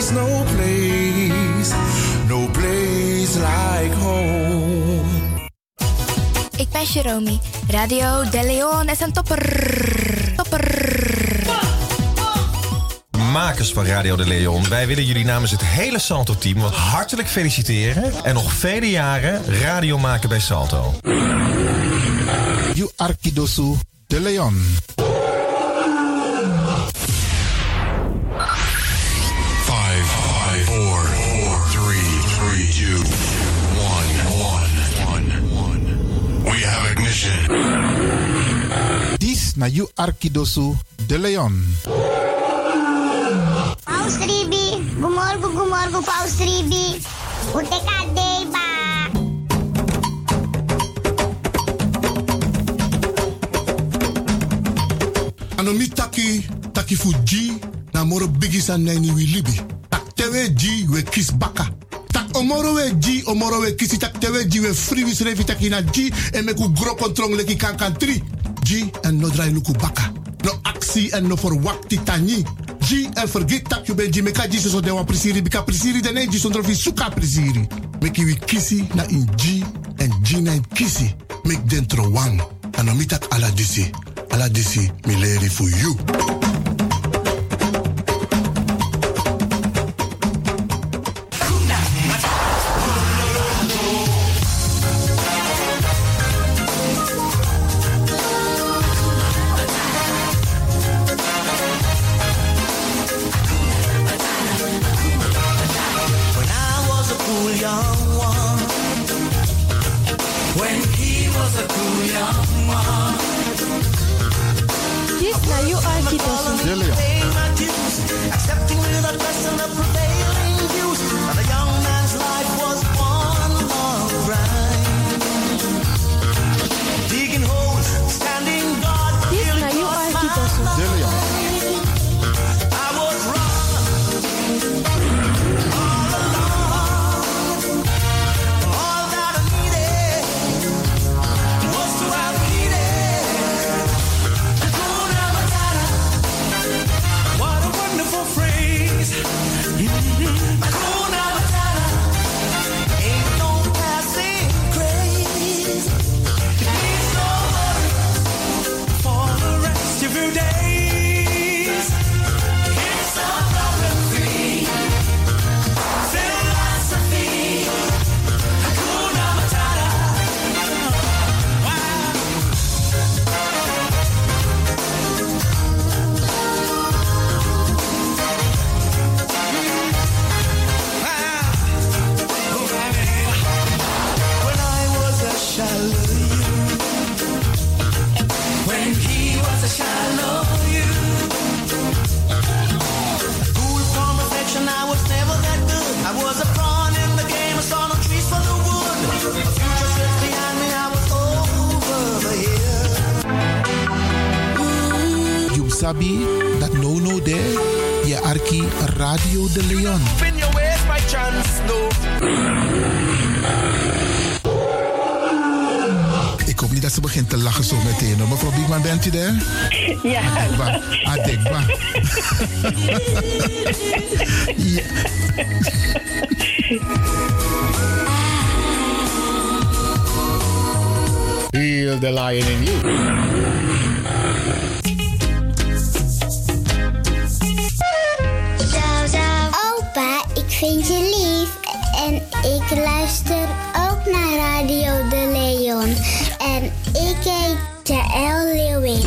no place like home. Ik ben Jeromy. Radio De Leon is een topper. Makers van Radio De Leon, wij willen jullie namens het hele Salto-team hartelijk feliciteren en nog vele jaren radio maken bij Salto. You Arkidosu De Leon. 5, 4, 3, 2, 1. We have ignition. Dis na You Arkidosu De Leon. Paus Ribi, gumorgo, Paus Ribi. Uteka deba. Anomi taki fuji na moro bigisa neni wi libi. Tak tewe ji we kis baka. Tak omoro we kisi tak tewe ji we free wis revi taki na ji en meku gro kontrong leki kankan tri. Ji en no drai luku baka. No aksi en no for wakti tani. Ji en forget tak you ben ji meka ji so de wan prisiri bika prisiri de ne ji sondro fi suka prisiri. Meki wi kisi na in ji en ji na in kisi. Mek dentro wang. Anomi tak ala disi. Ala disi mi leri for you. Accepting without question the prevailing views. And a young man's life was one long grind. Digging holes, standing guard. Dit naar You Arkidosu. I was wrong all along. All that I needed was to have needed Hakuna Matata. What a wonderful phrase. Hakuna Matata. Ain't no passing craze. It means no worries for the rest of your days. It's a problem-free philosophy. Hakuna Matata. When I was a shallow you, when he was a shallow you, cool from affection, I was never that good. I was a pawn in the game, I saw no trees for the wood. The future sits behind me, I was over here. You sabi dat no there. Je Arki Radio De Leon. In your ways, my chance, no. Ik hoop niet dat ze begint te lachen zo meteen. Hoor. Mevrouw Biekman, bent u daar? Ja. Adekba. Ja. Heal the lion in you. Opa, ik vind je lief. En ik luister ook naar Radio De Leon. En ik heet Jaël Leeuwin.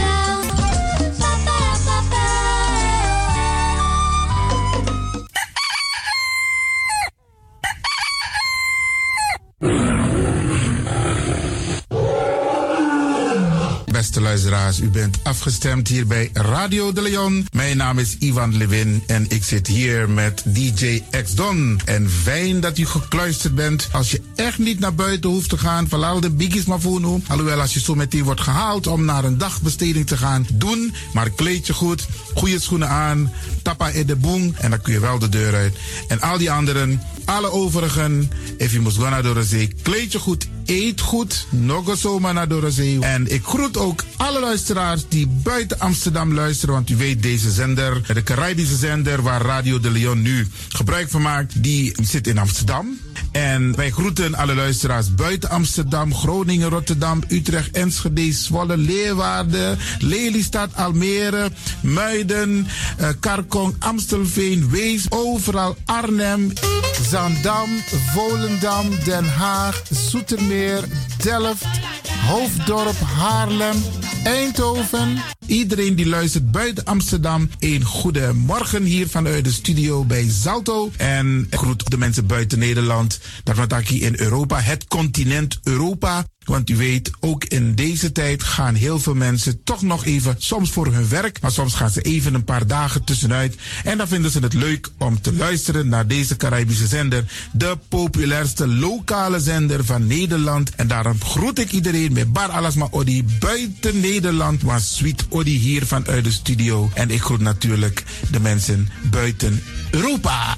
Beste luisteraars, u bent afgestemd hier bij Radio De Leon. Mijn naam is Ivan Levin en ik zit hier met DJ X-Don. En fijn dat u gekluisterd bent. Als je echt niet naar buiten hoeft te gaan, verlaal de biggies maar voor nu. Alhoewel, als je zo meteen wordt gehaald om naar een dagbesteding te gaan, doen. Maar kleed je goed, goede schoenen aan, tappa in de boom en dan kun je wel de deur uit. En al die anderen, alle overigen, if you must go naar Dorozee, kleed je goed, eet goed, nog zomaar naar Dorozee. En ik groet ook alle luisteraars die buiten Amsterdam luisteren, want u weet, deze zender, de Caribische zender waar Radio de Leon nu gebruik van maakt, die zit in Amsterdam. En wij groeten alle luisteraars buiten Amsterdam, Groningen, Rotterdam, Utrecht, Enschede, Zwolle, Leeuwarden, Lelystad, Almere, Muiden, Karkong, Amstelveen, Wees, overal Arnhem, Zaandam, Volendam, Den Haag, Zoetermeer, Delft, Hoofddorp, Haarlem, Eindhoven. Iedereen die luistert buiten Amsterdam, een goede morgen hier vanuit de studio bij Zalto. En ik groet de mensen buiten Nederland, Darmataki in Europa, het continent Europa. Want u weet, ook in deze tijd gaan heel veel mensen toch nog even, soms voor hun werk, maar soms gaan ze even een paar dagen tussenuit. En dan vinden ze het leuk om te luisteren naar deze Caribische zender, de populairste lokale zender van Nederland. En daarom groet ik iedereen met Bar Alasma Odi buiten Nederland, maar Sweet Odi hier vanuit de studio. En ik groet natuurlijk de mensen buiten Europa.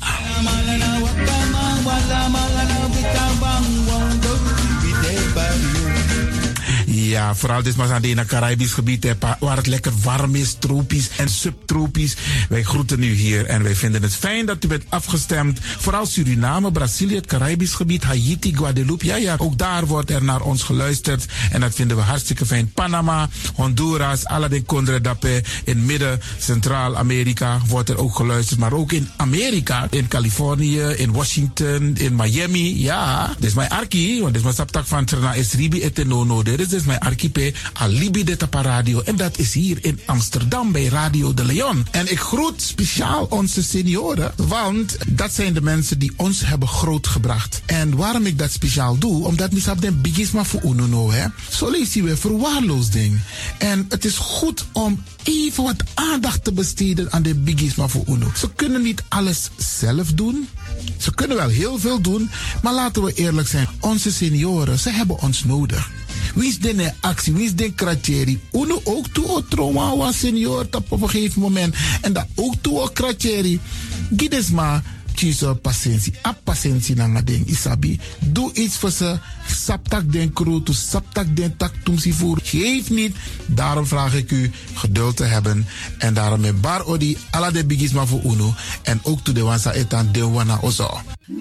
Ja, vooral dit maar aan het Caribisch gebied, waar het lekker warm is, tropisch en subtropisch. Wij groeten u hier en wij vinden het fijn dat u bent afgestemd. Vooral Suriname, Brazilië, het Caribisch gebied, Haiti, Guadeloupe. Ja, ook daar wordt er naar ons geluisterd. En dat vinden we hartstikke fijn. Panama, Honduras, Aladdin Condre Dapé. In midden, Centraal-Amerika wordt er ook geluisterd. Maar ook in Amerika, in Californië, in Washington, in Miami. Ja, dit is mijn arki, want dit is mijn saptak van Trana Esribi etenono. Dit is mijn archipel Alibi de Tapa Radio. En dat is hier in Amsterdam bij Radio de Leon. En ik groet speciaal onze senioren, want dat zijn de mensen die ons hebben grootgebracht. En waarom ik dat speciaal doe, omdat misap den bigisma voor uno, hè. Zo lees je weer verwaarloosding. En het is goed om even wat aandacht te besteden aan de bigisma voor uno. Ze kunnen niet alles zelf doen. Ze kunnen wel heel veel doen, maar laten we eerlijk zijn. Onze senioren, ze hebben ons nodig. Wie is de actie, wie is de kratjeri? Uno ook toe o trauma was senior op een gegeven moment. En dat ook toe o kratjeri. Gides maar kiezen patiëntie. A patiëntie na ding isabi. Doe iets voor ze. Saptak den kroto, saptak den tak tumsi voer. Geef niet. Daarom vraag ik u geduld te hebben. En daarom met bar odi ala de bigisma voor uno. En ook toe de wansa etan de wana ozo.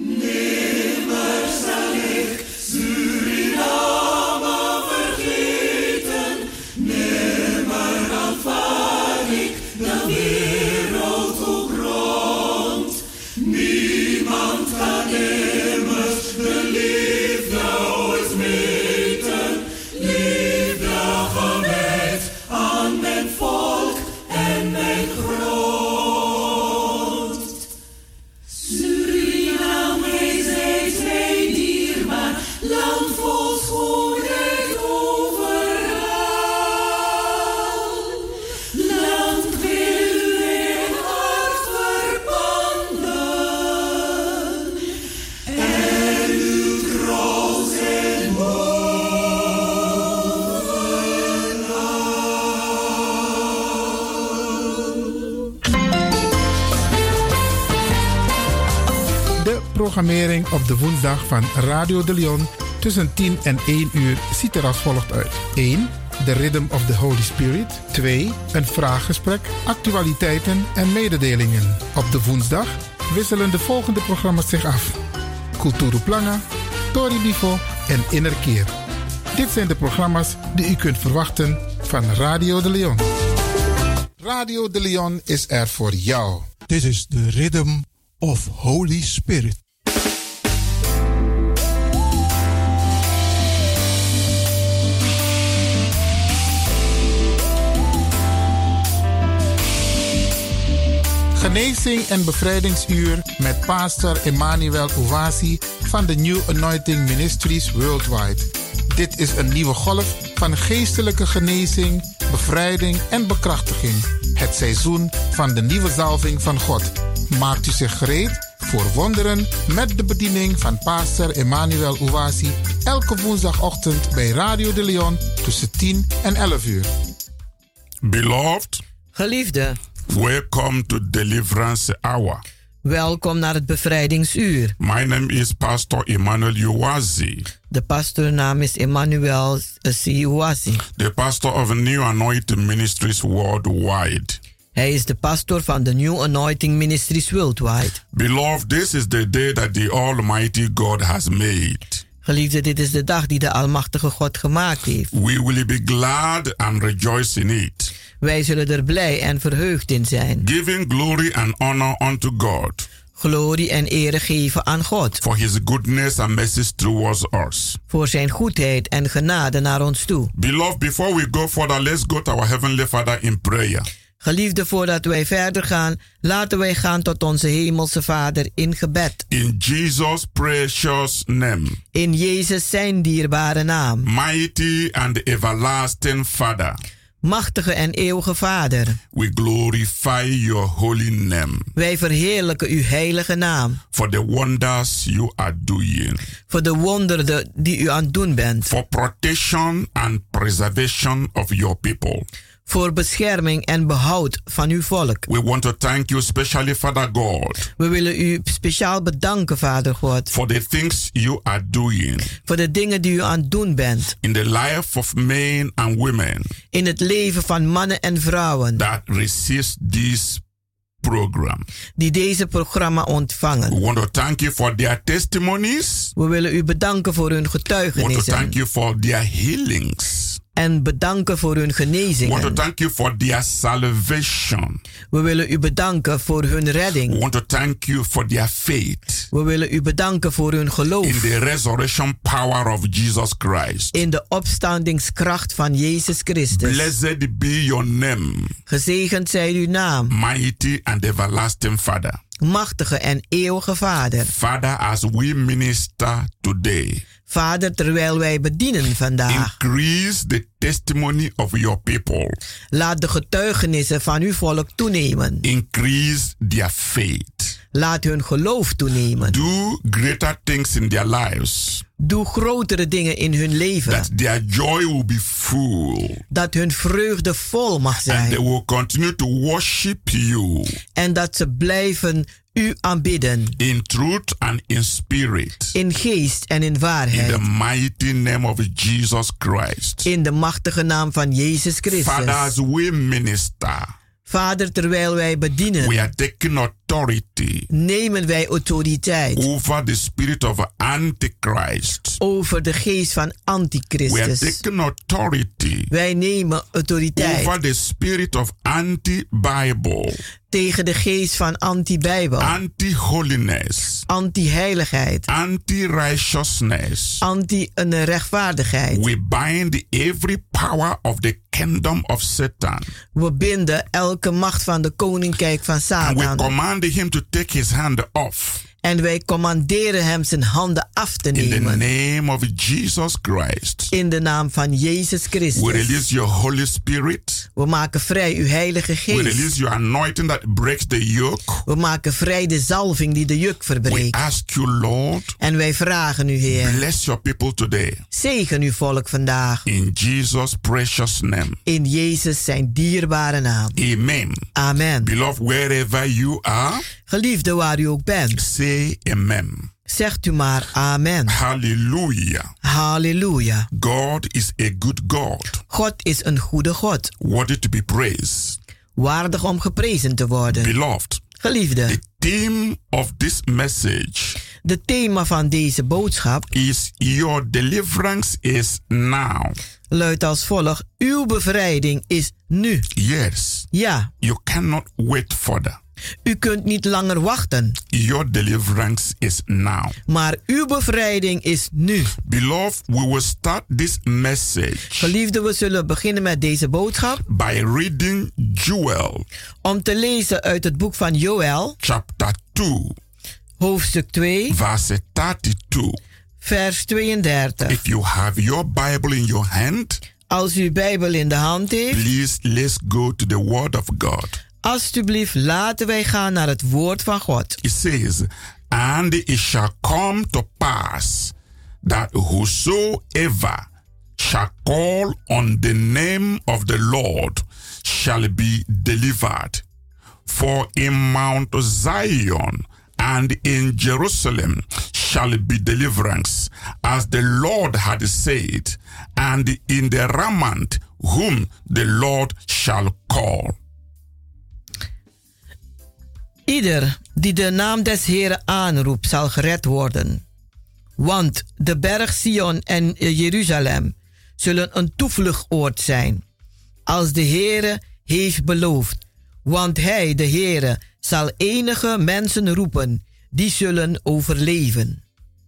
Programmering op de woensdag van Radio de Leon tussen 10 en 1 uur ziet er als volgt uit. 1. The Rhythm of the Holy Spirit. 2. Een vraaggesprek, actualiteiten en mededelingen. Op de woensdag wisselen de volgende programma's zich af. Kulturu Planga, Tori Bifo en Innerkeer. Dit zijn de programma's die u kunt verwachten van Radio de Leon. Radio de Leon is er voor jou. This is the Rhythm of Holy Spirit. Genezing en bevrijdingsuur met pastor Emmanuel Owasi van de New Anointing Ministries Worldwide. Dit is een nieuwe golf van geestelijke genezing, bevrijding en bekrachtiging. Het seizoen van de nieuwe zalving van God. Maakt u zich gereed voor wonderen met de bediening van pastor Emmanuel Owasi elke woensdagochtend bij Radio de Leon tussen 10 en 11 uur. Beloved, geliefde, welcome to Deliverance Hour. Welkom naar het bevrijdingsuur. My name is Pastor Emmanuel Uwazi. De pastoornaam is Emmanuel Uwazi. The pastor of New Anointing Ministries Worldwide. Hij is de pastor van de New Anointing Ministries Worldwide. Beloved, this is the day that the Almighty God has made. Geliefde, dit is de dag die de Almachtige God gemaakt heeft. We will be glad and rejoice in it. Wij zullen er blij en verheugd in zijn. Giving glory and honor unto God. Glorie en ere geven aan God. For his goodness and mercy towards us. Voor zijn goedheid en genade naar ons toe. Beloved, before we go further, let's go to our Heavenly Father in prayer. Geliefde, voordat wij verder gaan, laten wij gaan tot onze Hemelse Vader in gebed. In Jesus' precious name. In Jezus zijn dierbare naam. Mighty and everlasting Father. Machtige en eeuwige Vader. We glorify your holy name. Wij verheerlijken uw heilige naam. For the wonders you are doing. Voor de wonderen die u aan het doen bent. For protection and preservation of your people. Voor bescherming en behoud van uw volk. We want to thank you specially, Father God. We willen u speciaal bedanken, Vader God. For the things you are doing. Voor de dingen die u aan het doen bent. In the life of men and women. In het leven van mannen en vrouwen. That receives this program. Die deze programma ontvangen. We want to thank you for their testimonies. We willen u bedanken voor hun getuigenissen. We want to thank you for their healings. En bedanken voor hun genezingen. We want to thank you for their salvation. We willen u bedanken voor hun redding. We want to thank you for their faith. We willen u bedanken voor hun geloof. In the resurrection power of Jesus Christ. In de opstandingskracht van Jezus Christus. Blessed be your name. Gezegend zij uw naam. Mighty and everlasting Father. Machtige en eeuwige Vader. Father, as we minister today. Vader, terwijl wij bedienen vandaag. Increase the testimony of your people. Laat de getuigenissen van uw volk toenemen. Increase their faith. Laat hun geloof toenemen. Do greater things in their lives. Doe grotere dingen in hun leven. That their joy will be full. Dat hun vreugde vol mag zijn. And they will continue to worship you. En dat ze blijven u aanbidden. In truth and in spirit. In geest en in waarheid. In the mighty name of Jesus Christ. In de machtige naam van Jezus Christus. Father, as we minister. Vader, terwijl wij bedienen. We are taking authority. Nemen wij autoriteit. Over the spirit of Antichrist. Over de geest van Antichristus. We are taking authority. Wij nemen autoriteit. Over the spirit of anti-Bible. Tegen de geest van anti-Bijbel. Anti-holiness. Anti-heiligheid. Anti-righteousness. Anti-rechtvaardigheid. We bind every power of the kingdom of Satan. We binden elke macht van de koninkrijk van Satan. And we command him to take his hand off. En wij commanderen hem zijn handen af te nemen. In the name of Jesus Christ. In de naam van Jezus Christus. We release your Holy Spirit. We maken vrij uw Heilige Geest. We release your anointing that breaks the yoke. We maken vrij de zalving die de juk verbreekt. We ask you, Lord. En wij vragen u, Heer. Bless your people today. Zegen uw volk vandaag. In Jesus' precious name. In Jezus zijn dierbare naam. Amen. Amen. Beloved, wherever you are. Geliefde, waar u ook bent. Say amen. Zegt u maar amen. Hallelujah. Hallelujah. God is a good God. God is een goede God. Worthy to be praised. Waardig om geprezen te worden. Beloved. Geliefde. The theme of this message. De thema van deze boodschap is your deliverance is now. Luidt als volgt: uw bevrijding is nu. Yes. Ja. You cannot wait further. U kunt niet langer wachten. Your deliverance is now. Maar uw bevrijding is nu. Beloved, we will start this message. Geliefde, we zullen beginnen met deze boodschap. By reading Joel. Om te lezen uit het boek van Joel. Chapter 2. Hoofdstuk 2. Verse 32. Vers 32. If you have your Bible in your hand. Als u Bijbel in de hand heeft. Please, let's go to the word of God. Alsjeblieft, laten wij gaan naar het woord van God. It says, and it shall come to pass that whosoever shall call on the name of the Lord shall be delivered. For in Mount Zion And in Jerusalem shall be deliverance, as the Lord had said, and in the remnant whom the Lord shall call. Ieder die de naam des Heeren aanroept, zal gered worden. Want de berg Sion en Jeruzalem zullen een toevluchtoord zijn, als de Heere heeft beloofd. Want hij, de Heere, zal enige mensen roepen, die zullen overleven.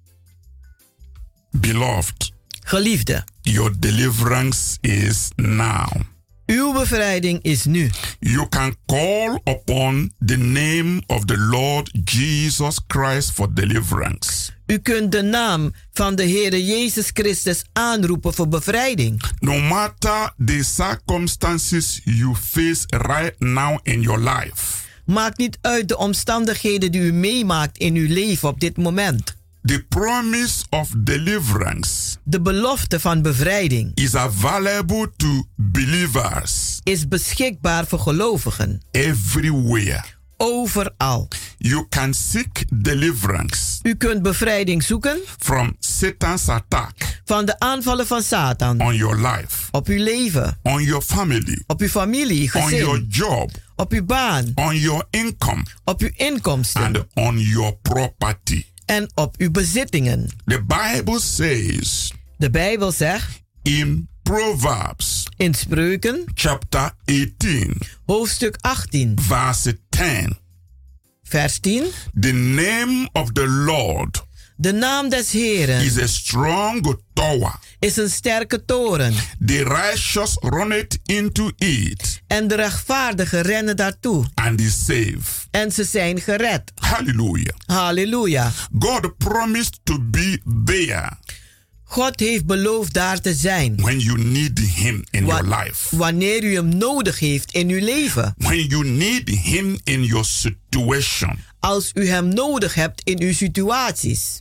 Beloved, geliefde, your deliverance is now. Uw bevrijding is nu. You can call upon the name of the Lord Jesus Christ for deliverance. U kunt de naam van de Heere Jezus Christus aanroepen voor bevrijding. No matter the circumstances you face right now in your life. Maakt niet uit de omstandigheden die u meemaakt in uw leven op dit moment. The promise of deliverance, de belofte van bevrijding, is available to believers, is beschikbaar voor gelovigen. Everywhere. Overal. You can seek deliverance. U kunt bevrijding zoeken from Satan's attack. Van de aanvallen van Satan. On your life. Op uw leven. On your family. Op uw familie, gezin. On your job. Op uw baan. On your income. Op uw inkomsten. And on your property. En op uw bezittingen. The Bible says. De Bijbel zegt. In Proverbs. In Spreuken. Chapter 18. Hoofdstuk 18. Verse 10. Vers 10. The name of the Lord. De naam des Heeren is a strong tower. Is een sterke toren. The righteous runneth into it. En de rechtvaardigen rennen daartoe. And is safe. En ze zijn gered. Hallelujah. Halleluja. God promised to be there. God heeft beloofd daar te zijn. When you need him in your life. Wanneer u hem nodig heeft in uw leven. When you need him in your situation. Als u hem nodig hebt in uw situaties.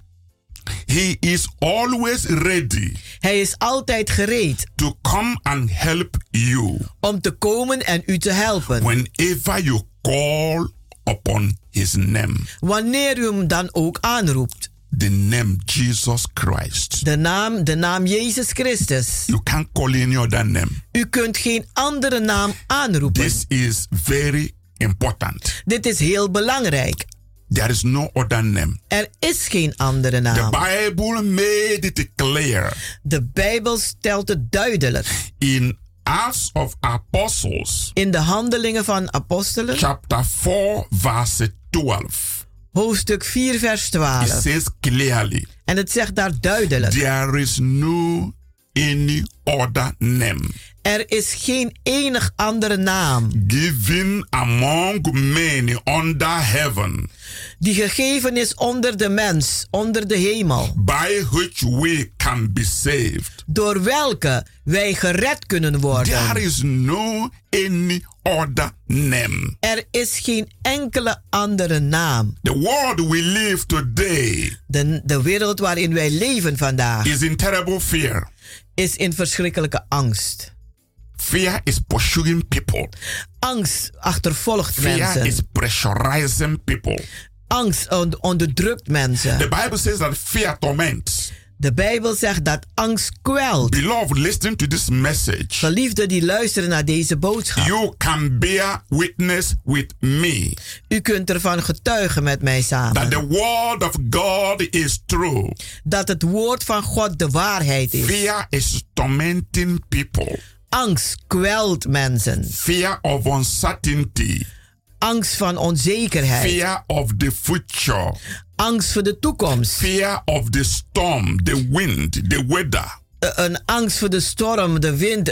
He is always ready. Hij is altijd gereed. To come and help you. Om te komen en u te helpen. Whenever you call upon his name. Wanneer u hem dan ook aanroept. The name Jesus Christ. De naam Jezus Christus. You can't call any other name. U kunt geen andere naam aanroepen. This is very important. Dit is heel belangrijk. There is no other name. Er is geen andere naam. The Bible made it clear. De Bijbel stelt het duidelijk. In Acts of Apostles. In de Handelingen van Apostelen. Chapter 4 verse 12. Hoofdstuk 4 vers 12. It says clearly. En het zegt daar duidelijk. There is no any other name. Er is geen enig andere naam. Given among men under heaven. Die gegeven is onder de mens, onder de hemel. By which we can be saved. Door welke wij gered kunnen worden. There is no any other name. Er is geen enkele andere naam. The world we live today. De wereld waarin wij leven vandaag. Is in terrible fear. Is in verschrikkelijke angst. Fear is pursuing people. Angst achtervolgt mensen. Fear is pressurizing people. Angst onderdrukt mensen. The Bible says that fear torments. De Bijbel zegt dat angst kwelt. Beloved, listen to this message. Geliefden die luisteren naar deze boodschap. You can bear witness with me. U kunt ervan getuigen met mij samen. That the word of God is true. Dat het woord van God de waarheid is. Fear is tormenting people. Angst kwelt mensen. Fear of uncertainty. Angst van onzekerheid. Fear of the future. Angst voor de toekomst. Fear of the storm, the wind, the weather. Een angst voor de storm, de wind,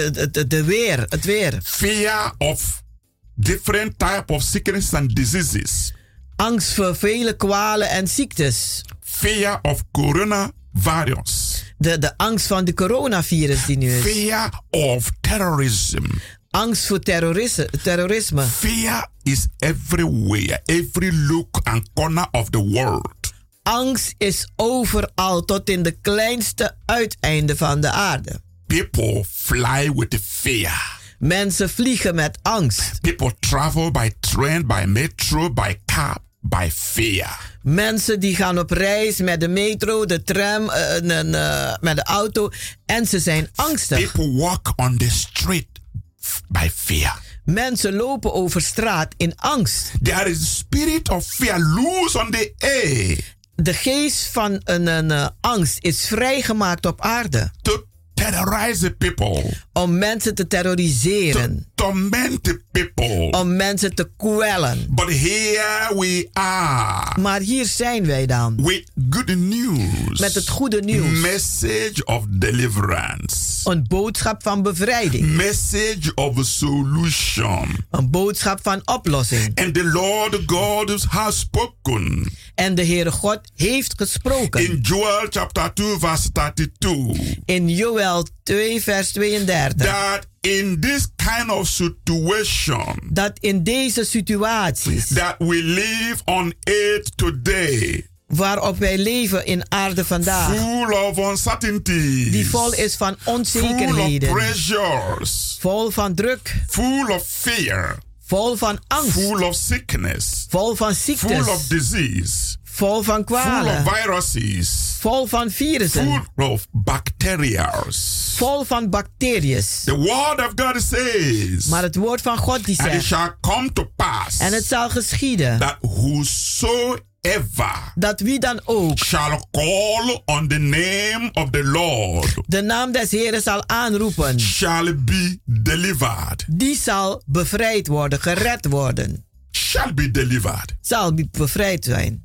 het weer. Fear of different type of sickness and diseases. Angst voor vele kwalen en ziektes. Fear of coronavirus. De angst van de coronavirus die nu is. Fear of terrorism. Angst voor terrorisme. Fear is everywhere, every look and corner of the world. Angst is overal tot in de kleinste uiteinden van de aarde. People fly with fear. Mensen vliegen met angst. People travel by train, by metro, by car. by fear. Mensen die gaan op reis met de metro, de tram, met de auto en ze zijn angstig. People walk on the street by fear. Mensen lopen over straat in angst. There is a spirit of fear loose on the air. De geest van een angst is vrijgemaakt op aarde. To terrorize the people. Om mensen te terroriseren. To torment the people. Om mensen te kwellen. But here we are. Maar hier zijn wij dan. With good news. Met het goede nieuws. Message of deliverance. Een boodschap van bevrijding. Message of a solution. Een boodschap van oplossing. And the Lord God has spoken. En de Heere God heeft gesproken. In Joel chapter 2 verse 32. In Joel 2 vers 32. That in this kind of situation. Dat in deze situaties. That we live on earth today. Waarop wij leven in aarde vandaag. Full of uncertainty. Die vol is van onzekerheden. Full of pressures. Vol van druk. Full of fear. Vol van angst. Full of sickness. Vol van ziektes. Full of disease. Vol van kwalen. Full of viruses. Vol van virussen. Full of bacteria. Vol van bacteriën. The word of God says. Maar het woord van God die And it zegt. shall come to pass. En het zal geschieden. That whosoever. Dat wie dan ook. Shall call on the name of the Lord. De naam des Heeren zal aanroepen. Shall be delivered. Die zal bevrijd worden, gered worden. Shall be delivered. Zal bevrijd zijn.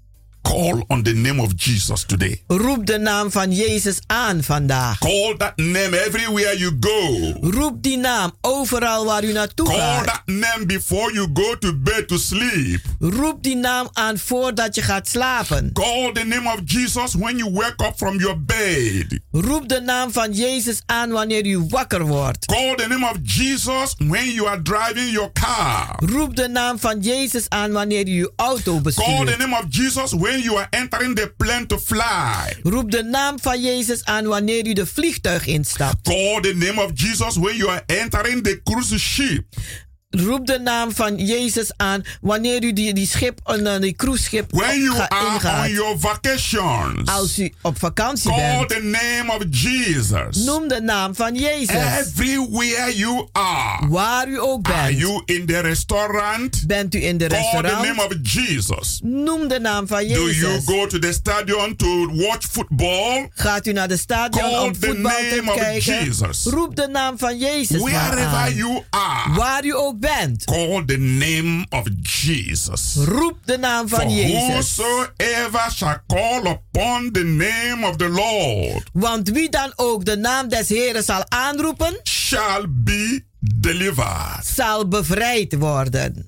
Call on the name of Jesus today. Roep de naam van Jezus aan vandaag. Call that name everywhere you go. Roep die naam overal waar u naartoe gaat. Call that name before you go to bed to sleep. Roep die naam aan voordat je gaat slapen. Call the name of Jesus when you wake up from your bed. Roep de naam van Jezus aan wanneer u wakker wordt. Call the name of Jesus when you are driving your car. Roep de naam van Jezus aan wanneer u uw auto bestuurt. Call the name of Jesus when you are entering the plane to fly. Roep de naam van Jezus aan wanneer u de vliegtuig instapt. Call the name of Jesus when you are entering the cruise ship. Roep de naam van Jezus aan wanneer u die cruiseschip ingaat. On your vacations. Als u op vakantie Call bent. The name of Jesus. Noem de naam van Jezus. Everywhere you are. Waar u ook bent. Are you in the restaurant? Bent u in de restaurant? Call the name of Jesus. Noem de naam van Jezus. Do you go to the stadium to watch football? Gaat u naar de stadion om voetbal te kijken? Jesus. Roep de naam van Jezus. Wherever you are. Waar u ook bent. Call the name of Jesus. Roep de naam van Jezus. Whosoever shall call upon the name of the Lord. Want wie dan ook de naam des Heeren zal aanroepen, shall be delivered. Zal bevrijd worden.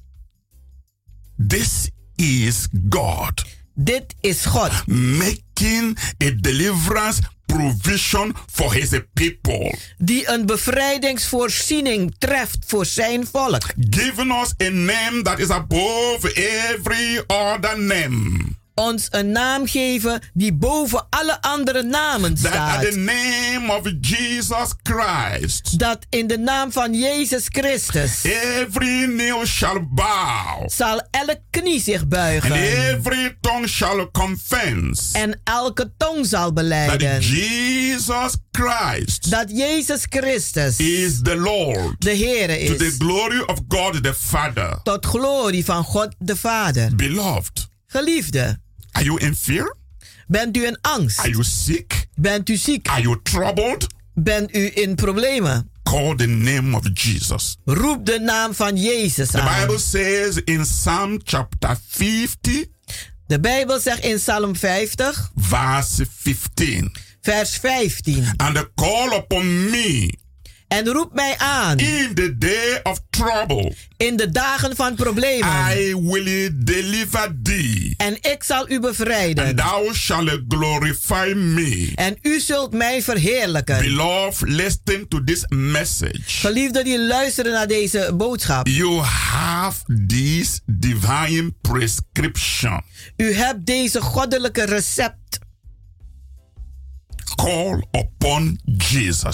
This is God. Dit is God. Making a deliverance provision for his people. Die een bevrijdingsvoorziening treft voor zijn volk. Giving us a name that is above every other name. Ons een naam geven die boven alle andere namen staat. That at the name of Jesus Christ. Dat in de naam van Jezus Christus. Every knee shall bow. Zal elke knie zich buigen. And every tongue shall confess. En elke tong zal belijden. That Jesus Christ. Dat Jezus Christus. Is the Lord. De Heere is. To the glory of God the Father. Tot glorie van God de Vader. Beloved. Geliefde. Are you in fear? Bent u in angst? Are you sick? Bent u ziek? Are you troubled? Bent u in problemen? Call the name of Jesus. Roep de naam van Jezus aan. The Bible says in Psalm chapter 50. De Bijbel zegt in Psalm 50. Verse 15. Vers 15. And call upon me. En roep mij aan. In the day of trouble. In de dagen van problemen. I will deliver thee. En ik zal u bevrijden. And thou shalt glorify me. En u zult mij verheerlijken. Beloved, listen to this message. Geliefden die luisteren naar deze boodschap. You have this divine prescription. U hebt deze goddelijke recept. Call upon Jesus.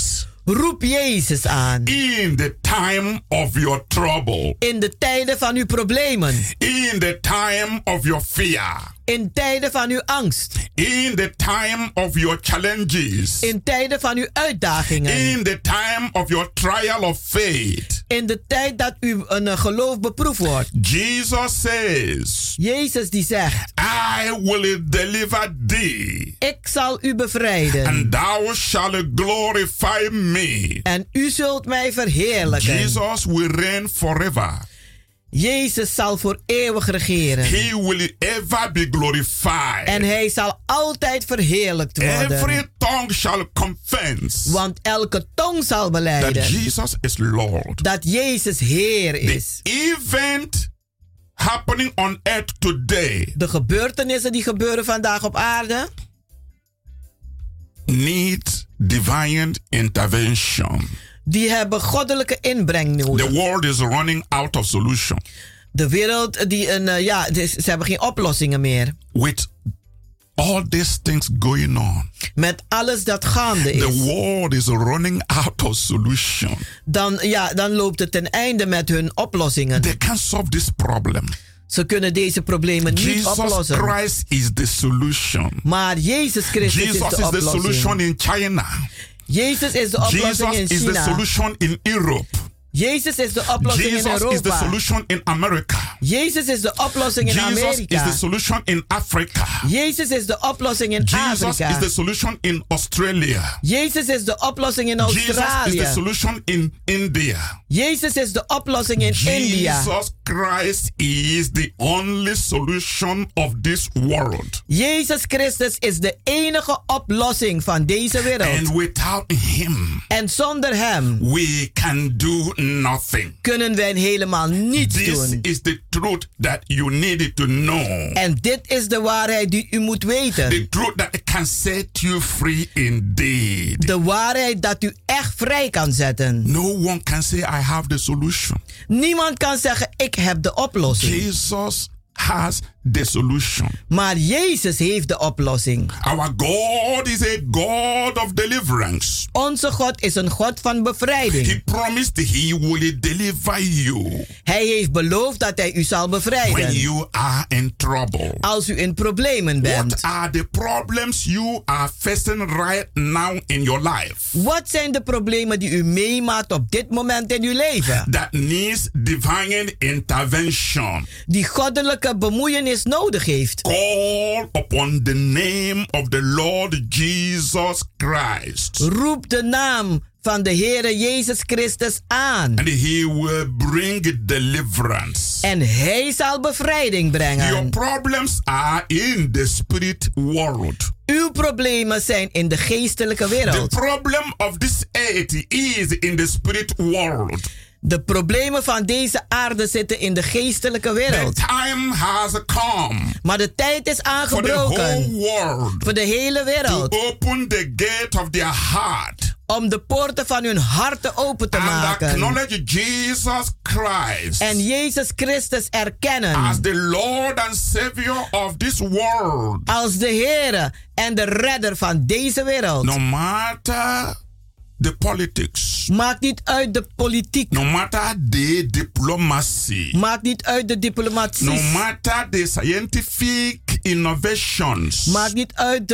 Roep Jezus aan. In the time of your trouble. In de tijden van uw problemen. In the time of your fear. In tijden van uw angst. In the time of your challenges. In tijden van uw uitdagingen. In the time of your trial of faith. In de tijd dat uw geloof beproefd wordt. Jesus says. Jezus die zegt. I will deliver thee. Ik zal u bevrijden. And thou shalt glorify me. En u zult mij verheerlijken. Jesus will reign forever. Jezus zal voor eeuwig regeren. He will ever be glorified. En hij zal altijd verheerlijkt worden. Every tongue shall confess. Want elke tong zal belijden. That Jesus is Lord. Dat Jezus Heer is. The event happening on earth today. De gebeurtenissen die gebeuren vandaag op aarde. Need divine intervention. Die hebben goddelijke inbreng nodig. The world is running out of solution. De wereld die ze hebben geen oplossingen meer. With all these things going on. Met alles dat gaande is. The world is running out of solution. Dan loopt het ten einde met hun oplossingen. They can't solve this problem. Ze kunnen deze problemen niet oplossen. Jesus Christ is the solution. Maar Jezus Christus is de oplossing. Jesus is the solution in China. Jezus is de oplossing in China. Jesus is the solution in Europe. Jezus is de oplossing in Europa. Jesus is the solution in America. Jezus is de oplossing in Amerika. Jesus is the solution in Africa. Jezus is de oplossing in Afrika. Jesus is the solution in Australia. Jezus is de oplossing in Australië. Jesus is the solution in India. Jezus is de oplossing in India. Jesus Christ is the only solution of this world. Jezus Christus is de enige oplossing van deze wereld. And without him, en zonder hem, we can do nothing. Kunnen wij helemaal niets doen. This is the truth that you need to know. En dit is de waarheid die u moet weten. The truth that can set you free indeed. De waarheid dat u echt vrij kan zetten. No one can say I have the solution. Niemand kan zeggen ik heb de oplossing. Jesus has the solution. Maar Jezus heeft de oplossing. Our God is a God of deliverance. Onze God is een God van bevrijding. He promised he will deliver you. Hij heeft beloofd dat hij u zal bevrijden. When you are in trouble. Als u in problemen bent. What are the problems you are facing right now in your life? Wat zijn de problemen die u meemaakt op dit moment in uw leven? That needs divine intervention. Die goddelijke bemoeienis nodig heeft. Call upon the name of the Lord Jesus Christ. Roep de naam van de Heere Jezus Christus aan. And he will bring deliverance. En hij zal bevrijding brengen. Your problems are in the spirit world. Uw problemen zijn in de geestelijke wereld. The problem of this earth is in the spirit world. De problemen van deze aarde zitten in de geestelijke wereld. The time has come. Maar de tijd is aangebroken. For the whole world. Voor de hele wereld. To open the gate of their heart. Om de poorten van hun harten open te maken. And acknowledge Jesus Christ. En Jezus Christus erkennen. As the Lord and Savior of this world. Als de Heere en de redder van deze wereld. No matter the politics. Maakt niet uit de politiek. No matter the diplomacy. Maakt niet uit de diplomatie. No matter the scientific innovations. Maakt niet uit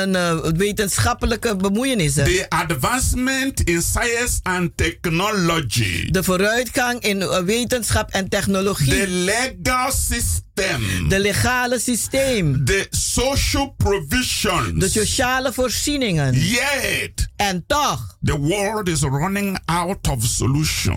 de wetenschappelijke bemoeienissen. The advancement in science and technology. De vooruitgang in wetenschap en technologie. The legal system. De legale systeem. The social provisions. De sociale voorzieningen. Yet. En toch. The world is running out of solution.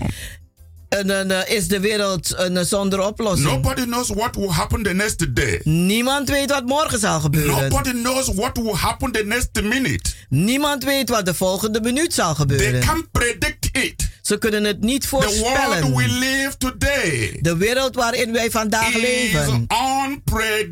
Is de wereld zonder oplossing. Nobody knows what will happen the next day. Niemand weet wat morgen zal gebeuren. Nobody knows what will happen the next minute. Niemand weet wat de volgende minuut zal gebeuren. They can't predict it. Ze kunnen het niet voorspellen. The world we live today. De wereld waarin wij vandaag leven. Unpredictable.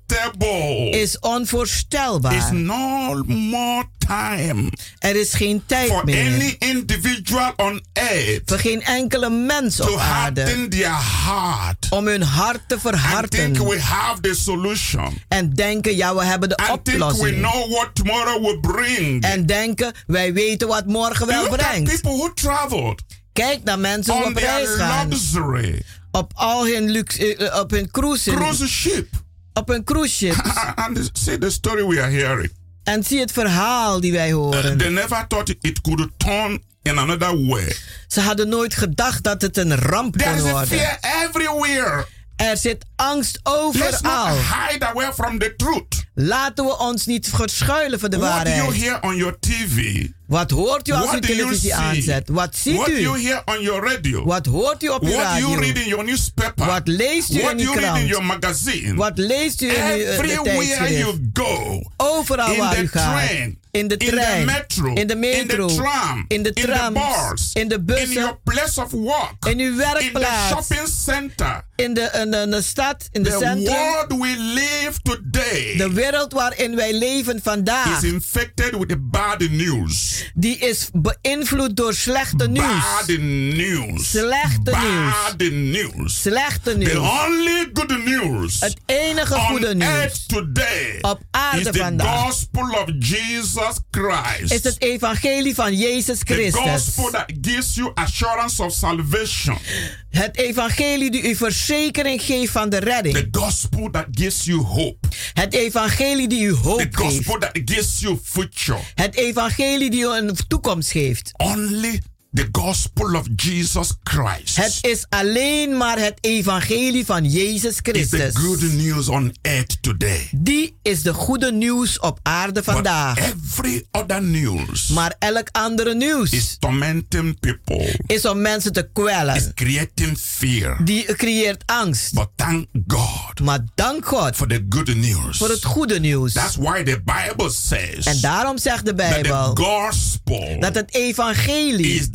is onvoorstelbaar. Is no more time. Er is geen tijd for meer. Any individual on earth voor geen enkele mens op aarde. Their heart. Om hun hart te verharden. And think we have the solution. En denken, ja, we hebben de oplossing. Think we know what tomorrow will bring. En denken, wij weten wat morgen wel brengt. People who traveled. Kijk naar mensen die op reis gaan. Luxury. Op al hun luxe, op hun cruise ship. Op hun cruise ship. And see the story we are hearing. En zie het verhaal die wij horen. They never thought it could turn in another way. Ze hadden nooit gedacht dat het een ramp kon worden. There's a fear everywhere. Er zit angst overal. Let's not hide away from the truth. Laten we ons niet verschuilen voor de waarheid. What do you hear on your TV? Wat hoort u als u televisie aanzet? Wat ziet What u? do you hear on your radio? Wat hoort u op uw radio? What do you read in your newspaper? Wat leest u in uw krant? What do you read in your magazine? Wat leest u in uw Everywhere you go. Overal waar u gaat. Train, in de trein, in the metro, in de trams, bars, in de bussen, in your place of work, in uw werkplaats, in the shopping center, in de stad, in de centrum. The world we live today, de wereld waarin wij leven vandaag, is infected with the bad news. Die is beïnvloed door slechte nieuws. Bad news. Slechte nieuws. Bad news. Slechte nieuws. The only good news. Het enige goede nieuws. Today op aarde is vandaag. The gospel of Jesus Christ. Is het evangelie van Jezus Christus. The gospel that gives you assurance of salvation. Het evangelie die u verzekering geeft van de redding. The gospel that gives you hope. Het evangelie die u hoop geeft. The gospel that gives you future. Het evangelie die u een toekomst geeft. Only the gospel of Jesus Christ. Het is alleen maar het evangelie van Jezus Christus. Is the good news on earth today. Die is de goede nieuws op aarde vandaag. But every other news. Maar elk andere nieuws is tormenting people. Is om mensen te kwellen. Is creating fear. Die creëert angst. But thank God. Maar dank God. For the good news. Voor het goede nieuws. That's why the Bible says. En daarom zegt de Bijbel. That the gospel. Dat het evangelie. Is the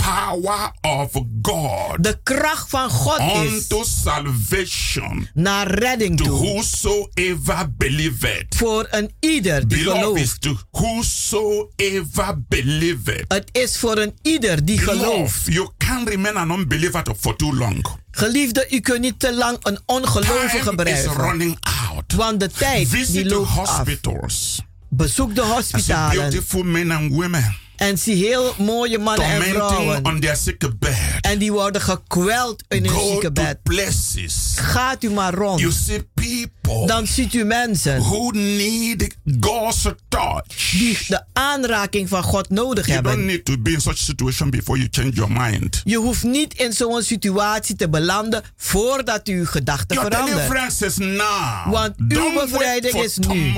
power of God. De kracht van God is. Unto salvation. Naar redding toe. To whosoever believeth. Voor een ieder die gelooft. Is to whosoever believeth. Het is voor een ieder die gelooft. You can't remain an unbeliever for too long. Geliefde, u kunt niet te lang een ongelovige blijven. Time is running out. Want de tijd die loopt hospitals. Af. Bezoek de hospitalen. Beautiful men and women. En zie heel mooie mannen en vrouwen. On their sick bed. En die worden gekweld in hun ziekenbed. Gaat u maar rond. You see people. Dan ziet u mensen. Who need God's touch. Die de aanraking van God nodig hebben. You don't need to be in such situation before you change your mind. Je hoeft niet in zo'n situatie te belanden voordat u uw gedachten verandert. Is now. Want uw bevrijding is nu.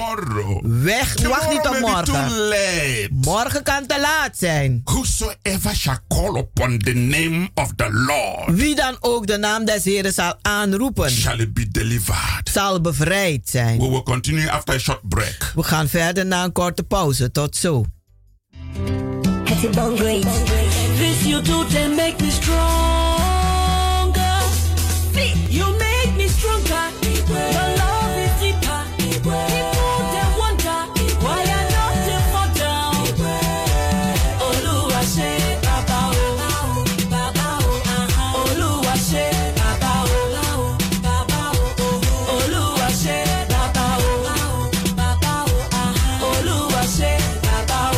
Wacht niet op morgen. Morgen kan te laat zijn. Whosoever shall call upon the name of the Lord. Wie dan ook de naam des Heren zal aanroepen. Shall be delivered. Zal bevrijd zijn. We will continue after a short break. We gaan verder na een korte pauze. Tot zo. This you do to make me stronger. You make me stronger. Your love is deeper. People they wonder why I not to fall down. Oluwa ṣe baba o, baba o, Oluwa ṣe baba o, baba o, Oluwa ṣe baba o, baba o, Oluwa ṣe baba o.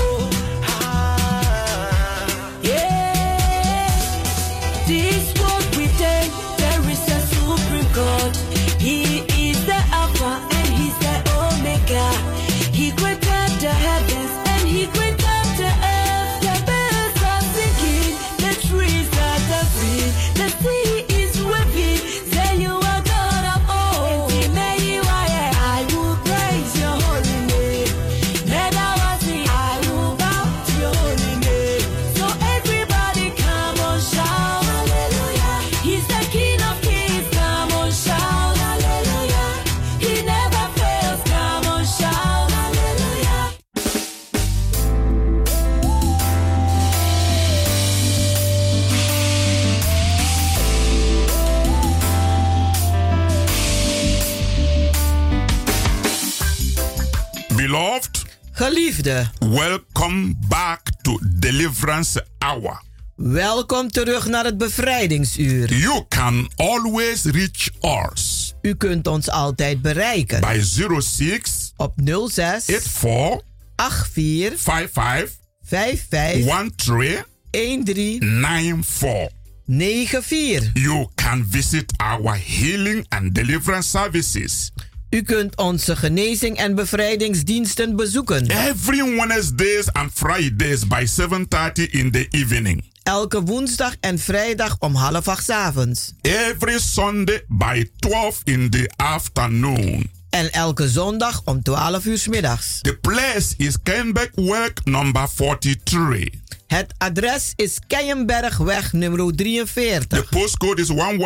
This world we take, there is a supreme God. He is the Alpha and He's the Omega. He created the heavens and He created the earth. The birds are singing, the trees are dancing, the sea is weeping. Say you are God of all. I will praise Your holy name. Let our sing, I will bow to Your holy name. So everybody come on shout. Geliefde. Welcome back to Deliverance Hour. Welkom terug naar het bevrijdingsuur. You can always reach us. U kunt ons altijd bereiken. By 06 op 06 84 84 55 55 13 94. 94. You can visit our healing and deliverance services. U kunt onze genezing en bevrijdingsdiensten bezoeken. Every Wednesdays and Fridays by 7:30 in the evening. Elke woensdag en vrijdag om 7:30 's avonds. Every Sunday by 12 in the afternoon. En elke zondag om 12 uur 's middags. The place is Kenbekweg number 43. Het adres is Keienbergweg nummer 43. The postcode is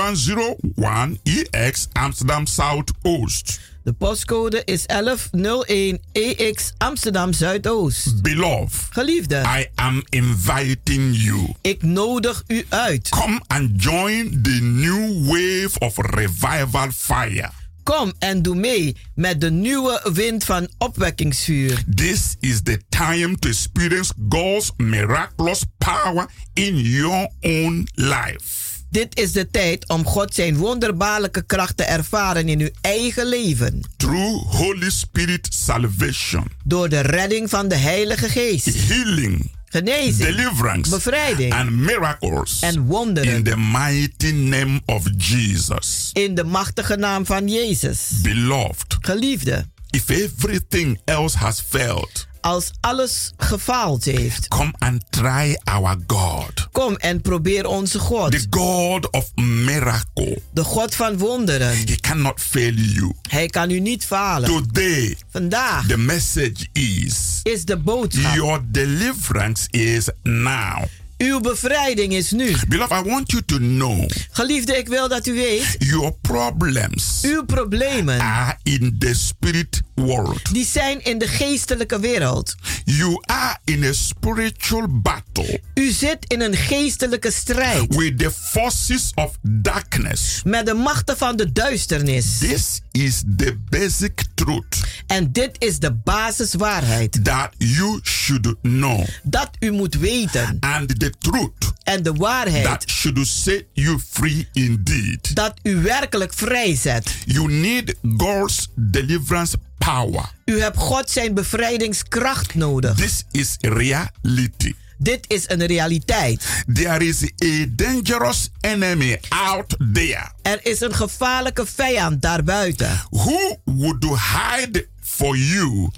1101 EX Amsterdam Zuidoost. De postcode is 1101 EX Amsterdam Zuidoost. Beloved, geliefde, I am inviting you. Ik nodig u uit. Come and join the new wave of revival fire. Kom en doe mee met de nieuwe wind van opwekkingsvuur. This is the time to experience God's miraculous power in your own life. Dit is de tijd om God zijn wonderbaarlijke kracht te ervaren in uw eigen leven. Through Holy Spirit salvation. Door de redding van de Heilige Geest. Healing. Genezing, deliverance, bevrijding and miracles en wonderen. In the mighty name of Jesus. In de machtige naam van Jezus. Beloved, geliefde, if everything else has failed, als alles gefaald heeft, come and try our God. Kom en probeer onze God. The God of miracle. De God van wonderen. He cannot fail you. Hij kan u niet falen. Today, vandaag, the message is de boodschap. Your deliverance is now. Uw bevrijding is nu. Beloved, I want you to know. Geliefde, ik wil dat u weet. Your problems. Uw problemen. Are in the spirit world. Die zijn in de geestelijke wereld. You are in a spiritual battle. U zit in een geestelijke strijd. With the forces of darkness. Met de machten van de duisternis. This is the basic truth. En dit is de basiswaarheid. That you should know. Dat u moet weten. And the truth. En de waarheid. That should set you free indeed. Dat u werkelijk vrijzet. You need God's deliverance power. U hebt God zijn bevrijdingskracht nodig. This is reality. Dit is een realiteit. There is a dangerous enemy out there. Er is een gevaarlijke vijand daarbuiten. Who would hide for you?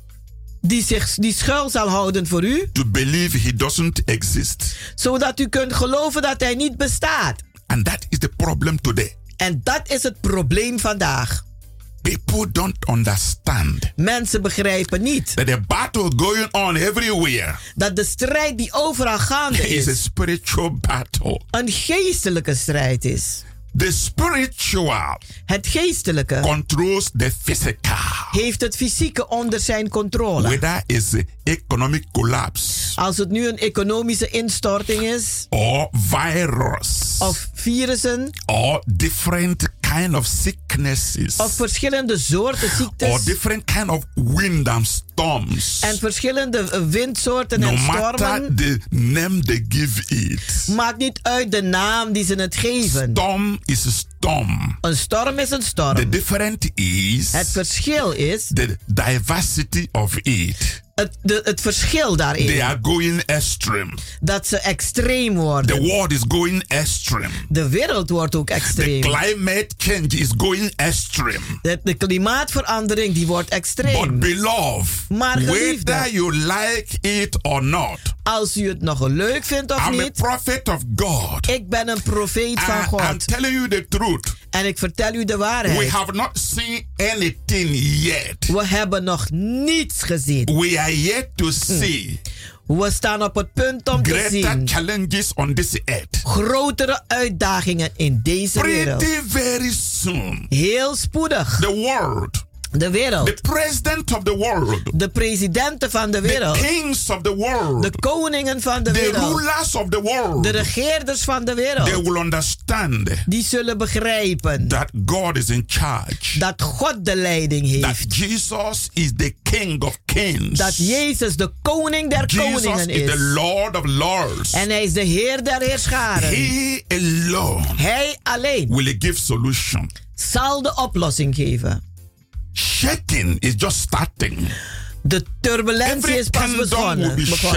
Die schuil zal houden voor u. To believe he doesn't exist. Zodat u kunt geloven dat hij niet bestaat. And that is the problem today. En dat is het probleem vandaag. People don't understand. Mensen begrijpen niet. That the battle going on everywhere. Dat de strijd die overal gaande is. Is a spiritual battle. Een geestelijke strijd is. The spiritual. Het geestelijke. Controls the physical. Heeft het fysieke onder zijn controle. Whether it's economic collapse. Als het nu een economische instorting is. Or virus. Of virussen. Or different kind of sicknesses. Of verschillende soorten ziektes. Or different kind of wind and storms. En verschillende windsoorten no en stormen. No matter the name they give it. Maakt niet uit de naam die ze het geven. Storm is a storm. Een storm is een storm. The difference is. Het verschil is. The diversity of it. Het verschil daarin. They are going extreme. Dat ze extreem worden. The world is going extreme. De wereld wordt ook extreem. The climate change is going extreme. De klimaatverandering die wordt extreem. But beloved, maar geliefde, whether you like it or not. Als u het nog leuk vindt of I'm niet. A prophet of God. Ik ben een profeet van God. I'm telling you the truth. En ik vertel u de waarheid. We have not seen anything yet. We hebben nog niets gezien. We are yet to see. We staan op het punt om te zien. Greater challenges on this earth. Grotere uitdagingen in deze wereld. Pretty very soon. Heel spoedig. The world. De wereld. The president of the world. De presidenten van de wereld. The kings of the world. De koningen van de The wereld. rulers of the world. De regeerders van de wereld. They will understand. Die zullen begrijpen. That God is in charge. Dat God de leiding heeft. That Jesus is the King of kings. Dat Jezus de koning der koningen is. Jesus is the Lord of lords. En hij is de Heer der heerscharen. He alone. Hij alleen. Will give solution. Zal de oplossing geven. Shaking is just starting. De turbulentie is pas begonnen.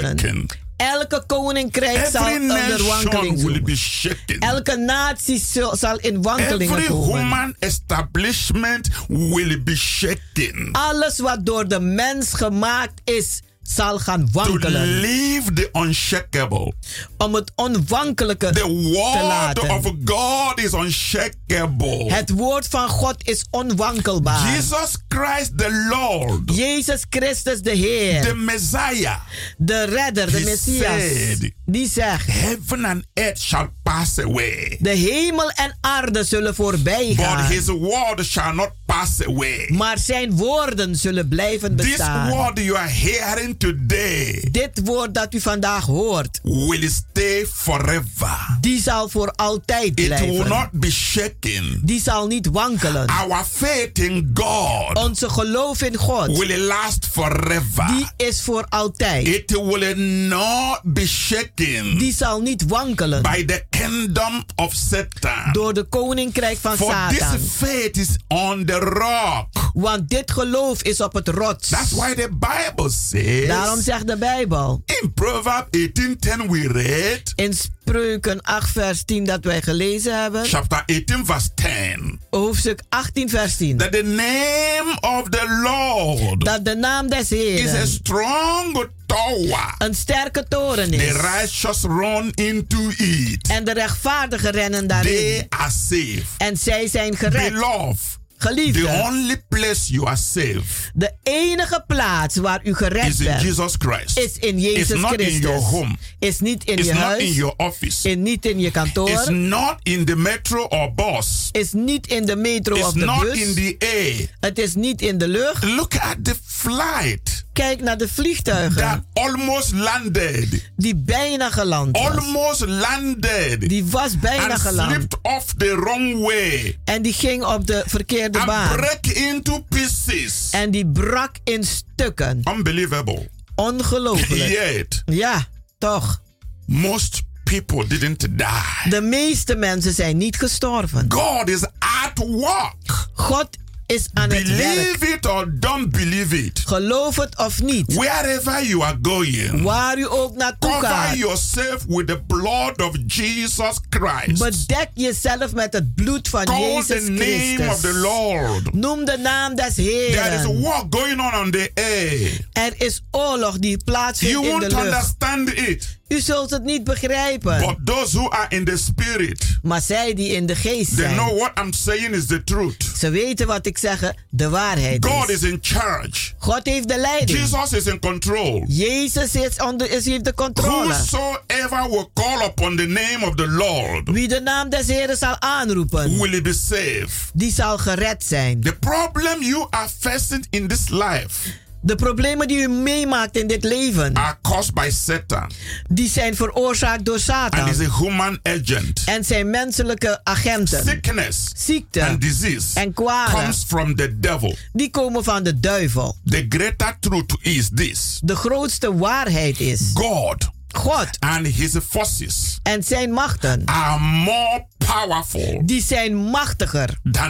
Elke koninkrijk zal onder wankeling zijn. Elke natie zal in wankelingen komen. Human establishment will be shaken. Alles wat door de mens gemaakt is, zal gaan wankelen. To leave the unshakable. Om het onwankelijke te laten. The word of God is unshakable. Het woord van God is onwankelbaar. Jesus Christ the Lord. Jezus Christus de Heer. The Messiah. De redder, de Messias. Die zegt: Heaven and earth shall pass away. De hemel en aarde zullen voorbij gaan. But his word shall not pass away. Maar zijn woorden zullen blijven bestaan. This word you are hearing today. Dit woord dat u vandaag hoort. Will stay forever. Die zal voor altijd blijven. It will not be shaken. Die zal niet wankelen. Our faith in God. Onze geloof in God. Will last forever. Die is voor altijd. It will not be shaken. Die zal niet wankelen. By the kingdom of Satan. Door de koninkrijk van For Satan. This faith is on the rock. Want dit geloof is op het rots. That's why the Bible says. Daarom zegt de Bijbel. In Proverbs 18:10 we read. In Spreuken 8 vers 10 dat wij gelezen hebben. Chapter 18 verse 10. Hoofdstuk 18 vers 10. That the name of the Lord. Dat de naam des Heeren. Is a strong tower. Een sterke toren is. The righteous run into it. En de rechtvaardigen rennen daarin. They are safe. En zij zijn gered. Beloved. Geliefde, the only place you are safe. De enige plaats waar u gered is in bent. Jesus Christ. Is in Jezus It's not Christus. In your home. Is niet in It's je not huis. In your office. Niet in je kantoor. It's not in the metro or bus. Is niet in de metro It's of de not bus. In the air. Het is niet in de lucht. Look at the flight. Kijk naar de vliegtuigen. That almost landed. Die bijna geland was. Almost landed. Die was bijna and geland. Slipped off the wrong way. En die ging op de verkeerde and baan. Break into pieces. En die brak in stukken. Unbelievable. Ongelooflijk. Yet. Ja, toch. Most people didn't die. De meeste mensen zijn niet gestorven. God is at work. God is aan het werk. Believe it or don't believe it. Geloof het of niet. Wherever you are going. Waar u ook naartoe gaat. Cover yourself with the blood of Jesus Christ. Bedek jezelf met het bloed van Call Jezus the name Christus. of the Lord. Noem de naam des Heeren. There is a war going on the air. Er is oorlog die plaatsvindt you in de won't lucht. Understand it. U zult het niet begrijpen. But those who are in the spirit. Maar zij die in de geest zijn. They know what I'm saying is the truth. Ze weten wat ik zeg, de waarheid God is. is in charge. God heeft de leiding. Jesus is in control. Jezus heeft de controle. Whosoever will call upon the name of the Lord. Wie de naam des Heeren zal aanroepen. Will be saved. Die zal gered zijn. The problem you are facing in this life. De problemen die u meemaakt in dit leven. Are caused by Satan. Die zijn veroorzaakt door Satan. And is a human agent. En zijn menselijke agenten. Sickness. Ziekte. And disease. En kwalen. Comes from the devil. Die komen van de duivel. The greater truth is this. De grootste waarheid is. God. And his forces. En zijn machten. Are more powerful. Die zijn machtiger.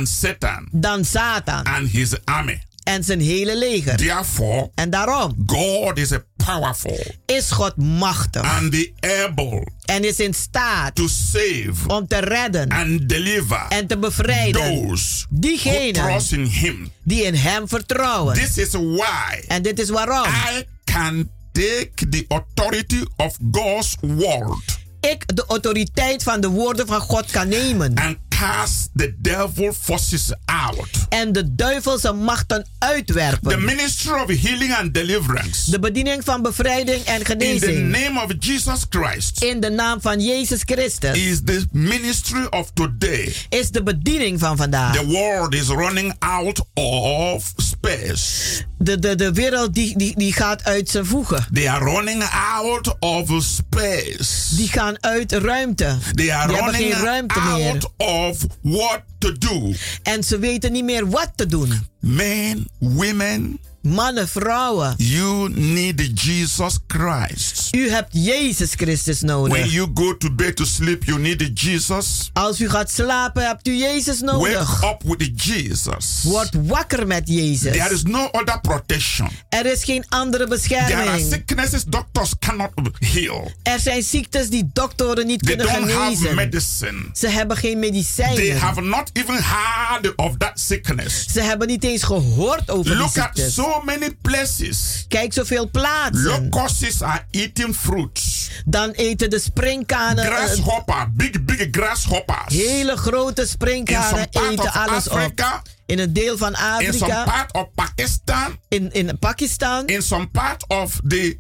Dan Satan. And his army. En zijn hele leger. Therefore, en daarom. God is a powerful. Is God machtig. And able. En is in staat. To save. Om te redden. And deliver. En te bevrijden. Those. Diegenen. Who trust in him. Die in hem vertrouwen. This is why. En dit is waarom. I can take the authority of God's word. Ik de autoriteit van de woorden van God kan nemen. And cast the devil forces out. En de duivelse machten uitwerpen. The ministry of healing and deliverance. De bediening van bevrijding en genezing. In the name of Jesus Christ. In de naam van Jezus Christus. Is the ministry of today. Is de bediening van vandaag. The world is running out of space. De wereld die gaat uit zijn voegen. They are running out of space. Die gaan uit ruimte. They are die running hebben geen ruimte meer. Out of what to do. En ze weten niet meer wat te doen. Men, women. Mannen, vrouwen. You need Jesus Christ. U hebt Jezus Christus nodig. When you go to bed to sleep, you need Jesus. Als u gaat slapen, hebt u Jezus nodig. Wake up with Jesus. Word wakker met Jezus. There is no other protection. Er is geen andere bescherming. There are sicknesses doctors cannot heal. Er zijn ziektes die doktoren niet kunnen genezen. Have medicine. Ze hebben geen medicijnen. They have not even heard of that sickness. Ze hebben niet eens gehoord over die ziektes. Look at so many places. Kijk zoveel plaatsen. Locusts are eating fruits. Dan eten de sprinkhanen. Grasshopper, big grasshoppers. Hele grote sprinkhanen eten alles Africa, op. In een deel van Afrika. In some part of Pakistan. In Pakistan. In some part of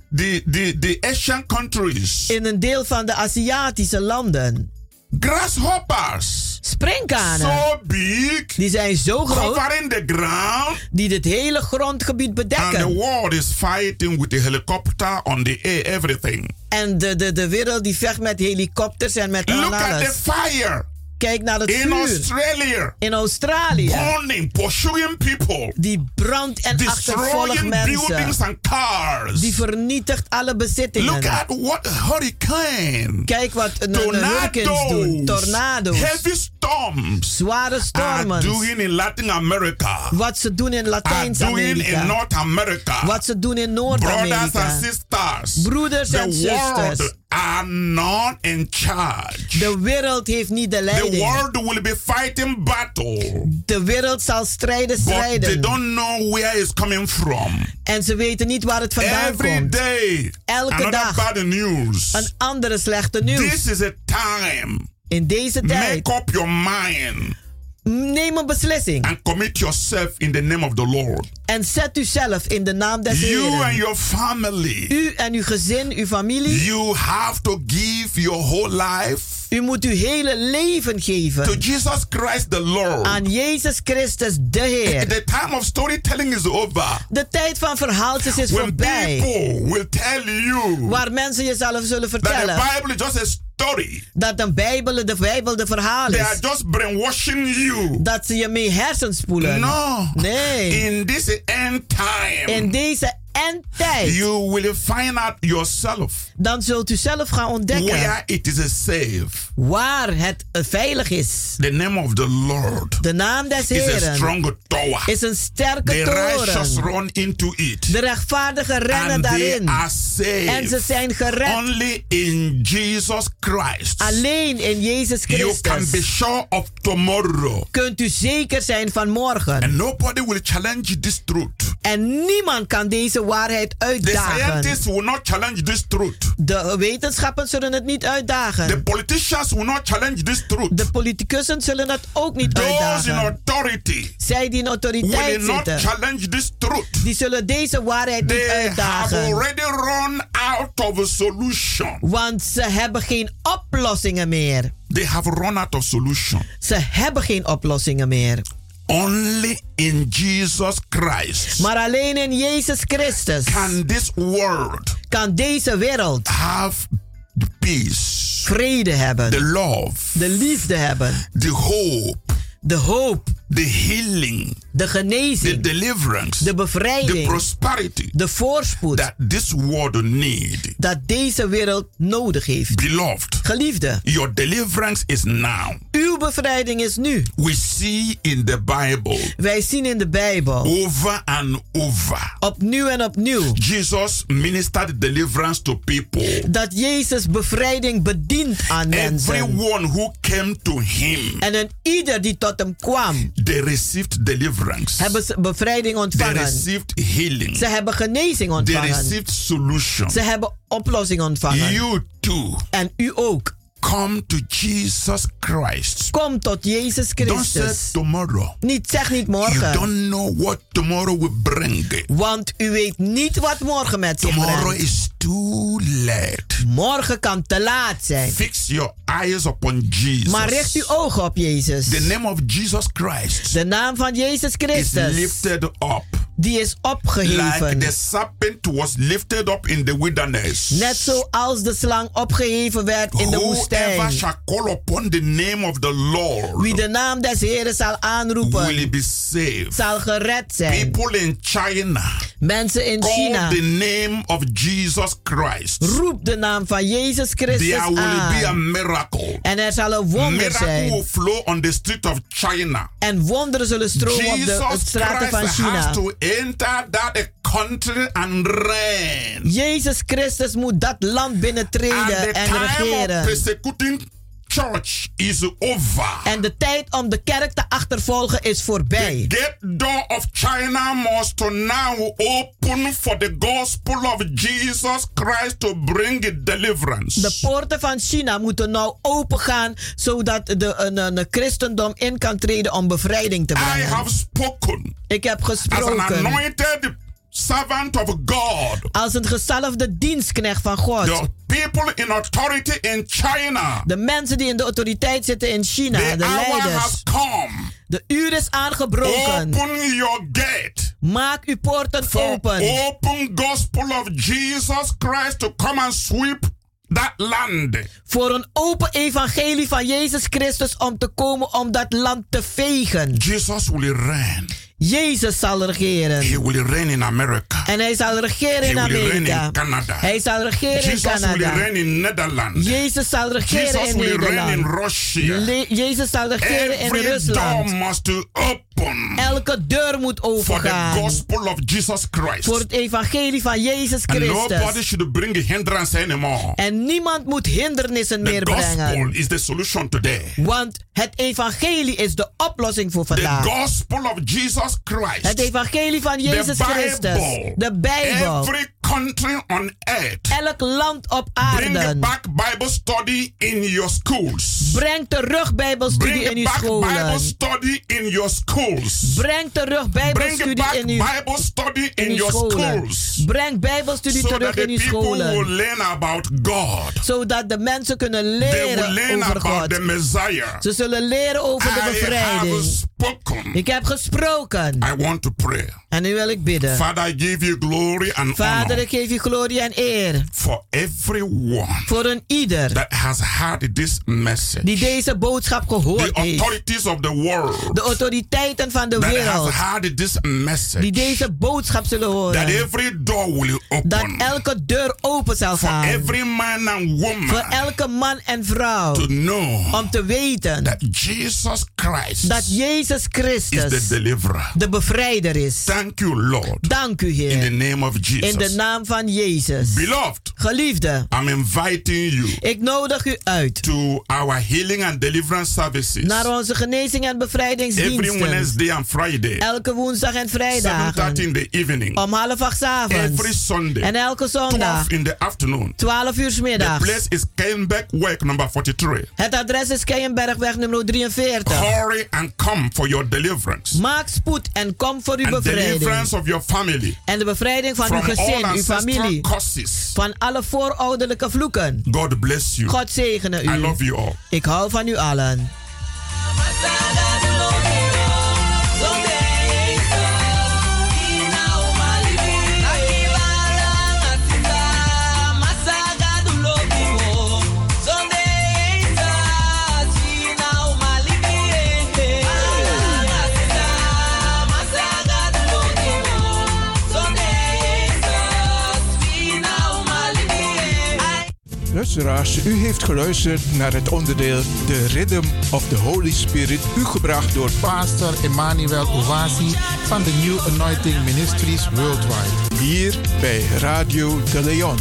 the Asian countries. In een deel van de Aziatische landen. Grasshoppers. Sprinkhanen. So big. Die zijn zo groot. Covering the ground. Die het hele grondgebied bedekken. And the world is fighting with the helicopter on the air, everything. En de wereld die vecht met helikopters en met Look alles. At the fire. Kijk naar het in vuur. Australia. In Australië. Burning, pursuing people. Die brandt en achtervolgt mensen. Buildings and cars. Die vernietigt alle bezittingen. Look at what a hurricane. Kijk wat hurricanes doen. Tornado's. Heavy storms. Zware stormen. Are doing in Latin America. Wat ze doen in Latijns-Amerika. Doing in North America. Wat ze doen in Noord-Amerika. Brothers and sisters. Broeders en zusters. Are not in charge. De wereld heeft niet de leiding. The world will be fighting battle. De wereld zal strijden. But they don't know where it's coming from. En ze weten niet waar het vandaan komt. Day, elke dag. Bad news. Een andere slechte nieuws. This is a time. In deze tijd. Make up your mind. Neem een beslissing. And commit yourself in the name of the Lord. En zet uzelf in de naam des Heren. You and your family. U en uw gezin, uw familie. You have to give your whole life. U moet uw hele leven geven. To Jesus Christ the Lord. Aan Jezus Christus de Heer. The time of storytelling is over. De tijd van verhaaltjes is voorbij. People will tell you. Waar mensen jezelf zullen vertellen. That the Bible is just a story. Dat de Bijbel de verhaal is. They are just brainwashing you. Dat ze je mee hersenspoelen. No. Nee. In this end time. In deze endtijd. You will find out yourself. Dan zult u zelf gaan ontdekken. Where it is a safe. Waar het veilig is. The name of the Lord. De naam des Heren. Is a strong tower. Is een sterke the toren. Righteous run into it. De rechtvaardigen rennen and daarin. They are saved. En ze zijn gered. Only in Jesus Christ. Alleen in Jezus Christus. You can be sure of tomorrow. Kunt u zeker zijn van morgen. And nobody will challenge this truth. En niemand kan deze waarheid uitdagen. The scientists will not challenge this truth. De wetenschappers zullen het niet uitdagen. The politicians will not challenge this truth. De politicus zullen het ook niet Those uitdagen. In authority zij die in autoriteit will zitten, not challenge this truth. Die zullen deze waarheid niet uitdagen. They have already run out of a solution. Want ze hebben geen oplossingen meer. They have run out of solution. Ze hebben geen oplossingen meer. Only in Jesus Christ. Maar alleen in Jezus Christus. Can this world. Kan deze wereld. Have the peace. Vrede hebben. The love. De liefde hebben. The hope. De hoop. The healing. De genezing. The deliverance. De bevrijding. The prosperity. De voorspoed. That this world need. Dat deze wereld nodig heeft. Beloved. Geliefde. Your deliverance is now. Uw bevrijding is nu. We see in the Bible. Wij zien in de Bijbel. Over and over. Opnieuw en opnieuw. Jesus ministered deliverance to people. Dat Jezus bevrijding bedient aan mensen. Everyone who came to him. En een ieder die tot hem kwam. They received deliverance. Hebben ze bevrijding ontvangen. They received healing. Ze hebben genezing ontvangen. They received solution. Ze hebben oplossing ontvangen. You too. En u ook. Come to Jesus Christ. Kom tot Jezus Don't say Christus. tomorrow. Zeg niet You morgen. don't know what tomorrow will bring. Want u weet niet wat morgen met zich Tomorrow brengt. is too late. Morgen kan te laat zijn. Fix your eyes upon Jesus. Maar richt uw ogen op Jezus. The name of Jesus Christ De naam van Jezus is Christus. lifted up. Die is opgeheven. Like the serpent was lifted up in the wilderness. Net zoals de slang opgeheven werd in de Whoever woestijn. shall call upon the name of the Lord Wie de naam des Heren zal aanroepen, will be saved. zal gered zijn. People in China Mensen in call China, the name of Jesus Christ. roep de naam van Jezus Christus There will be a aan. miracle. En er zal een wonder Miracle will zijn. flow on the street of China. En wonderen zullen stromen op de Jesus straten van Christ China. has to enter that country and reign. Jezus Christus moet dat land And binnentreden the en time of regeren. persecuting church is over. En de tijd om de kerk te achtervolgen is voorbij. The gate door of China must now open for the gospel of Jesus Christ to bring deliverance. De poorten van China moeten nou open gaan, zodat een christendom in kan treden om bevrijding te I brengen. have spoken Ik heb as an gesproken anointed servant of God. als een gezalfde dienstknecht van God. The people in authority in China. De mensen die in de autoriteit zitten in China, The de hour leiders. has come. De uur is aangebroken. Open your gate. Maak uw poorten For open. open gospel of Jesus Christ to come and sweep that land. Voor een open evangelie van Jezus Christus om te komen om dat land te vegen. Jesus will reign. Jezus zal regeren. He will reign in America. En hij zal regeren He in will reign Amerika. in Canada. Hij zal regeren in Jesus will Canada. reign in Netherlands. Jezus zal regeren Jesus in will reign in Nederland. Russia. Jezus zal regeren in Every door Rusland. must open Elke deur moet for the overgaan. gospel of Jesus Christ. Voor het evangelie van Jezus And Christus. nobody should bring a hindrance anymore. En niemand moet hindernissen The meer gospel brengen. is the solution today. Want het evangelie is de oplossing voor The vandaag. gospel of Jesus Christ. Het evangelie van Jezus The Christus. Bible. De Bijbel. Every country on earth. Elk land op Bring aarde. back Bible study in your schools. Breng terug Bijbelstudie Bring in uw back Bible scholen. study in your schools. Breng terug Bring Bijbelstudie back in uw, Bible study in in uw your scholen. schools. Breng Bijbelstudie So terug that in the uw people will scholen. learn about God. Zodat de mensen kunnen They will leren learn over about God. the Messiah. Ze zullen leren over de I have bevrijding. spoken. Ik heb gesproken. I want to pray. En nu wil ik bidden. Father, I give you glory and Vader, honor ik geef je glorie en eer. for everyone Voor een ieder that has heard this message. die deze boodschap The gehoord heeft. authorities of the world De autoriteiten van de that wereld has heard this die message. deze boodschap zullen That horen. every door will Dat open elke deur open zal for gaan. every man and Voor woman elke man en vrouw. to know Om te weten that Jesus Christ dat Jezus is the Christus deliverer. de bevrijder is. Thank you, Lord. Dank u, In the Heer. name of Jesus. In de naam van Jezus. Beloved, Geliefde, I'm inviting you ik nodig u uit to our healing and deliverance services naar onze genezing en every bevrijdingsdiensten. Wednesday and Friday, Elke woensdag en 7:30 vrijdag. in the evening, Om 7:30 avonds. every Sunday, En elke zondag. 12 in the afternoon. 12 uur 's The middags. place is Keienbergweg number 43. Het adres is Keienbergweg nummer 43. Hurry and come for your deliverance Maak spoed en kom voor uw and bevrijding. deliverance of your family En de bevrijding van from uw all gezin, uw ancestral familie. curses. Van alle voorouderlijke vloeken. God bless you. God zegene I u. love you all. Ik hou van u allen. Luisteraars, u heeft geluisterd naar het onderdeel The Rhythm of the Holy Spirit, u gebracht door Pastor Emmanuel Owasi van de New Anointing Ministries Worldwide. hier bij Radio de Leon.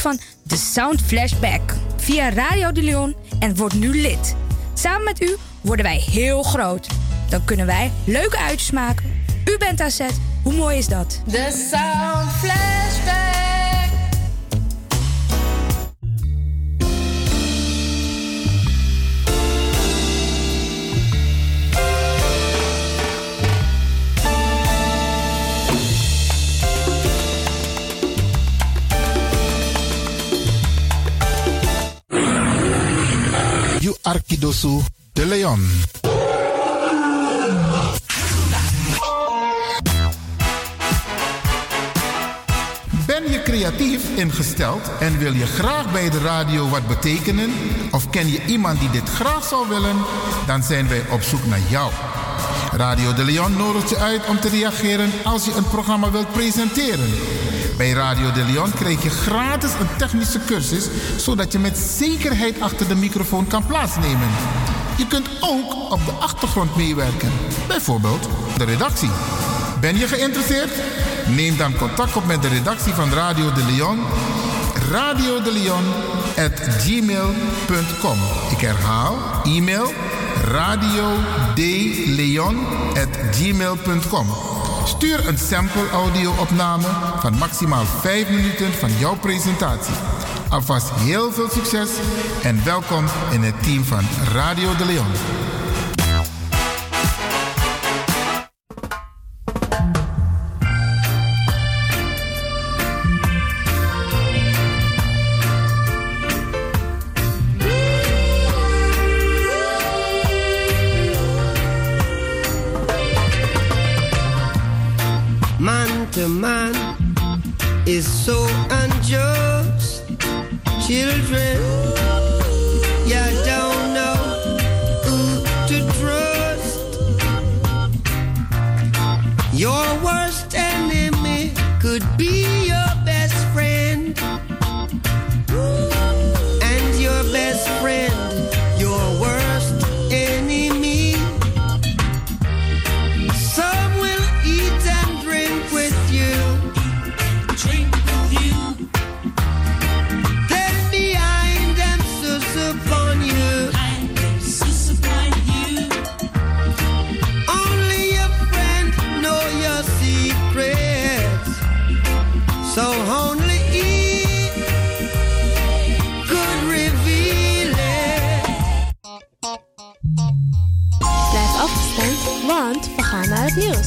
van The Sound Flashback via Radio de Leon en word nu lid. Samen met u worden wij heel groot. Dan kunnen wij leuke uitjes maken. U bent aan zet. Hoe mooi is dat? The Sound Flashback. You Arkidosu de Leon. Ben je creatief ingesteld en wil je graag bij de radio wat betekenen? Of ken je iemand die dit graag zou willen? Dan zijn wij op zoek naar jou. Radio de Leon nodigt je uit om te reageren als je een programma wilt presenteren. Bij Radio de Leon krijg je gratis een technische cursus, zodat je met zekerheid achter de microfoon kan plaatsnemen. Je kunt ook op de achtergrond meewerken, bijvoorbeeld de redactie. Ben je geïnteresseerd? Neem dan contact op met de redactie van Radio de Leon. radiodeleon@gmail.com. Ik herhaal, e-mail radiodeleon@gmail.com. Stuur een sample audio-opname van maximaal 5 minuten van jouw presentatie. Alvast heel veel succes en welkom in het team van Radio de Leon. Man to man is so unjust. Children, you don't know who to trust. Your worst enemy could be your best friend. And your best friend, your worst enemy. Some will eat and drink with you. Drink with you. Then behind them sus upon you. Sus upon you. Only your friend know your secrets. So only he could reveal it. Blijf afgestemd, want we gaan naar het nieuws.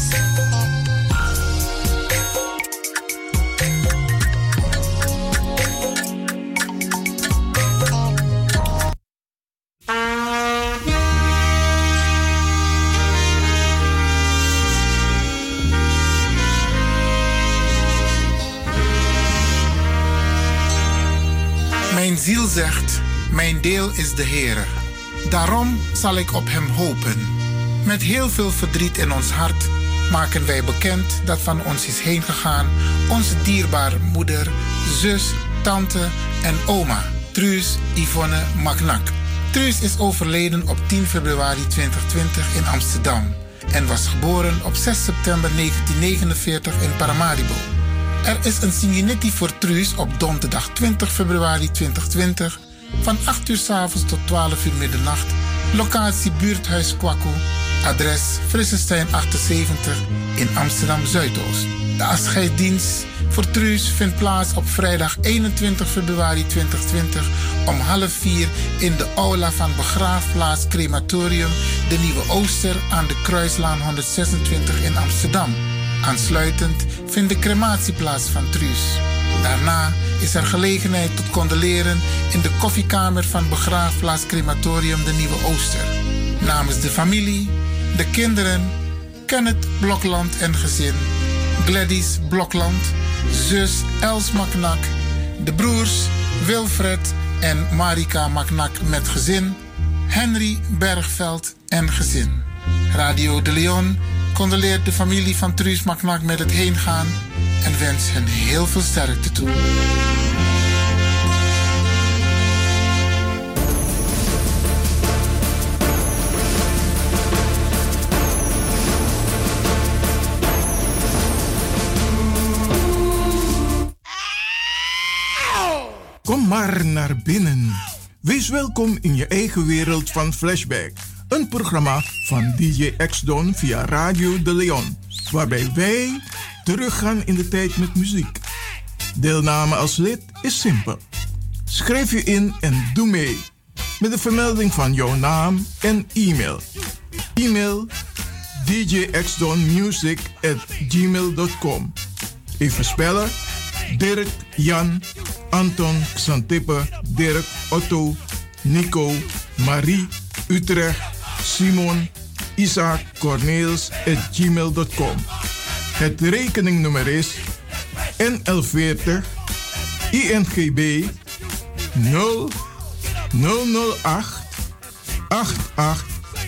Mijn ziel zegt, mijn deel is de Heere. Daarom zal ik op hem hopen. Met heel veel verdriet in ons hart maken wij bekend dat van ons is heen gegaan onze dierbare moeder, zus, tante en oma, Truus Yvonne Maknak. Truus is overleden op 10 februari 2020 in Amsterdam en was geboren op 6 september 1949 in Paramaribo. Er is een Singinetti voor Truus op donderdag 20 februari 2020 van 8 uur 's avonds tot 12 uur middernacht. Locatie buurthuis Kwaku. Adres Frissestein 78 in Amsterdam Zuidoost. De afscheidsdienst voor Truus vindt plaats op vrijdag 21 februari 2020 om 3:30 in de aula van begraafplaats Crematorium De Nieuwe Ooster aan de Kruislaan 126 in Amsterdam. Aansluitend vindt de crematie plaats van Truus. Daarna is er gelegenheid tot condoleren in de koffiekamer van begraafplaats Crematorium De Nieuwe Ooster. Namens de familie, de kinderen, Kenneth Blokland en gezin, Gladys Blokland, zus Els Maknak, de broers Wilfred en Marika Maknak met gezin, Henry Bergveld en gezin. Radio de Leon condoleert de familie van Truus Maknak met het heengaan en wens hen heel veel sterkte toe. Kom maar naar binnen. Wees welkom in je eigen wereld van Flashback. Een programma van DJ X-Don via Radio De Leon. Waarbij wij teruggaan in de tijd met muziek. Deelname als lid is simpel. Schrijf je in en doe mee. Met de vermelding van jouw naam en e-mail. E-mail djxdonmusic@gmail.com. Even spellen. Dirk, Jan, Anton, Xantippe, Dirk, Otto, Nico, Marie, Utrecht, Simon, Isaac, Corneels @gmail.com. Het rekeningnummer is NL40 INGB 0008 88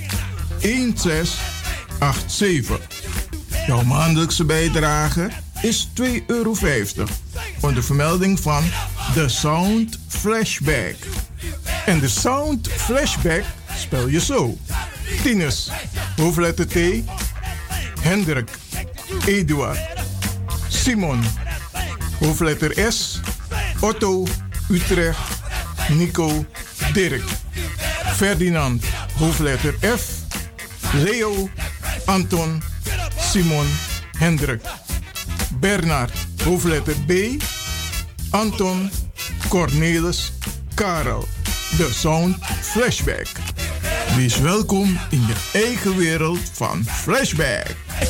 1687. Jouw maandelijkse bijdrage is €2,50 onder vermelding van The Sound Flashback. En de Sound Flashback spel je zo: Tinus, hoofdletter T, Hendrik, Eduard, Simon, hoofdletter S, Otto, Utrecht, Nico, Dirk, Ferdinand, hoofdletter F, Leo, Anton, Simon, Hendrik, Bernard, hoofdletter B, Anton, Cornelis, Karel. De Sound Flashback. Wees welkom in je eigen wereld van Flashback.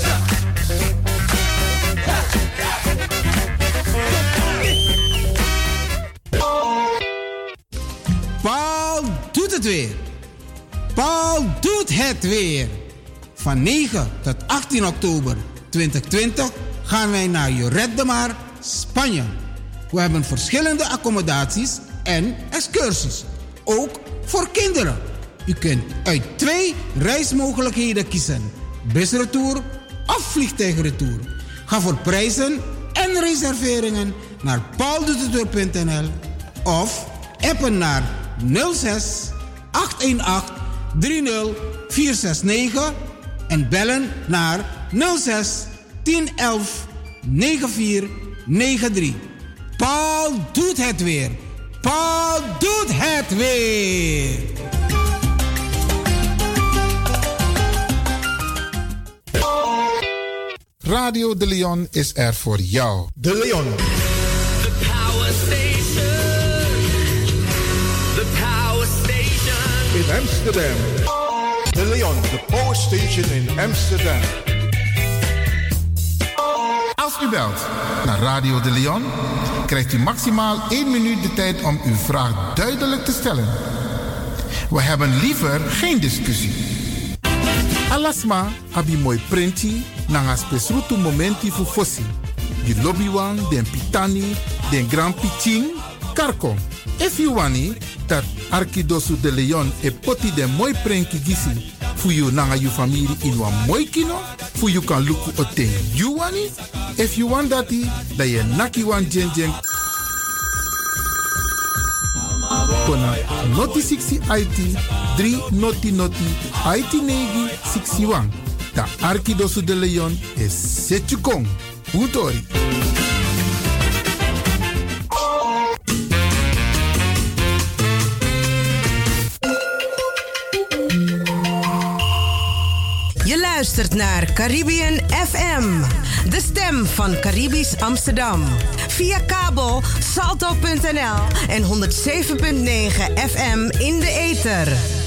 Paul doet het weer. Paul doet het weer. Van 9 tot 18 oktober 2020 gaan wij naar Lloret de Mar, Spanje. We hebben verschillende accommodaties en excursies. Ook voor kinderen. U kunt uit 2 reismogelijkheden kiezen. Busretour of vliegtuigretour. Ga voor prijzen en reserveringen naar pauldoetetour.nl of appen naar 06 818 30 469 en bellen naar 06 1011 9493. Paul doet het weer. Paul doet het weer. Radio De Leon is er voor jou. De Leon. The power station. The power station. In Amsterdam. De Leon, de Power Station in Amsterdam. Als u belt naar Radio De Leon, krijgt u maximaal 1 minuut de tijd om uw vraag duidelijk te stellen. We hebben liever geen discussie. Alasma abi mooi printi nanga spesrutu momenti fu fossi. Die lobbywan, den pitani, den grand piching, karko. If you wani, dat Arkidosu de Leon e poti den mooi prenki gisi. Fu you nanga you familie in wan mooi kino. Fu you kan luku oten you wani. If you want dati, da ye naki wan jen jen. Kona noti 60 IT 3 noti IT negi 61. Da Arkidosu de Leon is setjukong. Utori. Je luistert naar Caribbean FM, de stem van Caribisch Amsterdam. Via kabel salto.nl en 107.9 FM in de ether.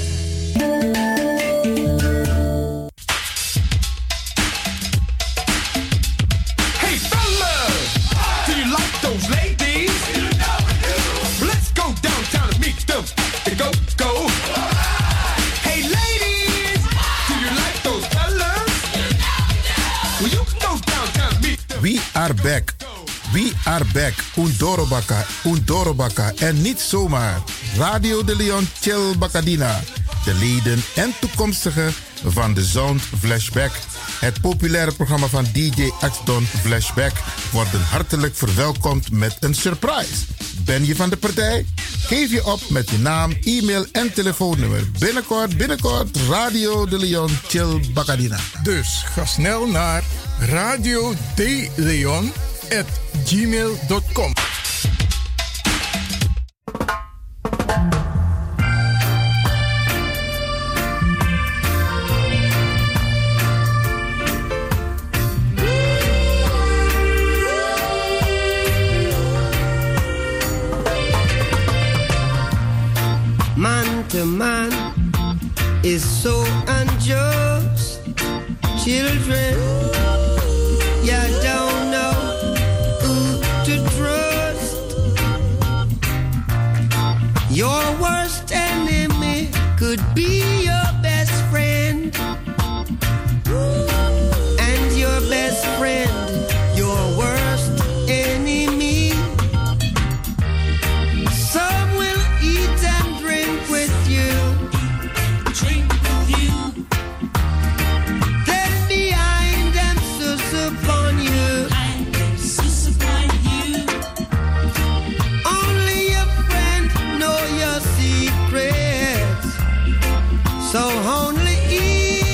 Hey fellas, do you like those ladies? Let's go downtown and meet them. Go, go. Hey ladies, do you like those fellas? Well, you can go downtown and meet them. We are back. We are back. Undorobaka. En niet zomaar. Radio De Leon Chill Bacadina. De leden en toekomstigen van de Sound Flashback. Het populaire programma van DJ X-Don Flashback worden hartelijk verwelkomd met een surprise. Ben je van de partij? Geef je op met je naam, e-mail en telefoonnummer. Binnenkort Radio De Leon Chill Bacadina. Dus ga snel naar radiodeleon@gmail.com. to man is so unjust. Children, you don't know who to trust. Your worst enemy could be your best friend. And your best friend, your worst enemy. Some will eat and drink with you. Drink with you. Then behind them sus upon you. Sus upon you. Only your friend know your secrets. So only he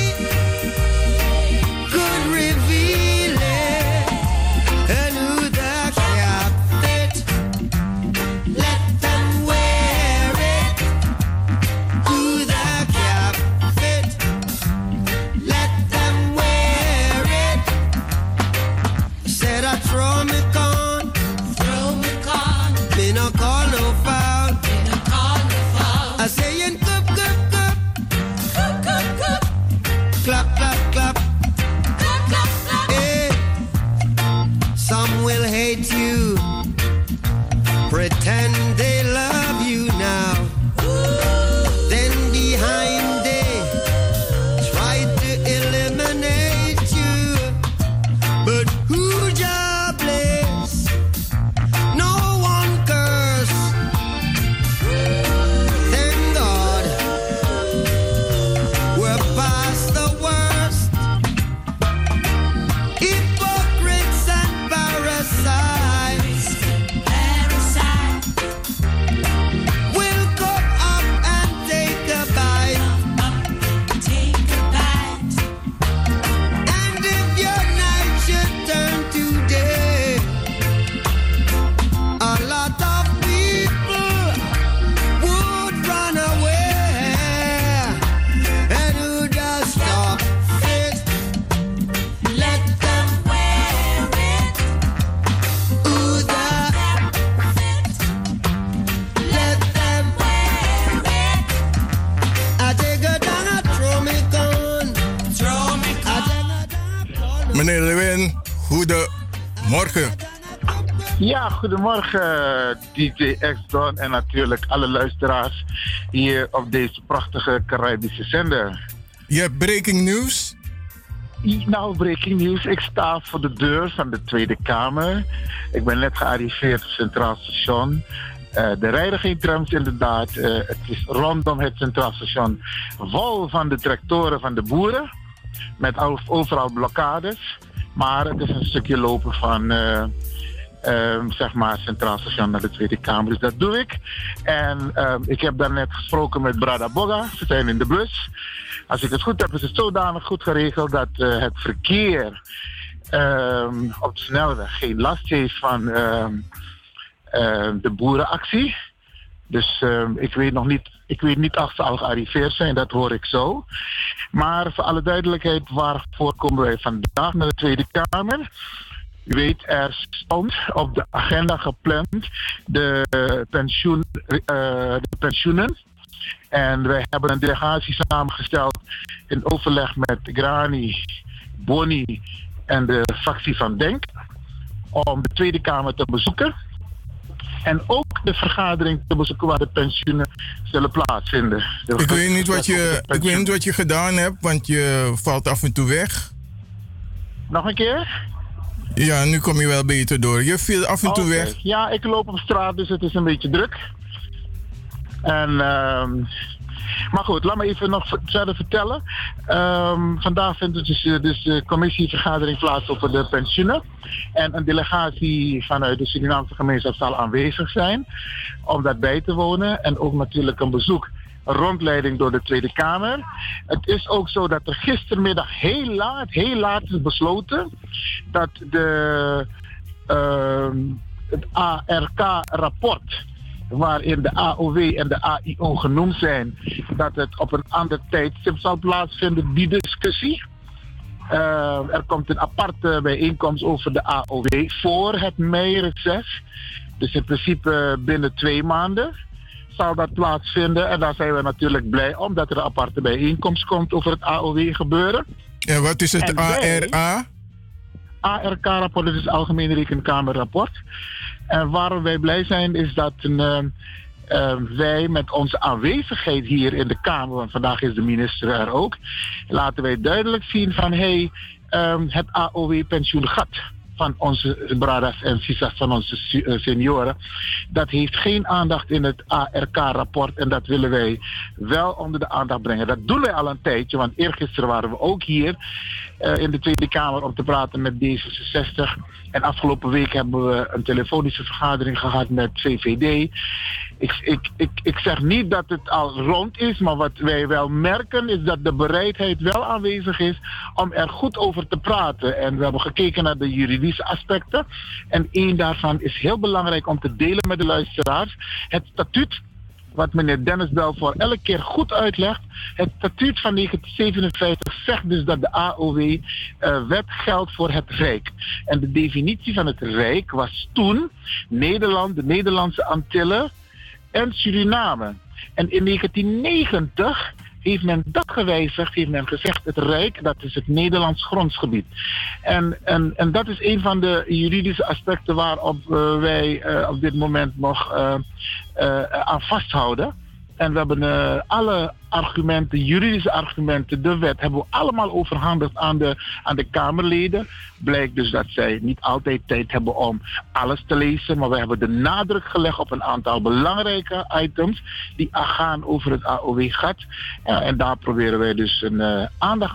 could reveal it. And who the captive, let them wear it. Who the captive, let them wear it. Said I throw me con, me no call no foul. I say in cup, clap, clap, clap. Hey. Some will hate you, pretend they love you now. Then behind they try to eliminate you. But who job bless? No one curse. Thank God we're past the worst. Hypocrites and parasites will come up and take a bite. And if your night should turn to day, a lot of people would run away. And who does stop it? Let them wear it. Who the let them wear it. I take a down, I throw me gun. Throw me gun. Meneer Lewin, goedemorgen. Ja, goedemorgen DJ X-Don en natuurlijk alle luisteraars hier op deze prachtige Caribische zender. Je hebt breaking news? Nou, breaking news. Ik sta voor de deur van de Tweede Kamer. Ik ben net gearriveerd op Centraal Station. Er rijden geen trams inderdaad. Het is rondom het Centraal Station vol van de tractoren van de boeren. Met overal blokkades. Maar het is een stukje lopen van zeg maar Centraal Station naar de Tweede Kamer. Dus dat doe ik. En ik heb daarnet gesproken met Brada Boga. Ze zijn in de bus. Als ik het goed heb, is het zodanig goed geregeld dat het verkeer op de snelweg geen last heeft van de boerenactie. Dus ik weet niet of ze al gearriveerd zijn, dat hoor ik zo. Maar voor alle duidelijkheid, waarvoor komen wij vandaag naar de Tweede Kamer? U weet, er stond op de agenda gepland de pensioenen. En wij hebben een delegatie samengesteld in overleg met Grani, Boni en de fractie van Denk om de Tweede Kamer te bezoeken. En ook de vergadering te bezoeken waar de pensioenen zullen plaatsvinden. Ik weet niet wat je gedaan hebt, want je valt af en toe weg. Nog een keer? Ja, nu kom je wel beter door. Je viel af en toe weg. Ja, ik loop op straat, dus het is een beetje druk. En, maar goed, laat me even nog verder vertellen. Vandaag vindt dus de commissievergadering plaats over de pensioenen. En een delegatie vanuit de Surinaamse gemeenschap zal aanwezig zijn om dat bij te wonen. En ook natuurlijk een bezoek, een rondleiding door de Tweede Kamer. Het is ook zo dat er gistermiddag heel laat is besloten dat het ARK-rapport, waarin de AOW en de AIO genoemd zijn, dat het op een ander tijdstip zal plaatsvinden, die discussie. Er komt een aparte bijeenkomst over de AOW voor het meireces. Dus in principe binnen 2 maanden zal dat plaatsvinden. En daar zijn we natuurlijk blij omdat er een aparte bijeenkomst komt over het AOW-gebeuren. En wat is het ARA? ARK-rapport, dat is het Algemene Rekenkamerrapport. En waarom wij blij zijn is dat wij met onze aanwezigheid hier in de Kamer, want vandaag is de minister er ook, laten wij duidelijk zien van het AOW-pensioengat van onze bradas en sisas, van onze senioren, dat heeft geen aandacht in het ARK-rapport en dat willen wij wel onder de aandacht brengen. Dat doen wij al een tijdje, want eergisteren waren we ook hier in de Tweede Kamer om te praten met D66. En afgelopen week hebben we een telefonische vergadering gehad met VVD. Ik zeg niet dat het al rond is, maar wat wij wel merken is dat de bereidheid wel aanwezig is om er goed over te praten. En we hebben gekeken naar de juridische aspecten. En één daarvan is heel belangrijk om te delen met de luisteraars. Het statuut, wat meneer Dennis Belvoor elke keer goed uitlegt. Het statuut van 1957 zegt dus dat de AOW-wet geldt voor het Rijk. En de definitie van het Rijk was toen Nederland, de Nederlandse Antillen en Suriname. En in 1990 heeft men dat gewijzigd, heeft men gezegd het Rijk, dat is het Nederlands grondsgebied. En dat is een van de juridische aspecten waarop wij op dit moment nog aan vasthouden. En we hebben alle argumenten, juridische argumenten, de wet, hebben we allemaal overhandigd aan de Kamerleden. Blijkt dus dat zij niet altijd tijd hebben om alles te lezen, maar we hebben de nadruk gelegd op een aantal belangrijke items die gaan over het AOW-gat. Ja, en daar proberen wij dus een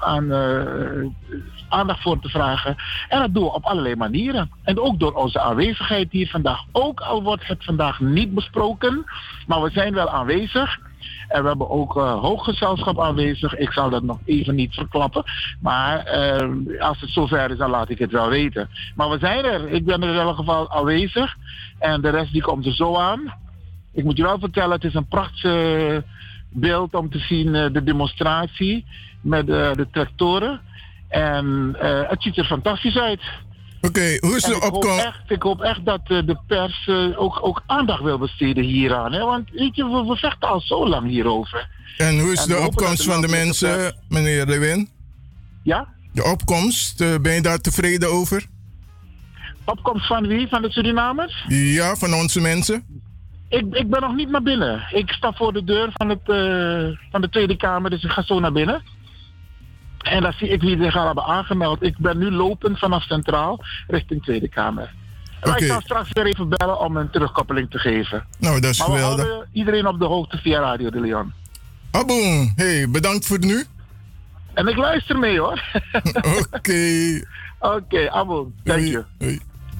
aandacht voor te vragen. En dat doen we op allerlei manieren. En ook door onze aanwezigheid hier vandaag. Ook al wordt het vandaag niet besproken, maar we zijn wel aanwezig. En we hebben ook hooggezelschap aanwezig. Ik zal dat nog even niet verklappen. Maar als het zover is, dan laat ik het wel weten. Maar we zijn er. Ik ben er in elk geval aanwezig. En de rest die komt er zo aan. Ik moet je wel vertellen, het is een prachtig beeld om te zien de demonstratie met de tractoren. En het ziet er fantastisch uit. Oké, hoe is de opkomst? Ik hoop echt dat de pers ook aandacht wil besteden hieraan. Hè? Want weet je, we vechten al zo lang hierover. En hoe is de opkomst van de mensen, meneer Lewin? Ja? De opkomst, ben je daar tevreden over? Opkomst van wie? Van de Surinamers? Ja, van onze mensen. Ik ben nog niet naar binnen. Ik sta voor de deur van de Tweede Kamer, dus ik ga zo naar binnen. En dan zie ik wie zich al hebben aangemeld. Ik ben nu lopend vanaf Centraal richting Tweede Kamer. Maar ik zal straks weer even bellen om een terugkoppeling te geven. Nou, dat is maar geweldig. we houden iedereen op de hoogte via Radio de Leon. Aboom, hey, bedankt voor nu. En ik luister mee hoor. Oké, aboom. Dank je. Hey.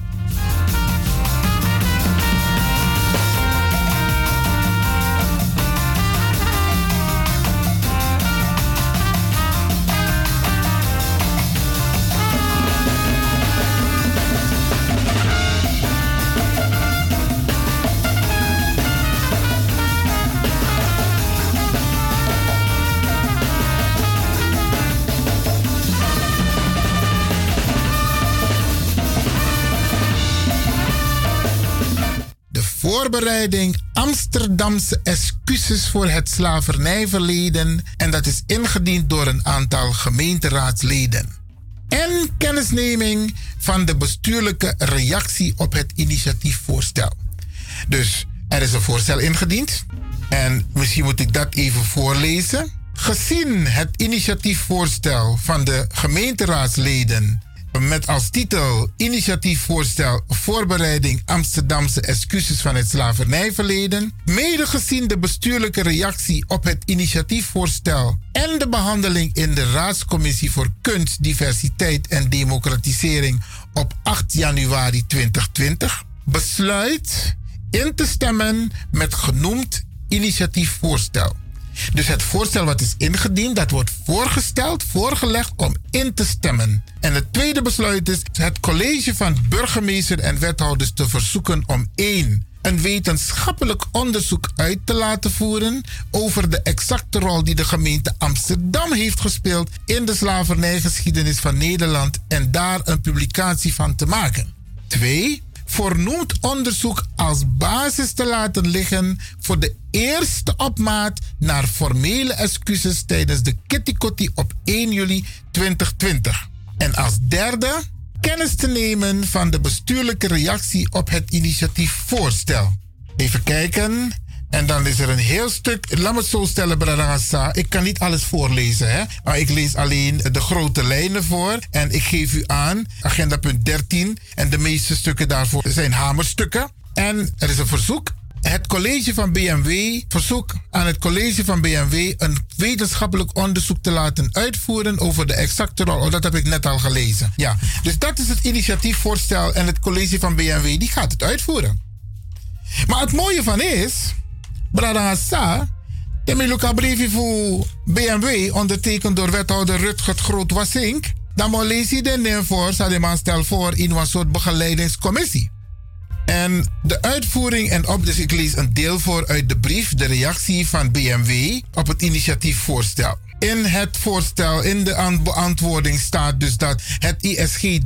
Voorbereiding Amsterdamse excuses voor het slavernijverleden en dat is ingediend door een aantal gemeenteraadsleden. En kennisneming van de bestuurlijke reactie op het initiatiefvoorstel. Dus er is een voorstel ingediend en misschien moet ik dat even voorlezen. Gezien het initiatiefvoorstel van de gemeenteraadsleden met als titel Initiatiefvoorstel Voorbereiding Amsterdamse excuses van het slavernijverleden, mede gezien de bestuurlijke reactie op het initiatiefvoorstel en de behandeling in de Raadscommissie voor Kunst, Diversiteit en Democratisering op 8 januari 2020, besluit in te stemmen met genoemd initiatiefvoorstel. Dus het voorstel wat is ingediend, dat wordt voorgelegd om in te stemmen. En het tweede besluit is het college van burgemeester en wethouders te verzoeken om 1. Een wetenschappelijk onderzoek uit te laten voeren over de exacte rol die de gemeente Amsterdam heeft gespeeld in de slavernijgeschiedenis van Nederland en daar een publicatie van te maken. 2. vernoemd onderzoek als basis te laten liggen voor de eerste opmaat naar formele excuses tijdens de Kitty op 1 juli 2020. En als derde, kennis te nemen van de bestuurlijke reactie op het initiatiefvoorstel. Even kijken. En dan is er een heel stuk. Laat me het zo stellen, Bradangasa. Ik kan niet alles voorlezen, hè. Maar ik lees alleen de grote lijnen voor. En ik geef u aan, agenda punt 13. En de meeste stukken daarvoor zijn hamerstukken. En er is een verzoek. Het college van BMW, verzoek aan het college van BMW een wetenschappelijk onderzoek te laten uitvoeren over de exacte rol. Oh, dat heb ik net al gelezen. Ja, dus dat is het initiatiefvoorstel en het college van BMW die gaat het uitvoeren. Maar het mooie van is, Bradangasa, de Miluka briefje voor BMW ondertekend door wethouder Rutger Groot-Wassink, dan lees je de neem voor, Sademan stel voor in een soort begeleidingscommissie. En de uitvoering dus ik lees een deel voor uit de brief, de reactie van BMW op het initiatiefvoorstel. In het voorstel, in de beantwoording staat dus dat het IISG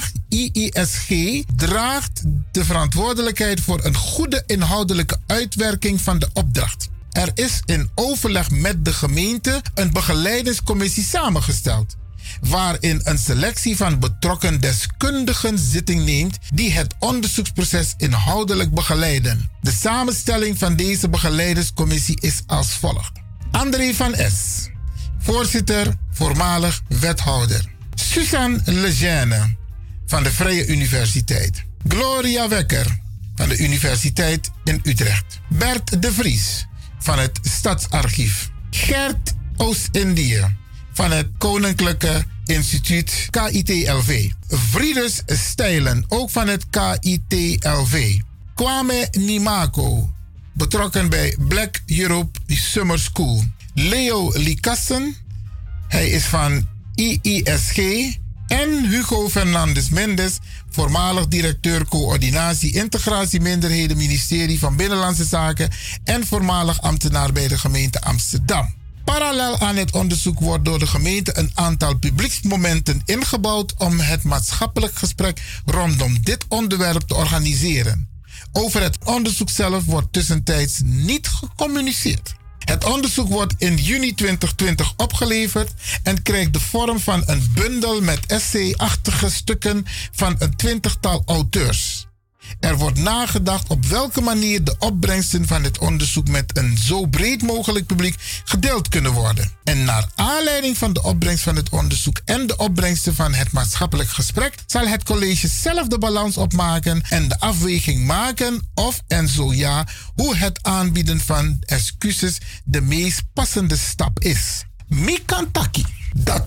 draagt de verantwoordelijkheid voor een goede inhoudelijke uitwerking van de opdracht. Er is in overleg met de gemeente een begeleidingscommissie samengesteld, waarin een selectie van betrokken deskundigen zitting neemt die het onderzoeksproces inhoudelijk begeleiden. De samenstelling van deze begeleidingscommissie is als volgt. André van S., voorzitter, voormalig wethouder. Suzanne Lejeune van de Vrije Universiteit. Gloria Wekker van de Universiteit in Utrecht. Bert de Vries van het Stadsarchief. Gert Oost-Indië van het Koninklijke Instituut KITLV. Vrides Stijlen, ook van het KITLV. Kwame Nimako, betrokken bij Black Europe Summer School. Leo Likassen, hij is van IISG. En Hugo Fernandes Mendes, voormalig directeur coördinatie integratie minderheden ministerie van Binnenlandse Zaken en voormalig ambtenaar bij de gemeente Amsterdam. Parallel aan het onderzoek wordt door de gemeente een aantal publieksmomenten ingebouwd om het maatschappelijk gesprek rondom dit onderwerp te organiseren. Over het onderzoek zelf wordt tussentijds niet gecommuniceerd. Het onderzoek wordt in juni 2020 opgeleverd en krijgt de vorm van een bundel met essay-achtige stukken van een 20-tal auteurs. Er wordt nagedacht op welke manier de opbrengsten van het onderzoek met een zo breed mogelijk publiek gedeeld kunnen worden. En naar aanleiding van de opbrengst van het onderzoek en de opbrengsten van het maatschappelijk gesprek zal het college zelf de balans opmaken en de afweging maken of en zo ja, hoe het aanbieden van excuses de meest passende stap is. Mikantaki, dat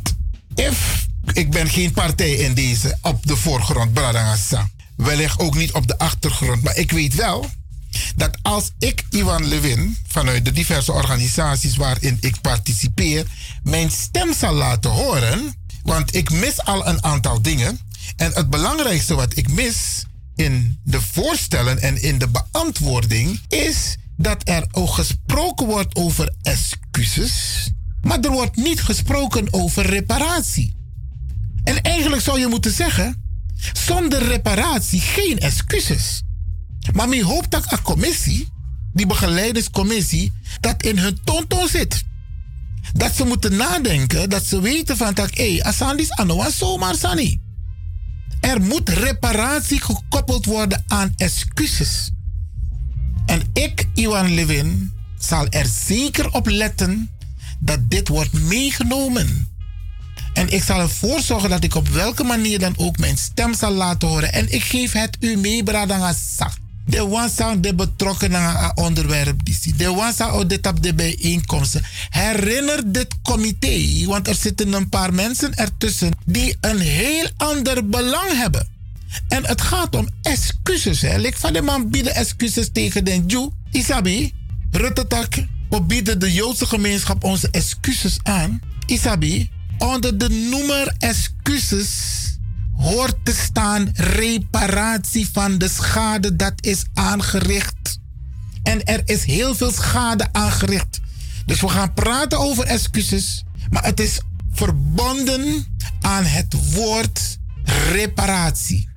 ik ben geen partij in deze op de voorgrond, Bradangasa. Wellicht ook niet op de achtergrond. Maar ik weet wel dat als ik, Ivan Levin, vanuit de diverse organisaties waarin ik participeer, mijn stem zal laten horen. Want ik mis al een aantal dingen. En het belangrijkste wat ik mis in de voorstellen en in de beantwoording is dat er ook gesproken wordt over excuses. Maar er wordt niet gesproken over reparatie. En eigenlijk zou je moeten zeggen, zonder reparatie geen excuses. Maar men hoopt dat een commissie, die begeleidingscommissie, dat in hun tonton zit. Dat ze moeten nadenken, dat ze weten van dat, Asandis anoa zomaar sani. Er moet reparatie gekoppeld worden aan excuses. En ik, Ivan Levin, zal er zeker op letten dat dit wordt meegenomen. En ik zal ervoor zorgen dat ik op welke manier dan ook mijn stem zal laten horen. En ik geef het u mee, Bradangasa. De wansa de betrokkenen aan onderwerp. De wansa op dit op de bijeenkomsten. Herinner dit comité, want er zitten een paar mensen ertussen die een heel ander belang hebben. En het gaat om excuses. Like van de man bieden excuses tegen den Jew. Isabi, Ruttetak, we bieden de Joodse gemeenschap onze excuses aan. Isabi, onder de noemer excuses hoort te staan reparatie van de schade dat is aangericht. En er is heel veel schade aangericht. Dus we gaan praten over excuses, maar het is verbonden aan het woord reparatie.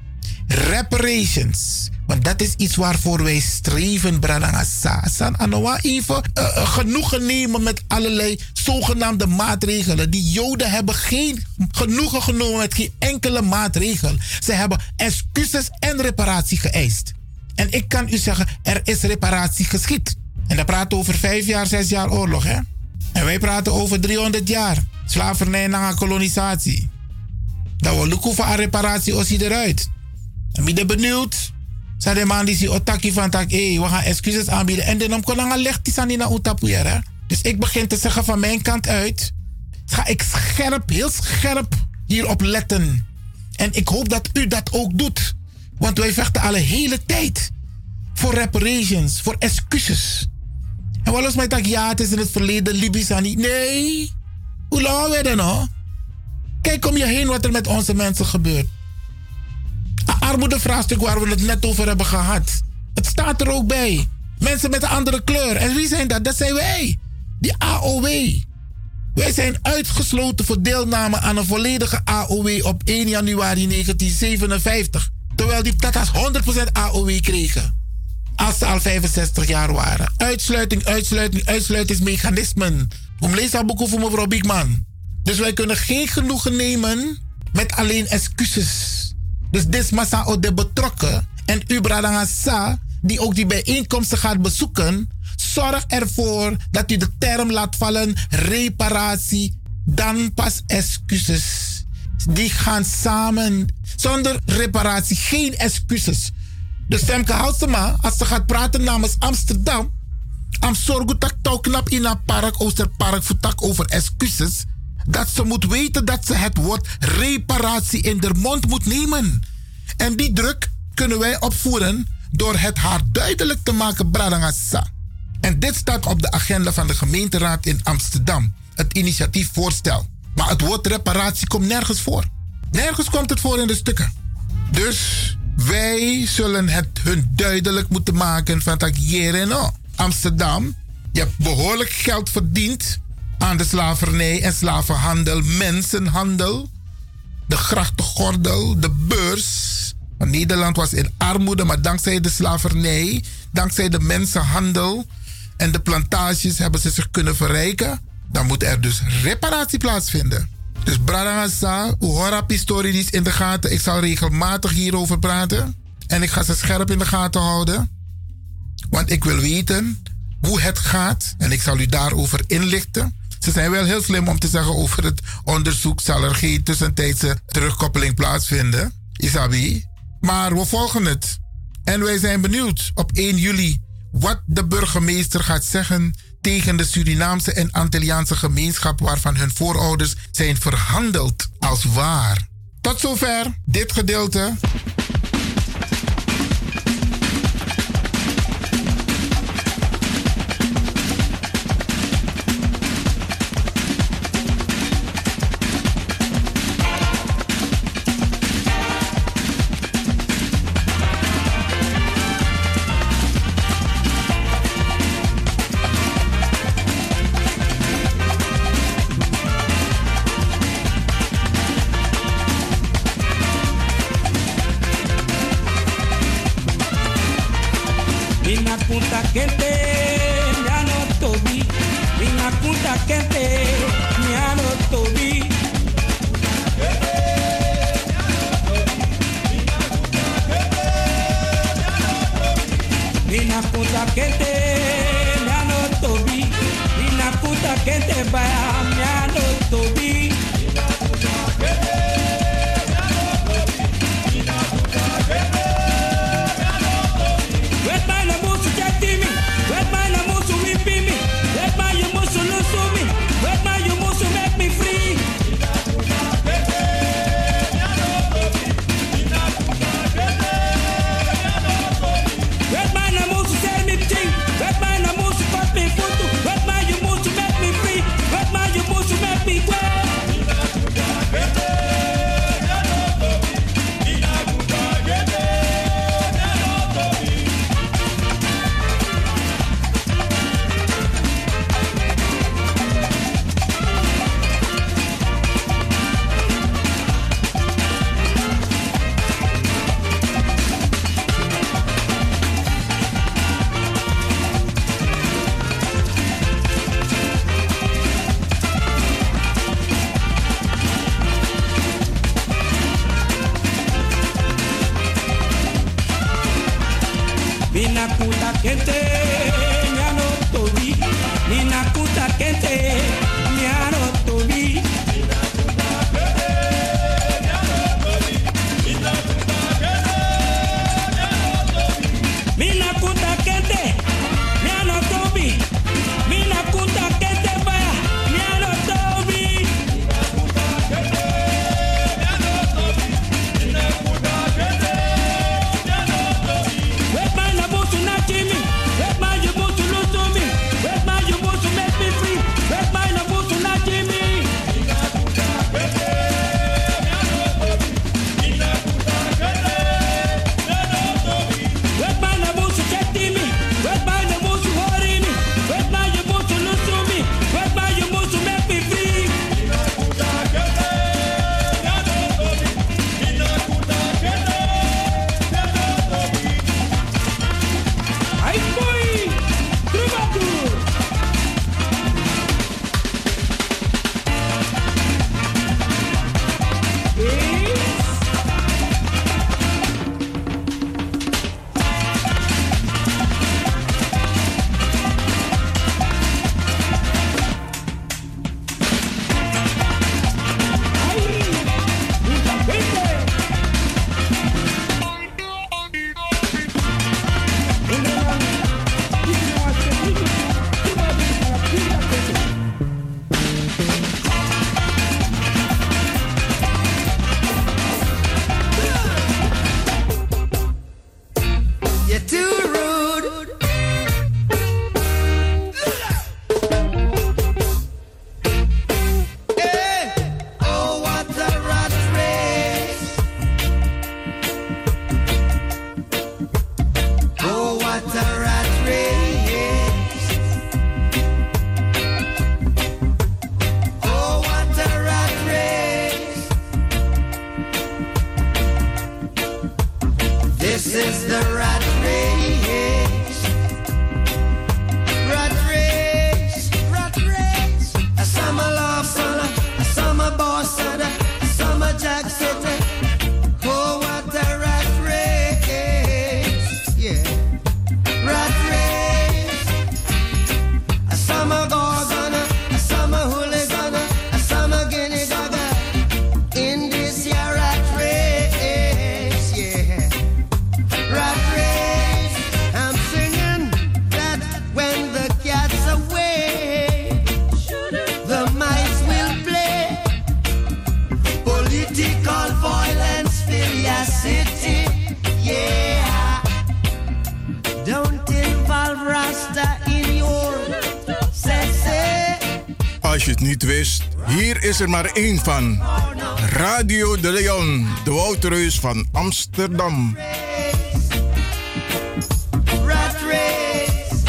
reparations. Want dat is iets waarvoor wij streven, Bradangasa. San Anoa even genoegen nemen met allerlei zogenaamde maatregelen. Die Joden hebben geen genoegen genomen met geen enkele maatregel. Ze hebben excuses en reparatie geëist. En ik kan u zeggen, er is reparatie geschied. En dan praten we over 5 jaar, 6 jaar oorlog, hè? En wij praten over 300 jaar. Slavernij na kolonisatie. Dat we lukken voor reparatie als hij eruit. En wie er benieuwd, zijn de man die zie otaki van tak, we gaan excuses aanbieden. En dan kon dan leg die san na utapuer, hè? Dus ik begin te zeggen van mijn kant uit, ga ik heel scherp hierop letten. En ik hoop dat u dat ook doet. Want wij vechten al een hele tijd voor reparations, voor excuses. En wel eens mij tak, ja, het is in het verleden Libisch aan niet. Nee, hoe lang we dan nou? Kijk om je heen wat er met onze mensen gebeurt. Een armoedevraagstuk waar we het net over hebben gehad. Het staat er ook bij. Mensen met een andere kleur. En wie zijn dat? Dat zijn wij. Die AOW. Wij zijn uitgesloten voor deelname aan een volledige AOW op 1 januari 1957. Terwijl die tatas 100% AOW kregen. Als ze al 65 jaar waren. Uitsluitingsmechanismen. Om lees dat boek voor mevrouw Biekman. Dus wij kunnen geen genoegen nemen met alleen excuses. Dus desmassa o de betrokken en u Bradangasa, die ook die bijeenkomsten gaat bezoeken, zorg ervoor dat u de term laat vallen reparatie, dan pas excuses. Die gaan samen. Zonder reparatie geen excuses. Dus Femke Halsema, als ze gaat praten namens Amsterdam, am zorgen dat touw knap in haar park, Oosterpark, vertak over excuses, dat ze moet weten dat ze het woord reparatie in de mond moet nemen. En die druk kunnen wij opvoeren door het haar duidelijk te maken, Bradangasa. En dit staat op de agenda van de gemeenteraad in Amsterdam. Het initiatiefvoorstel. Maar het woord reparatie komt nergens voor. Nergens komt het voor in de stukken. Dus wij zullen het hun duidelijk moeten maken van dat no. Amsterdam, je hebt behoorlijk geld verdiend aan de slavernij en slavenhandel, mensenhandel, de grachtengordel, de beurs. Want Nederland was in armoede, maar dankzij de slavernij, dankzij de mensenhandel en de plantages hebben ze zich kunnen verrijken. Dan moet er dus reparatie plaatsvinden. Dus Bradangasa, Uhora Pistori is in de gaten. Ik zal regelmatig hierover praten. En ik ga ze scherp in de gaten houden. Want ik wil weten hoe het gaat. En ik zal u daarover inlichten. Ze zijn wel heel slim om te zeggen over het onderzoek. Zal er geen tussentijdse terugkoppeling plaatsvinden. Isabi. Maar we volgen het. En wij zijn benieuwd op 1 juli wat de burgemeester gaat zeggen tegen de Surinaamse en Antilliaanse gemeenschap waarvan hun voorouders zijn verhandeld als waar. Tot zover dit gedeelte. Make me Mina kuta kente, miano tobi. Mina kuta kente, miano tobi. Mina kuta kente, miano tobi. Mina kuta kente baya, miano tobi. Wet man na busu na chimi, wet man you busu lose to me, wet man you busu make me free, wet man na busu na chimi. Wet man na busu chetti me, wet man na busu worry me, wet man you busu lose to me, wet man you busu make me free. Ai boy, troubadour. You're too rude. Hey, oh, what a rat race. Oh, what a rat race. Oh, what a rat race. This is the rat race. Rat race. Rat race. A summer love son, a summer boss son, a summer jack city. Oh, what a rat race. Yeah. Rat race. A summer gorgon, a summer hooligan, a summer guinea gaga. In this year rat race. Yeah. Rat race, I'm singing that when the cat's away, the mice will play. Political violence fill your city, yeah. Don't involve Rasta in your say. Als je het niet wist, hier is er maar één van. Radio de Leon, de Woudreus van Amsterdam. Rat race,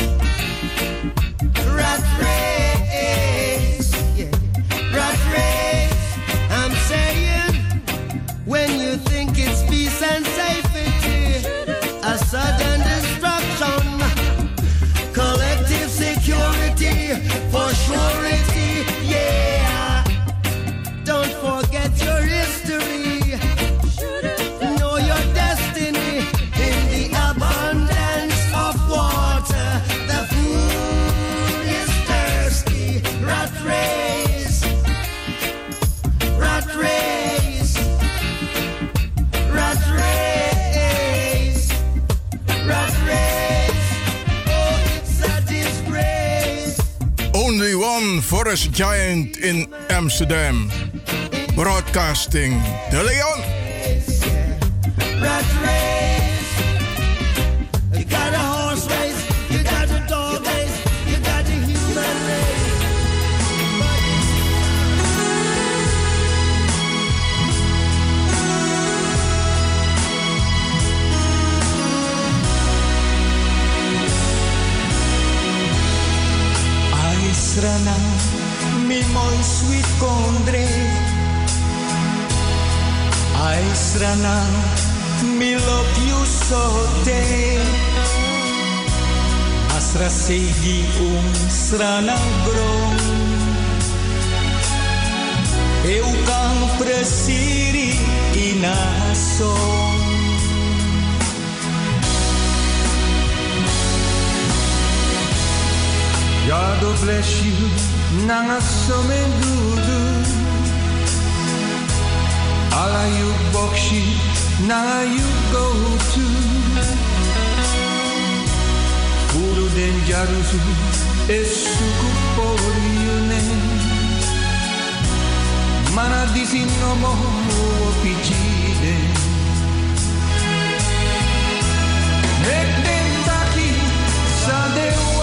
rat race, yeah. Rat race, I'm saying, when you think it's peace and safety, a sudden destruction, collective security, for surety, yeah. Don't forget your history, know your destiny in the abundance of water. The food is thirsty. Rat race, rat race, rat race, rat race. Oh, it's a disgrace. Only one forest giant in Amsterdam. Broadcasting de Leon. Rat race. You got a horse race, you got a dog race, you got a human race. Ai strana, mi moi sweet condre. Ai strana, mi love you so te. Asra segi strana bron. Eu kang presiri inason. God will bless you. Nanga some dudu. Ala you bokshi. Nanga you go to. Puro den jarusu. Esuku poriune. Mana disi no mo pichide. Mek den taki sa dewa.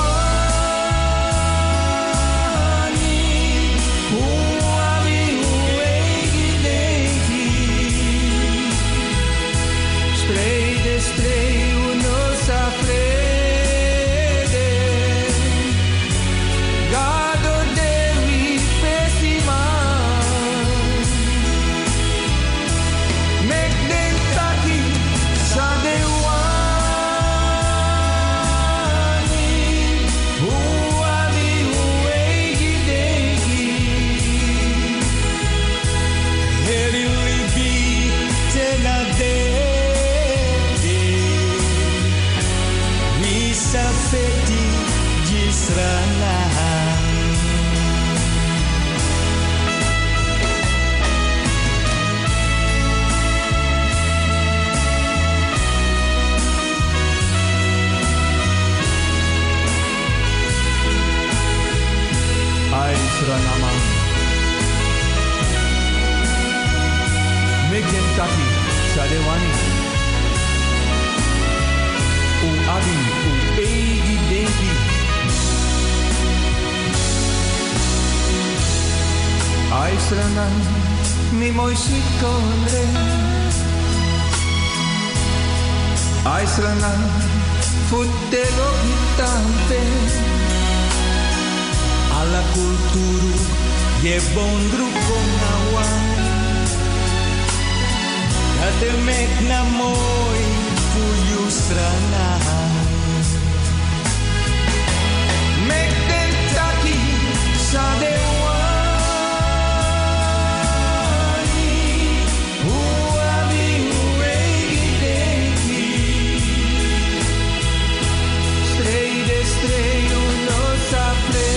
Ranama Megden Taki Sadewani U Abi U Eigi Denki Aisranan Mi moi sikondre Aisranan Futelo Hitante Alla kulturu je bondru konawan Kade mek na moi puyu strana Mek den taki sa dewani Uabi uegi deki Streide streide uno sapre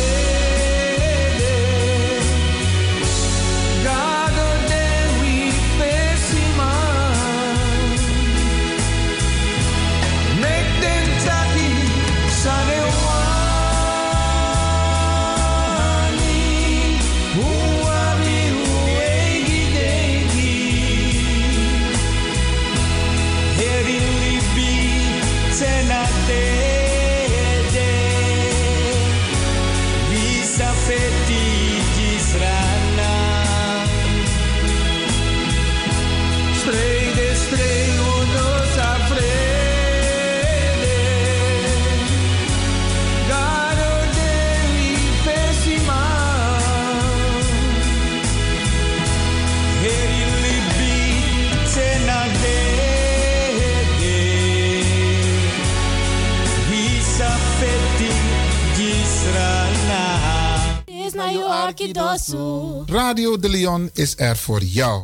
Radio de Leon is er voor jou.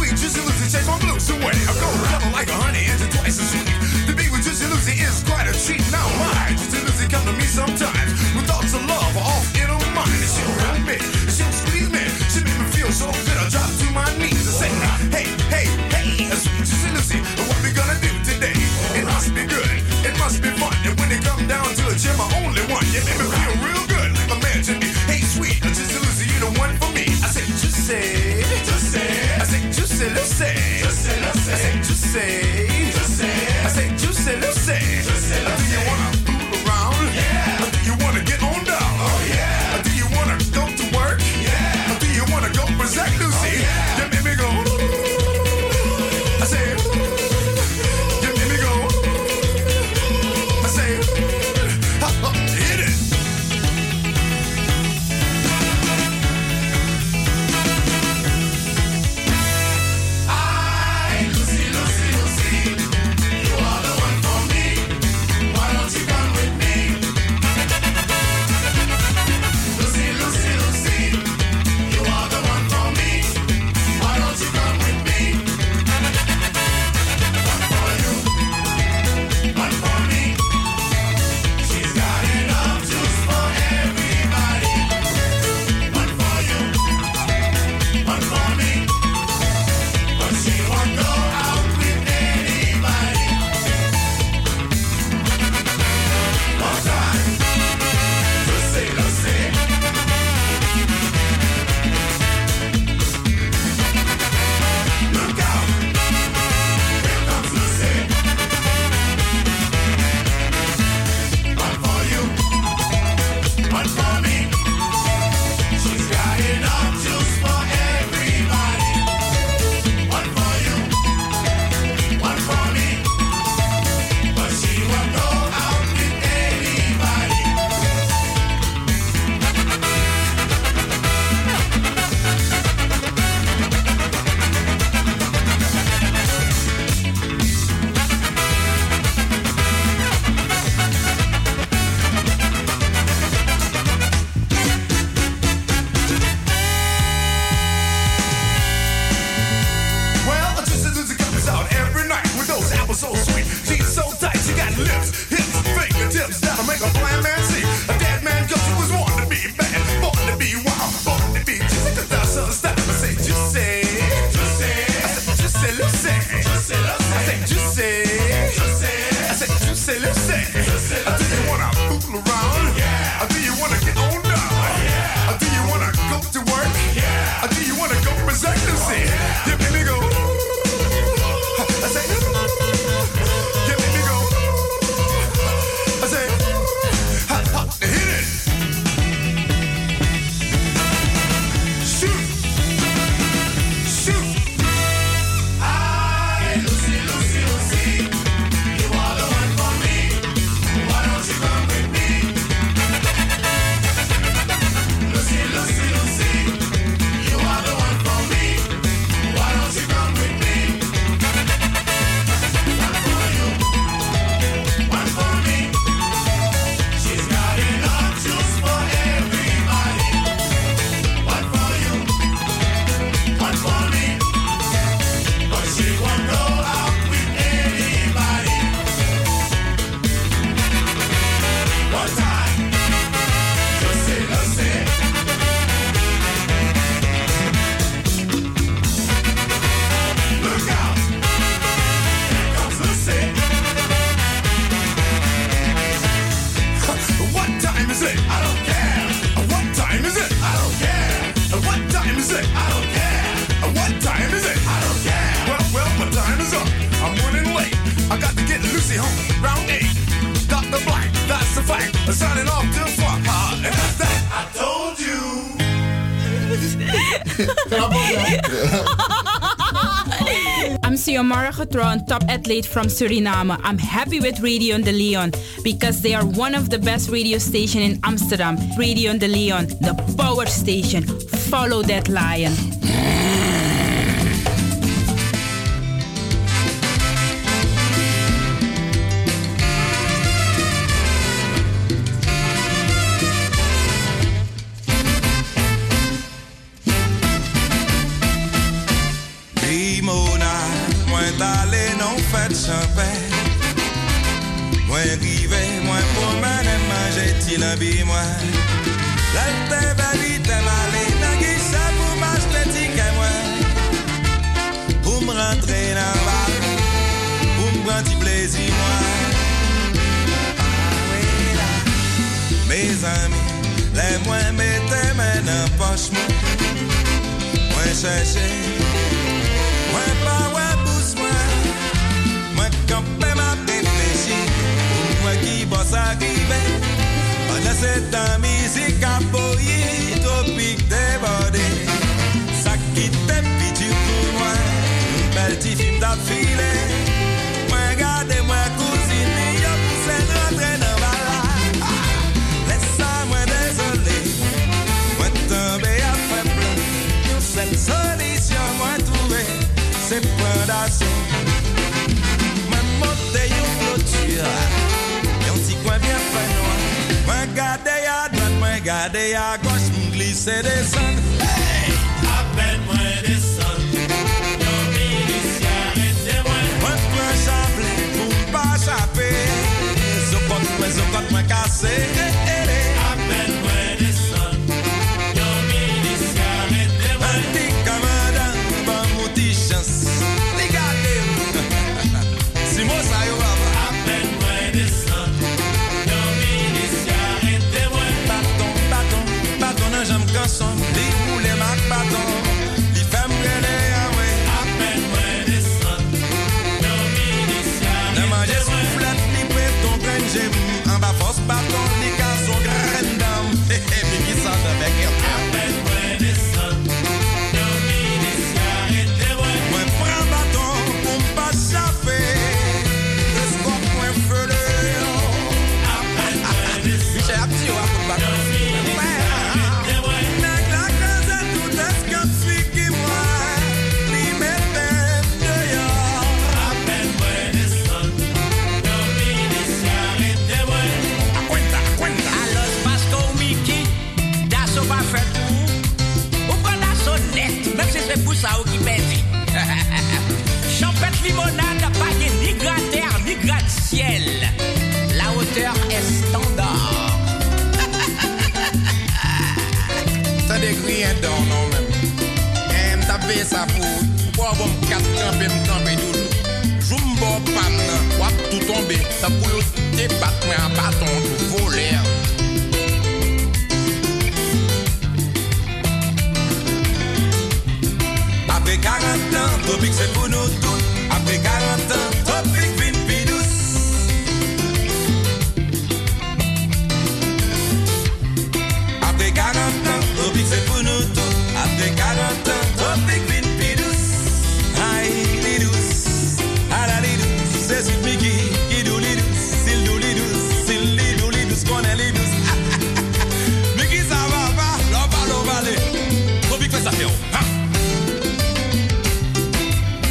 sweet Juicy Lucy chase my blues away. I go yellow like a honey and it's twice as sweet. To be with Juicy Lucy is quite a treat. Now my Juicy Lucy come to me sometimes with thoughts of love off in her mind. And she'll hold me, she'll squeeze me, she make me feel so good. I drop to my knees and say, hey, hey, hey, sweet Juicy Lucy, what we gonna do today? It must be good, it must be fun. And when it come down to it, you're my only one. You make me feel real good. Imagine me, hey sweet Juicy Lucy, you the one for me. I say, Juicy, Juicy. I say, Juicy Lucy, Juicy Lucy. I say, Juicy, Juicy. I say, Juicy Lucy, Juicy Lucy. Do you wanna fool around? Yeah. Or do you wanna get on down? Oh yeah. Or do you wanna go to work? Yeah. Or do you wanna go berserk, Lucy? Oh, yeah. You make me go. I say, you make me go. I say, hit it. Lucy, Lucy, Lucy, you are the one for me. Why don't you come with me? Lucy, Lucy, Lucy, you are the one for me. Why don't you come with me? One for you, one for me. She's got enough juice for everybody. One for you, one for me. But she won't go out with anybody. One time, Lucy, Lucy. Look out, here comes Lucy. One for you, one for me. She's got enough juice for everybody. One for you, one for me. But she won't go out with anybody. Well, Juicy Lucy comes out every night with those apples so sweet. She's so tight, she got lips, hips, fingertips that'll make a blind man see. A dead man cause she was born to be bad, born to be wild, born to be juicy. Cause that's her style. I say Juicy, Juicy. I say Juicy Lucy, Juicy Lucy. I say Juicy, Juicy. I say Juicy Lucy, Juicy Lucy. Do you wanna fool around? Yeah. Or do you wanna get on down? Yeah. Or do you wanna go to work? Yeah. Or do you wanna go berserk, Lucy? You make me go. I say, you make me go. I say, hit it. Shoot. Shoot. Lucy, Lucy, Lucy, you are the one for me. Why don't you come with me? Lucy, Lucy, Lucy, you are the one for me. Why don't you come with me? One for you, one for me. She's got enough juice for everybody. One for you, one for me. But she won't go out with anybody. One time, Lucy, Lucy. Look out, here comes Lucy. What time is it? I don't care. What time is it? I don't care. What time is it? I don't care. What time is it? I don't care. Well, my time is up. I'm running late. I got to get Lucy home round 8. Dr. Black, that's the fact. Signing off till fuck. And that's that. I told you. I'm Xiomara Getron, top athlete from Suriname. I'm happy with Radio de Leon because they are one of the best radio stations in Amsterdam. Radio de Leon, the power station. Follow that lion. Be Simona, moi d'aller non fait champagne. Moi rive, moi pour manger tilambi moi. L'alte valite malé, n'a guiche pour m'acheter ticket moi. Pour me rentrer dans la balle, pour me prendre du plaisir moi. Ah oui là, mes amis, les moins mettez mes dans poche moi. Moi chercher, moi pas ouais pousse moi. Moi camper ma réfléchir, moi qui bosse arriver. Pendant cette musique à boyer, tropique débordé. Ça quitte pitié pour moi, une belle petite film d'affilée. Moi regardez-moi cousine, y'a poussé rentrer dans ma life. Laisse-moi désolé, moi tomber à faire plein. Cette solution moi trouvé, c'est fondation. Moi monter une clôture, y'a un petit coin bien fait noir. Moi garder à droite, moi garder à gauche, m'glisser descendre. Hey, à peine moi descendre. Yon milice arrêtez-moi. Moi prends chapelet pour pas chapper. Zocote moi cassé. À peine moi descendre. Yon milice arrêtez-moi. Un petit commandant, bon mouti chance. Regardez-vous. Si moi ça y va. À peine moi descendre. Yon milice arrêtez-moi. Bâton, j'aime quand son. Les roulés ma bâton. Les femmes brûlées à moi. À peine moi descendre. Yon milice arrêtez-moi. Ne mangez soufflette, li prête ton grain j'aime. En bas force bâton, li casse son grain d'âme. Mais qui s'en avec elle. À peine moi descendre. Yon milice arrêtez-moi. Moi prends bâton pour pas chaffer. Le scope moi feu le lion. À peine moi descendre. J'ai un petit ou un coup de bâton. C'est pour ça qui pèse. Champêtre limonade, pas ni gratte-terre, ni gratte-ciel. La hauteur est standard. Ça décrit un don, non, même. Et m'taper ça pour bon 4 camper toujours. Jumbo pan, wap tout tomber. Ça pour le débattre, mais un bâton de voler. Après 40 ans, Tropique c'est pour nous tous. Après 40 ans, Tropique vin pi douce. Après 40 ans, Tropique c'est pour nous tous. Après 40 ans, Tropique vin pi douce. Aïe, li douce, à la li douce. C'est sur Mickey qui dou li douce. S'il dou li douce, s'il li dou li douce, qu'on est li douce. Mickey ça va pas, l'on va aller. Tropique fait ça fait haut.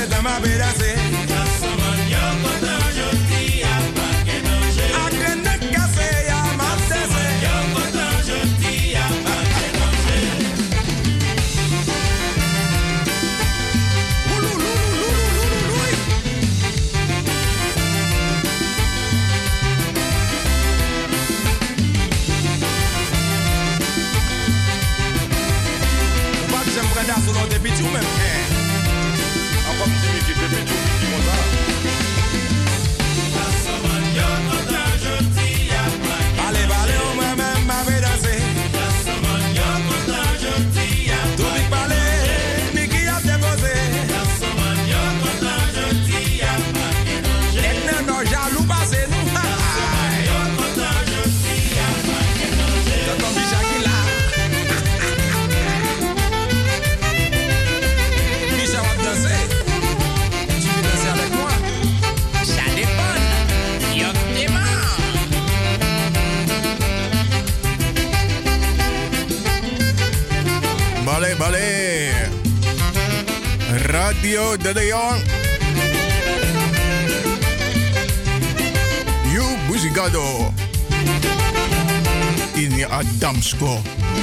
Radio de Leon. You Buzigado. In Adamsko.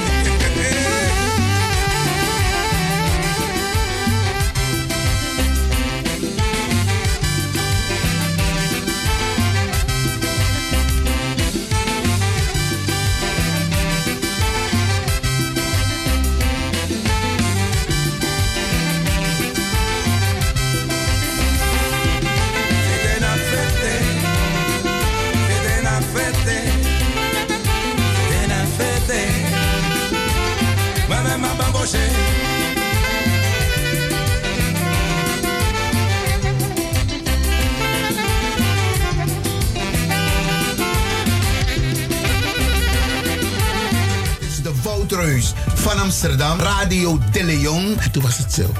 Woutreus van Amsterdam, Radio de Leon. Toen was het zo.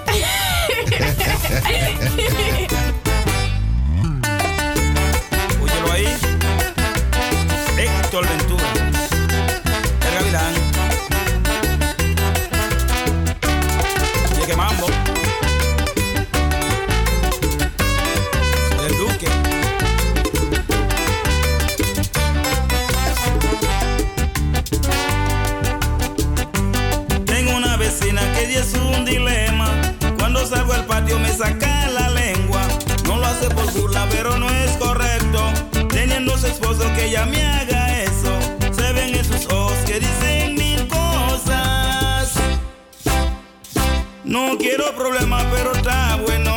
Óyelo ahí. Héctor Ventura. El Gavilán. Llegue Mambo. El Duque. Que es un dilema. Cuando salgo al patio me saca la lengua. No lo hace por burla, pero no es correcto. Teniendo su esposo que ella me haga eso. Se ven en sus ojos que dicen mil cosas. No quiero problemas, pero está bueno.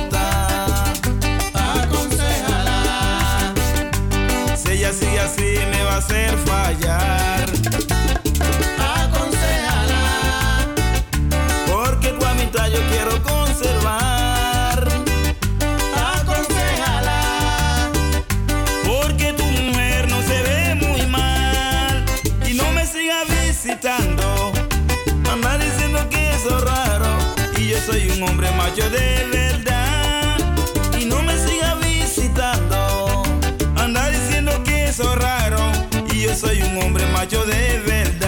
Aconsejala. Si ella sigue así me va a hacer fallar. Yo quiero conservar. Aconsejala. Porque tu mujer no se ve muy mal. Y no me siga visitando. Anda diciendo que eso es raro. Y yo soy un hombre macho de verdad. Y no me siga visitando. Anda diciendo que eso es raro. Y yo soy un hombre macho de verdad.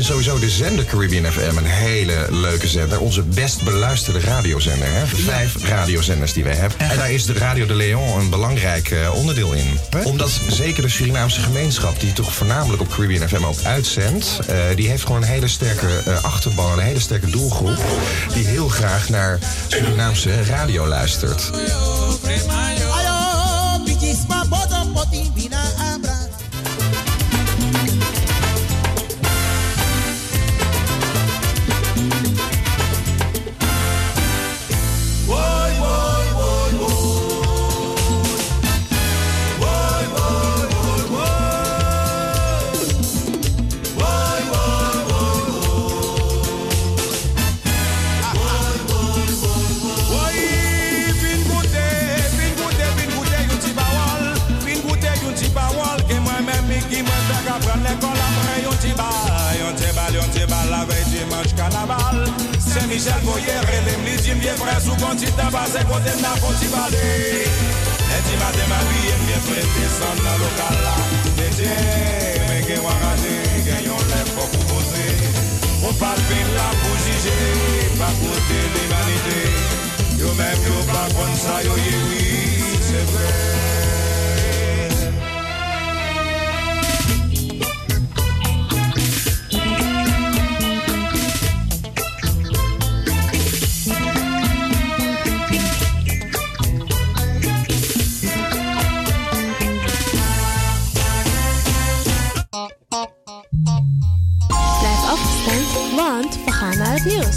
vind sowieso de zender Caribbean FM een hele leuke zender. Onze best beluisterde radiozender. Hè? De 5 radiozenders die wij hebben. En daar is de Radio de Leon een belangrijk onderdeel in. Omdat zeker de Surinaamse gemeenschap, die toch voornamelijk op Caribbean FM ook uitzendt, die heeft gewoon een hele sterke achterban, een hele sterke doelgroep, die heel graag naar Surinaamse radio luistert. Michel Boyer et les midi bien frère sous conti tabac c'est côté na conti balé et ti matin ma vie et bien prêté son dans local là mais que waraje gagnons les pour poser on parle bien là pour juger pas côté l'humanité yo même yo pas comme ça yo oui c'est vrai. Want we gaan naar het nieuws.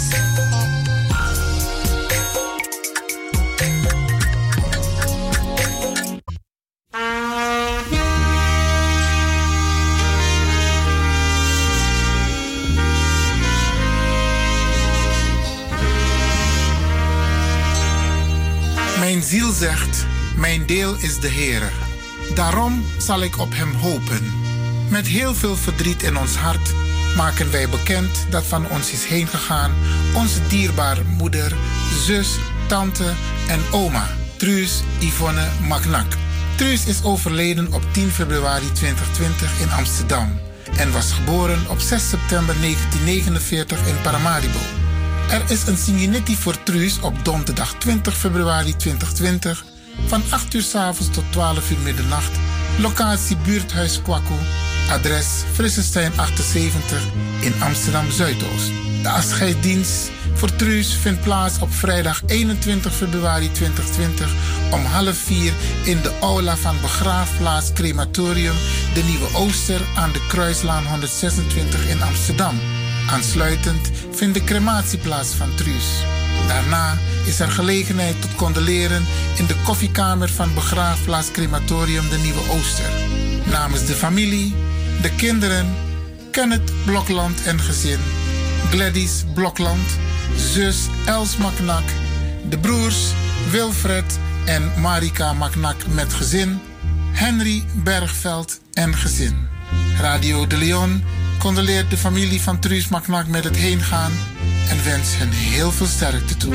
Mijn ziel zegt, mijn deel is de Heere. Daarom zal ik op hem hopen. Met heel veel verdriet in ons hart maken wij bekend dat van ons is heen gegaan onze dierbare moeder, zus, tante en oma, Truus Yvonne Macnak. Truus is overleden op 10 februari 2020 in Amsterdam en was geboren op 6 september 1949 in Paramaribo. Er is een Singinetti voor Truus op donderdag 20 februari 2020 van 8 uur 's avonds tot 12 uur middernacht, locatie buurthuis Kwaku, adres Frissestein 78 in Amsterdam-Zuidoost. De afscheidsdienst voor Truus vindt plaats op vrijdag 21 februari 2020 om 3:30 in de aula van begraafplaats Crematorium De Nieuwe Ooster aan de Kruislaan 126 in Amsterdam. Aansluitend vindt de crematie plaats van Truus. Daarna is er gelegenheid tot condoleren in de koffiekamer van begraafplaats Crematorium De Nieuwe Ooster. Namens de familie, de kinderen, Kenneth Blokland en gezin, Gladys Blokland, zus Els Macnak, de broers Wilfred en Marika Macnak met gezin, Henry Bergveld en gezin. Radio de Leon condoleert de familie van Truus Macnak met het heengaan en wens hen heel veel sterkte toe.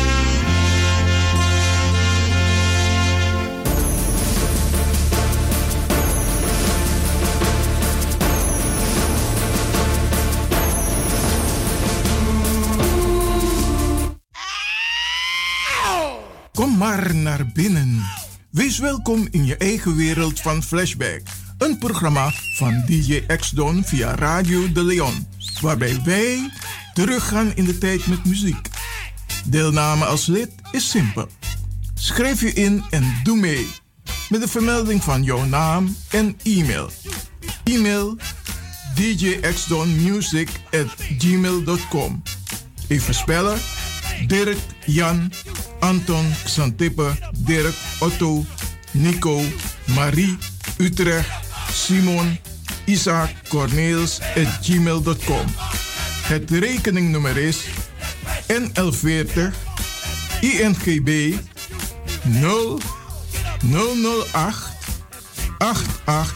Kom maar naar binnen. Wees welkom in je eigen wereld van Flashback. Een programma van DJ X-Don via Radio de Leon. Waarbij wij teruggaan in de tijd met muziek. Deelname als lid is simpel. Schrijf je in en doe mee. Met de vermelding van jouw naam en e-mail. E-mail djxdonmusic@gmail.com. Even spellen. Dirk, Jan, Anton, Xantippe, Dirk, Otto, Nico, Marie, Utrecht, Simon, Isaac, Corneels @gmail.com. Het rekeningnummer is NL40 INGB 0008 88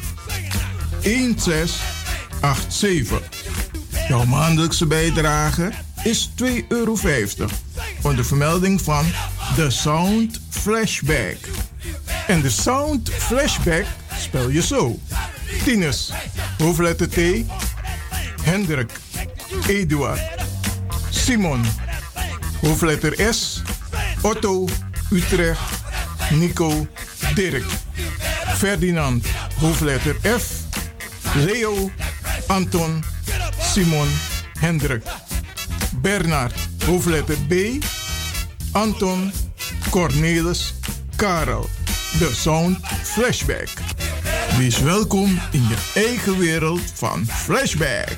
1687. Jouw maandelijkse bijdrage is €2,50 onder vermelding van The Sound Flashback. En de Sound Flashback spel je zo: Tinus, hoofdletter T, Hendrik, Eduard. Simon, hoofdletter S. Otto, Utrecht. Nico, Dirk. Ferdinand, hoofdletter F. Leo, Anton, Simon, Hendrik. Bernard, hoofdletter B. Anton, Cornelis, Karel. De Sound Flashback. Wees welkom in je eigen wereld van Flashback.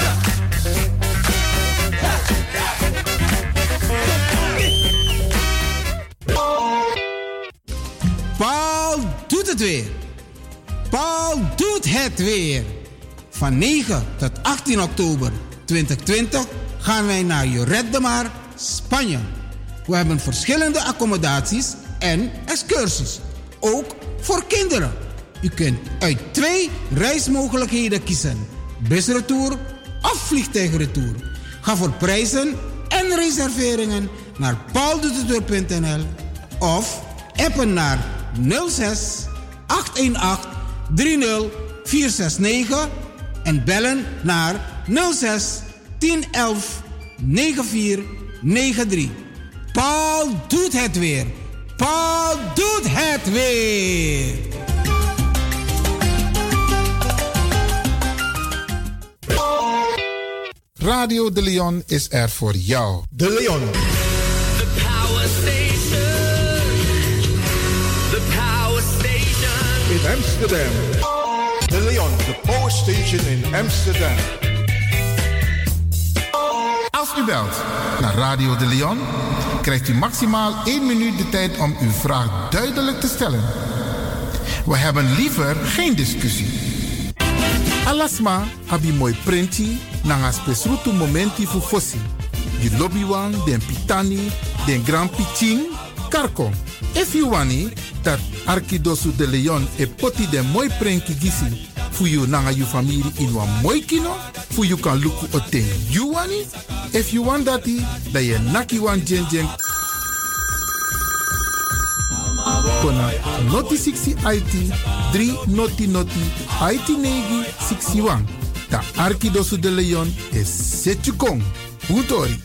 Paul doet het weer. Paul doet het weer. Van 9 tot 18 oktober 2020 gaan wij naar Lloret de Mar, Spanje. We hebben verschillende accommodaties en excursies. Ook voor kinderen. U kunt uit 2 reismogelijkheden kiezen. Busretour of vliegtuigretour. Ga voor prijzen en reserveringen naar pauldoetetour.nl of appen naar 06 818 30 469 en bellen naar 06 1011 9493. Paul doet het weer. Paul doet het weer. Radio De Leon is er voor jou. De Leon. The Power Station. In Amsterdam. De Leon, the Power Station in Amsterdam. Als u belt naar Radio De Leon, krijgt u maximaal 1 minuut de tijd om uw vraag duidelijk te stellen. We hebben liever geen discussie. Alasma abi mooi prenti nanga spesrutu momenti fu fossi. Die lobbywan, den pitani, den grand pitching, karko. If you wani dat Arkidosu de Leon e poti den mooi prenki gisi fu you nanga you familie in wan mooi kino, fu you kan luku oten you wani. If you want dati, da ye naki wan jen jen. Kona noti 60 IT 3 noti IT negi 61. Da Arkidosu de Leon is Setjukong. Utori.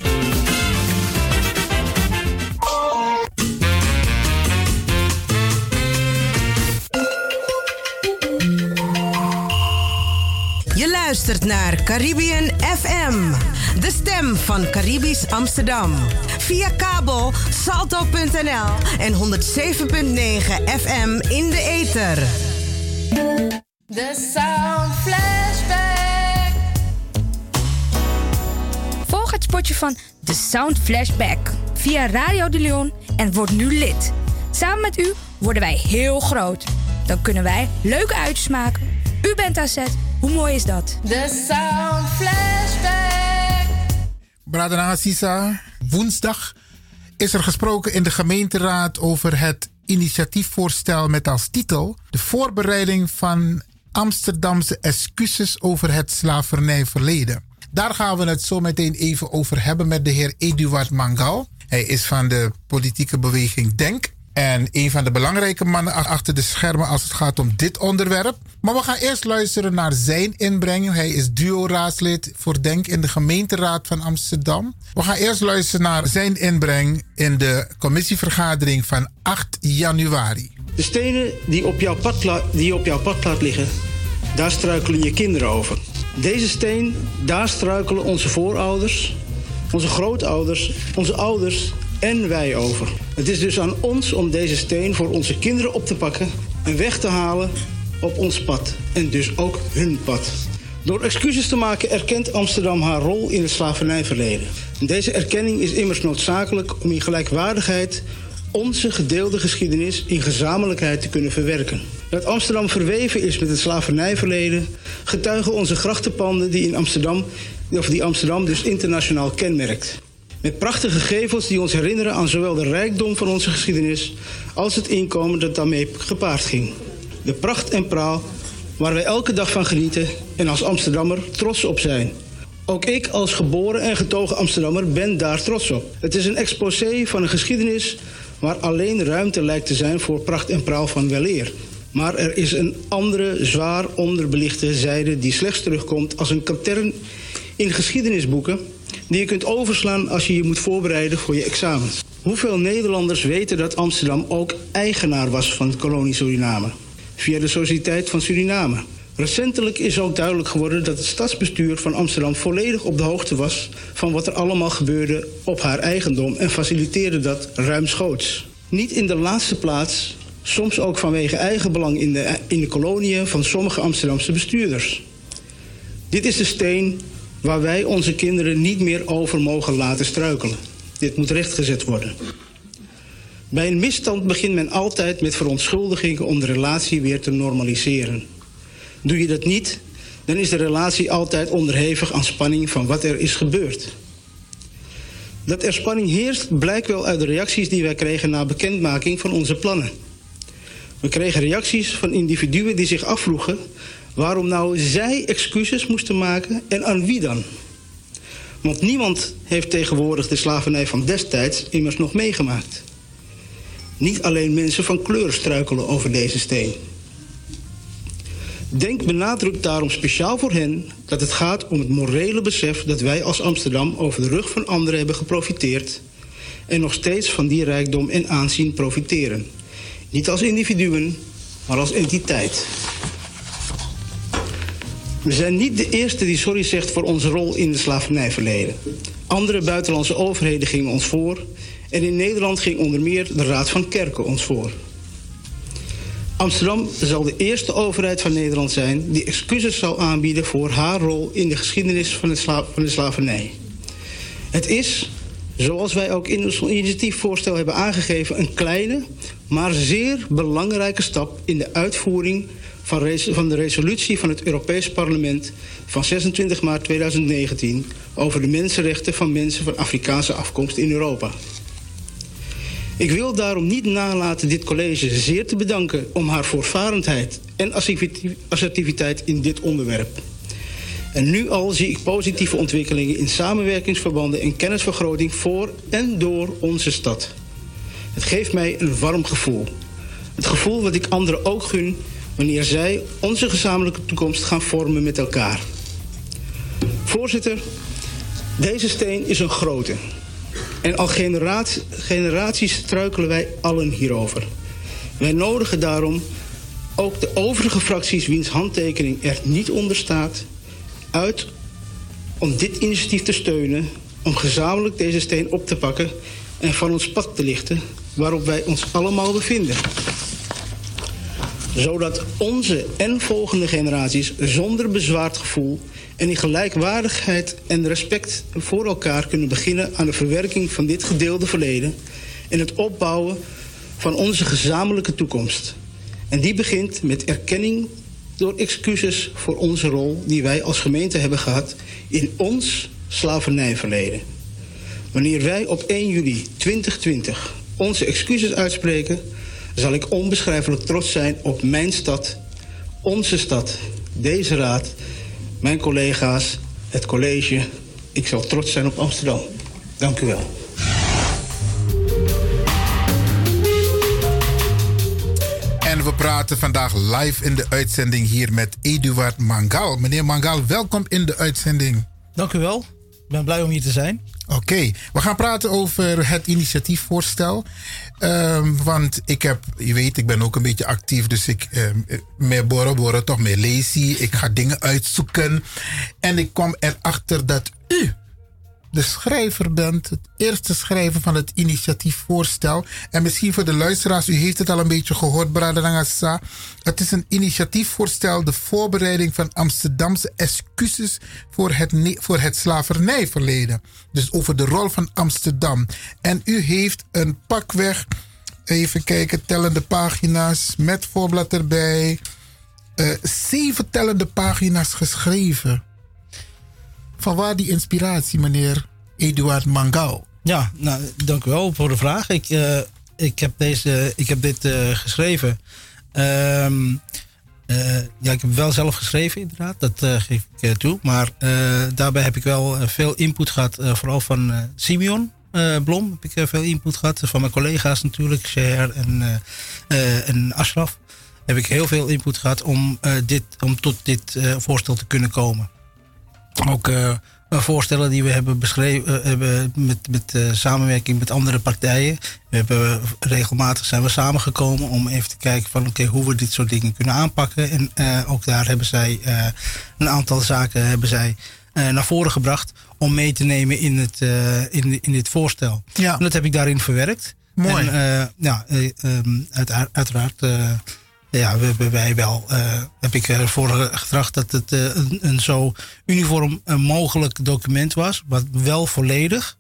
Je luistert naar Caribbean FM, de stem van Caribisch Amsterdam. Via kabel salto.nl en 107.9 FM in de ether. De Sound Flashback. Volg het spotje van The Sound Flashback via Radio De Leon en word nu lid. Samen met u worden wij heel groot. Dan kunnen wij leuke uitjes maken. U bent aan zet. Hoe mooi is dat? De Sound Flashback. Brada Sisa, woensdag is er gesproken in de gemeenteraad over het initiatiefvoorstel met als titel de voorbereiding van Amsterdamse excuses over het slavernijverleden. Daar gaan we het zo meteen even over hebben met de heer Eduard Mangal. Hij is van de politieke beweging DENK en een van de belangrijke mannen achter de schermen als het gaat om dit onderwerp. Maar we gaan eerst luisteren naar zijn inbreng. Hij is duo-raadslid voor DENK in de gemeenteraad van Amsterdam. We gaan eerst luisteren naar zijn inbreng in de commissievergadering van 8 januari. De stenen die op jouw pad laat liggen, daar struikelen je kinderen over. Deze steen, daar struikelen onze voorouders, onze grootouders, onze ouders en wij over. Het is dus aan ons om deze steen voor onze kinderen op te pakken en weg te halen op ons pad. En dus ook hun pad. Door excuses te maken erkent Amsterdam haar rol in het slavernijverleden. Deze erkenning is immers noodzakelijk om in gelijkwaardigheid onze gedeelde geschiedenis in gezamenlijkheid te kunnen verwerken. Dat Amsterdam verweven is met het slavernijverleden getuigen onze grachtenpanden die Amsterdam dus internationaal kenmerkt. Met prachtige gevels die ons herinneren aan zowel de rijkdom van onze geschiedenis als het inkomen dat daarmee gepaard ging. De pracht en praal waar wij elke dag van genieten en als Amsterdammer trots op zijn. Ook ik als geboren en getogen Amsterdammer ben daar trots op. Het is een exposé van een geschiedenis waar alleen ruimte lijkt te zijn voor pracht en praal van weleer. Maar er is een andere, zwaar onderbelichte zijde die slechts terugkomt als een katern in geschiedenisboeken die je kunt overslaan als je je moet voorbereiden voor je examens. Hoeveel Nederlanders weten dat Amsterdam ook eigenaar was van de kolonie Suriname? Via de Sociëteit van Suriname. Recentelijk is ook duidelijk geworden dat het stadsbestuur van Amsterdam volledig op de hoogte was van wat er allemaal gebeurde op haar eigendom en faciliteerde dat ruimschoots. Niet in de laatste plaats, soms ook vanwege eigenbelang in de koloniën van sommige Amsterdamse bestuurders. Dit is de steen waar wij onze kinderen niet meer over mogen laten struikelen. Dit moet rechtgezet worden. Bij een misstand begint men altijd met verontschuldigingen om de relatie weer te normaliseren. Doe je dat niet, dan is de relatie altijd onderhevig aan spanning van wat er is gebeurd. Dat er spanning heerst blijkt wel uit de reacties die wij kregen na bekendmaking van onze plannen. We kregen reacties van individuen die zich afvroegen waarom nou zij excuses moesten maken en aan wie dan. Want niemand heeft tegenwoordig de slavernij van destijds immers nog meegemaakt. Niet alleen mensen van kleur struikelen over deze steen. Denk benadrukt daarom speciaal voor hen dat het gaat om het morele besef dat wij als Amsterdam over de rug van anderen hebben geprofiteerd en nog steeds van die rijkdom en aanzien profiteren. Niet als individuen, maar als entiteit. We zijn niet de eerste die sorry zegt voor onze rol in het slavernijverleden. Andere buitenlandse overheden gingen ons voor en in Nederland ging onder meer de Raad van Kerken ons voor. Amsterdam zal de eerste overheid van Nederland zijn die excuses zal aanbieden voor haar rol in de geschiedenis van de slavernij. Het is, zoals wij ook in ons initiatiefvoorstel hebben aangegeven, een kleine, maar zeer belangrijke stap in de uitvoering van de resolutie van het Europees Parlement van 26 maart 2019 over de mensenrechten van mensen van Afrikaanse afkomst in Europa. Ik wil daarom niet nalaten dit college zeer te bedanken om haar voorvarendheid en assertiviteit in dit onderwerp. En nu al zie ik positieve ontwikkelingen in samenwerkingsverbanden en kennisvergroting voor en door onze stad. Het geeft mij een warm gevoel. Het gevoel wat ik anderen ook gun wanneer zij onze gezamenlijke toekomst gaan vormen met elkaar. Voorzitter, deze steen is een grote. En al generaties struikelen wij allen hierover. Wij nodigen daarom ook de overige fracties wiens handtekening er niet onder staat uit om dit initiatief te steunen, om gezamenlijk deze steen op te pakken en van ons pad te lichten waarop wij ons allemaal bevinden. Zodat onze en volgende generaties zonder bezwaard gevoel en in gelijkwaardigheid en respect voor elkaar kunnen beginnen aan de verwerking van dit gedeelde verleden en het opbouwen van onze gezamenlijke toekomst. En die begint met erkenning door excuses voor onze rol die wij als gemeente hebben gehad in ons slavernijverleden. Wanneer wij op 1 juli 2020 onze excuses uitspreken, zal ik onbeschrijfelijk trots zijn op mijn stad, onze stad, deze raad, mijn collega's, het college. Ik zal trots zijn op Amsterdam. Dank u wel. En we praten vandaag live in de uitzending hier met Eduard Mangal. Meneer Mangal, welkom in de uitzending. Dank u wel. Ik ben blij om hier te zijn. Oké, we gaan praten over het initiatiefvoorstel. Want ik heb, je weet, ik ben ook een beetje actief. Dus ik meer borrel, toch meer lezen. Ik ga dingen uitzoeken. En ik kwam erachter dat u de schrijver bent. Het eerste schrijver van het initiatiefvoorstel. En misschien voor de luisteraars, u heeft het al een beetje gehoord, Bradangasa. Het is een initiatiefvoorstel, de voorbereiding van Amsterdamse excuses voor het slavernijverleden. Dus over de rol van Amsterdam. En u heeft een pakweg, even kijken, tellende pagina's met voorblad erbij. 7 tellende pagina's geschreven. Vanwaar die inspiratie, meneer Eduard Mangal? Ja, nou, dank u wel voor de vraag. Ik heb dit geschreven. Ja, ik heb wel zelf geschreven, inderdaad. Dat geef ik toe. Maar daarbij heb ik wel veel input gehad. Vooral van Simeon Blom heb ik veel input gehad. Van mijn collega's natuurlijk, Sheher en Ashraf. Heb ik heel veel input gehad om tot dit voorstel te kunnen komen. Ook voorstellen die we hebben beschreven hebben met samenwerking met andere partijen. We hebben regelmatig zijn we samengekomen om even te kijken van oké, hoe we dit soort dingen kunnen aanpakken. En ook daar hebben zij een aantal zaken hebben zij naar voren gebracht om mee te nemen in dit voorstel. Ja. En dat heb ik daarin verwerkt. Mooi. En uiteraard hebben wij wel, heb ik ervoor getracht dat het een zo uniform mogelijk document was, wat wel volledig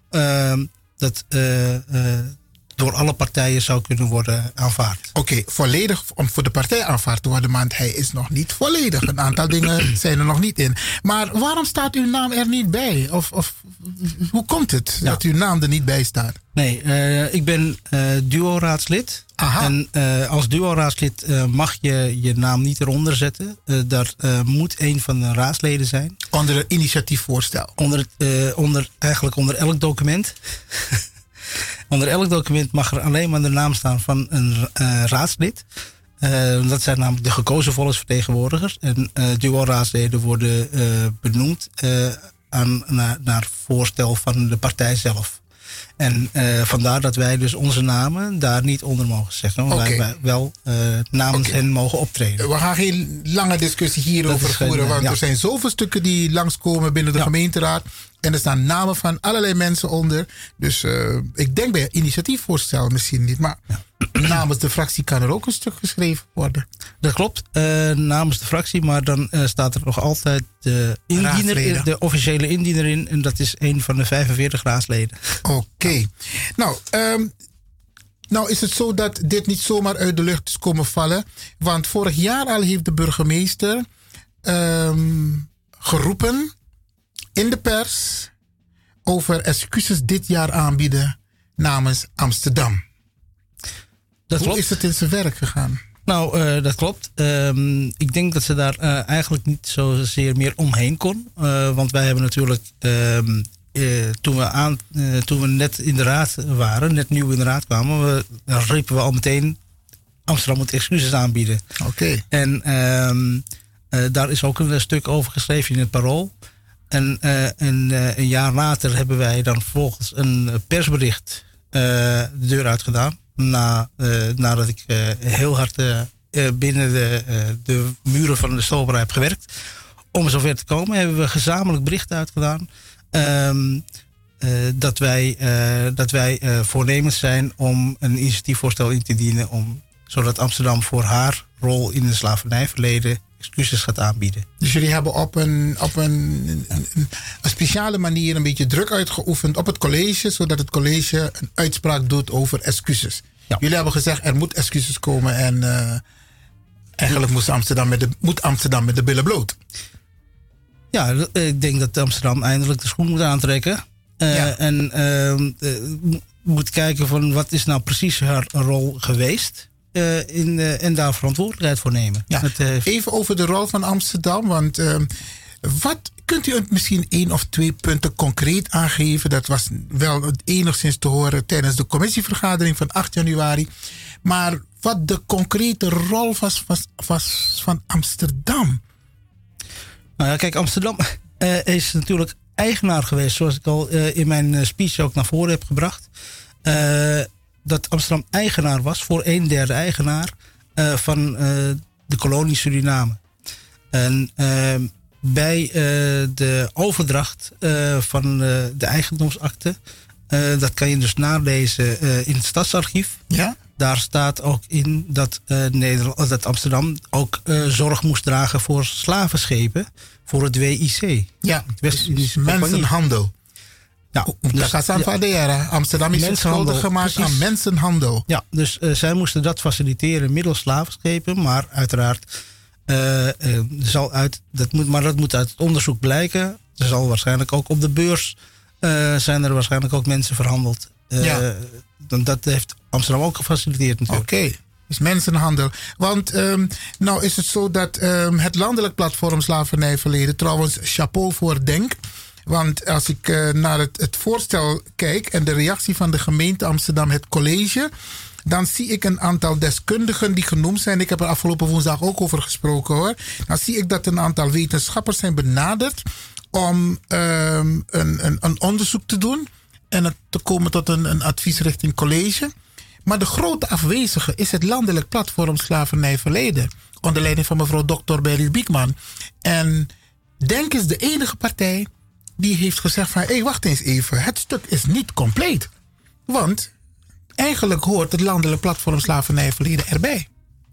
door alle partijen zou kunnen worden aanvaard. Oké, volledig om voor de partij aanvaard te worden, want hij is nog niet volledig. Een aantal dingen zijn er nog niet in. Maar waarom staat uw naam er niet bij? Of hoe komt het dat uw naam er niet bij staat? Nee, ik ben duo-raadslid. Aha. En als duo-raadslid mag je je naam niet eronder zetten. Dat moet een van de raadsleden zijn. Onder het initiatiefvoorstel? Eigenlijk onder elk document. Onder elk document mag er alleen maar de naam staan van een raadslid. Dat zijn namelijk de gekozen volksvertegenwoordigers. En duo-raadsleden worden benoemd naar voorstel van de partij zelf. En vandaar dat wij dus onze namen daar niet onder mogen zeggen. Maar wij wel namens hen mogen optreden. We gaan geen lange discussie hierover voeren. Want er zijn zoveel stukken die langskomen binnen de gemeenteraad. En er staan namen van allerlei mensen onder. Dus ik denk bij initiatiefvoorstel misschien niet. Maar namens de fractie kan er ook een stuk geschreven worden. Dat klopt. Namens de fractie. Maar dan staat er nog altijd de indiener, de officiële indiener in. En dat is een van de 45 raadsleden. Oké. Nou is het zo dat dit niet zomaar uit de lucht is komen vallen. Want vorig jaar al heeft de burgemeester geroepen in de pers over excuses dit jaar aanbieden namens Amsterdam. Hoe is het in zijn werk gegaan? Nou, dat klopt. Ik denk dat ze daar eigenlijk niet zozeer meer omheen kon. Want wij hebben natuurlijk, toen we net in de raad waren, net nieuw in de raad kwamen, riepen we al meteen, Amsterdam moet excuses aanbieden. Oké. En daar is ook een stuk over geschreven in het Parool. En een jaar later hebben wij dan vervolgens een persbericht de deur uitgedaan. Nadat ik heel hard binnen de muren van de Stolperij heb gewerkt. Om zover te komen hebben we gezamenlijk bericht uitgedaan. Dat wij voornemens zijn om een initiatiefvoorstel in te dienen. Zodat Amsterdam voor haar rol in het slavernijverleden excuses gaat aanbieden. Dus jullie hebben op een speciale manier een beetje druk uitgeoefend op het college, zodat het college een uitspraak doet over excuses. Ja. Jullie hebben gezegd er moet excuses komen en eigenlijk moet Amsterdam met de billen bloot. Ja, ik denk dat Amsterdam eindelijk de schoen moet aantrekken. En moet kijken van wat is nou precies haar rol geweest. En daar verantwoordelijkheid voor nemen. Ja, even over de rol van Amsterdam. Want wat kunt u misschien 1 of 2 punten concreet aangeven? Dat was wel enigszins te horen tijdens de commissievergadering van 8 januari. Maar wat de concrete rol was van Amsterdam? Nou ja, kijk, Amsterdam is natuurlijk eigenaar geweest, zoals ik al in mijn speech ook naar voren heb gebracht. Dat Amsterdam eigenaar was, voor 1/3 eigenaar van de kolonie Suriname. En bij de overdracht van de eigendomsakte, dat kan je dus nalezen in het Stadsarchief. Ja? Daar staat ook in dat dat Amsterdam ook zorg moest dragen voor slavenschepen voor het WIC. Ja, dus mensenhandel. Ja, Amsterdam is schuldig gemaakt aan mensenhandel. Ja, dus zij moesten dat faciliteren middels slavenschepen. Maar uiteraard, dat moet uit het onderzoek blijken. Er zal waarschijnlijk ook op de beurs zijn er waarschijnlijk ook mensen verhandeld. Dat heeft Amsterdam ook gefaciliteerd natuurlijk. Oké. Dus mensenhandel. Want nou is het zo dat het landelijk platform Slavernijverleden, trouwens chapeau voor Denk. Want als ik naar het voorstel kijk en de reactie van de gemeente Amsterdam, het college, dan zie ik een aantal deskundigen die genoemd zijn. Ik heb er afgelopen woensdag ook over gesproken hoor. Dan zie ik dat een aantal wetenschappers zijn benaderd om een onderzoek te doen en te komen tot een advies richting college. Maar de grote afwezige is het landelijk platform Slavernijverleden, onder leiding van mevrouw Dr. Beryl Biekman. En Denk is de enige partij die heeft gezegd van, hé, wacht eens even, het stuk is niet compleet. Want eigenlijk hoort het landelijk platform Slavernijverleden erbij.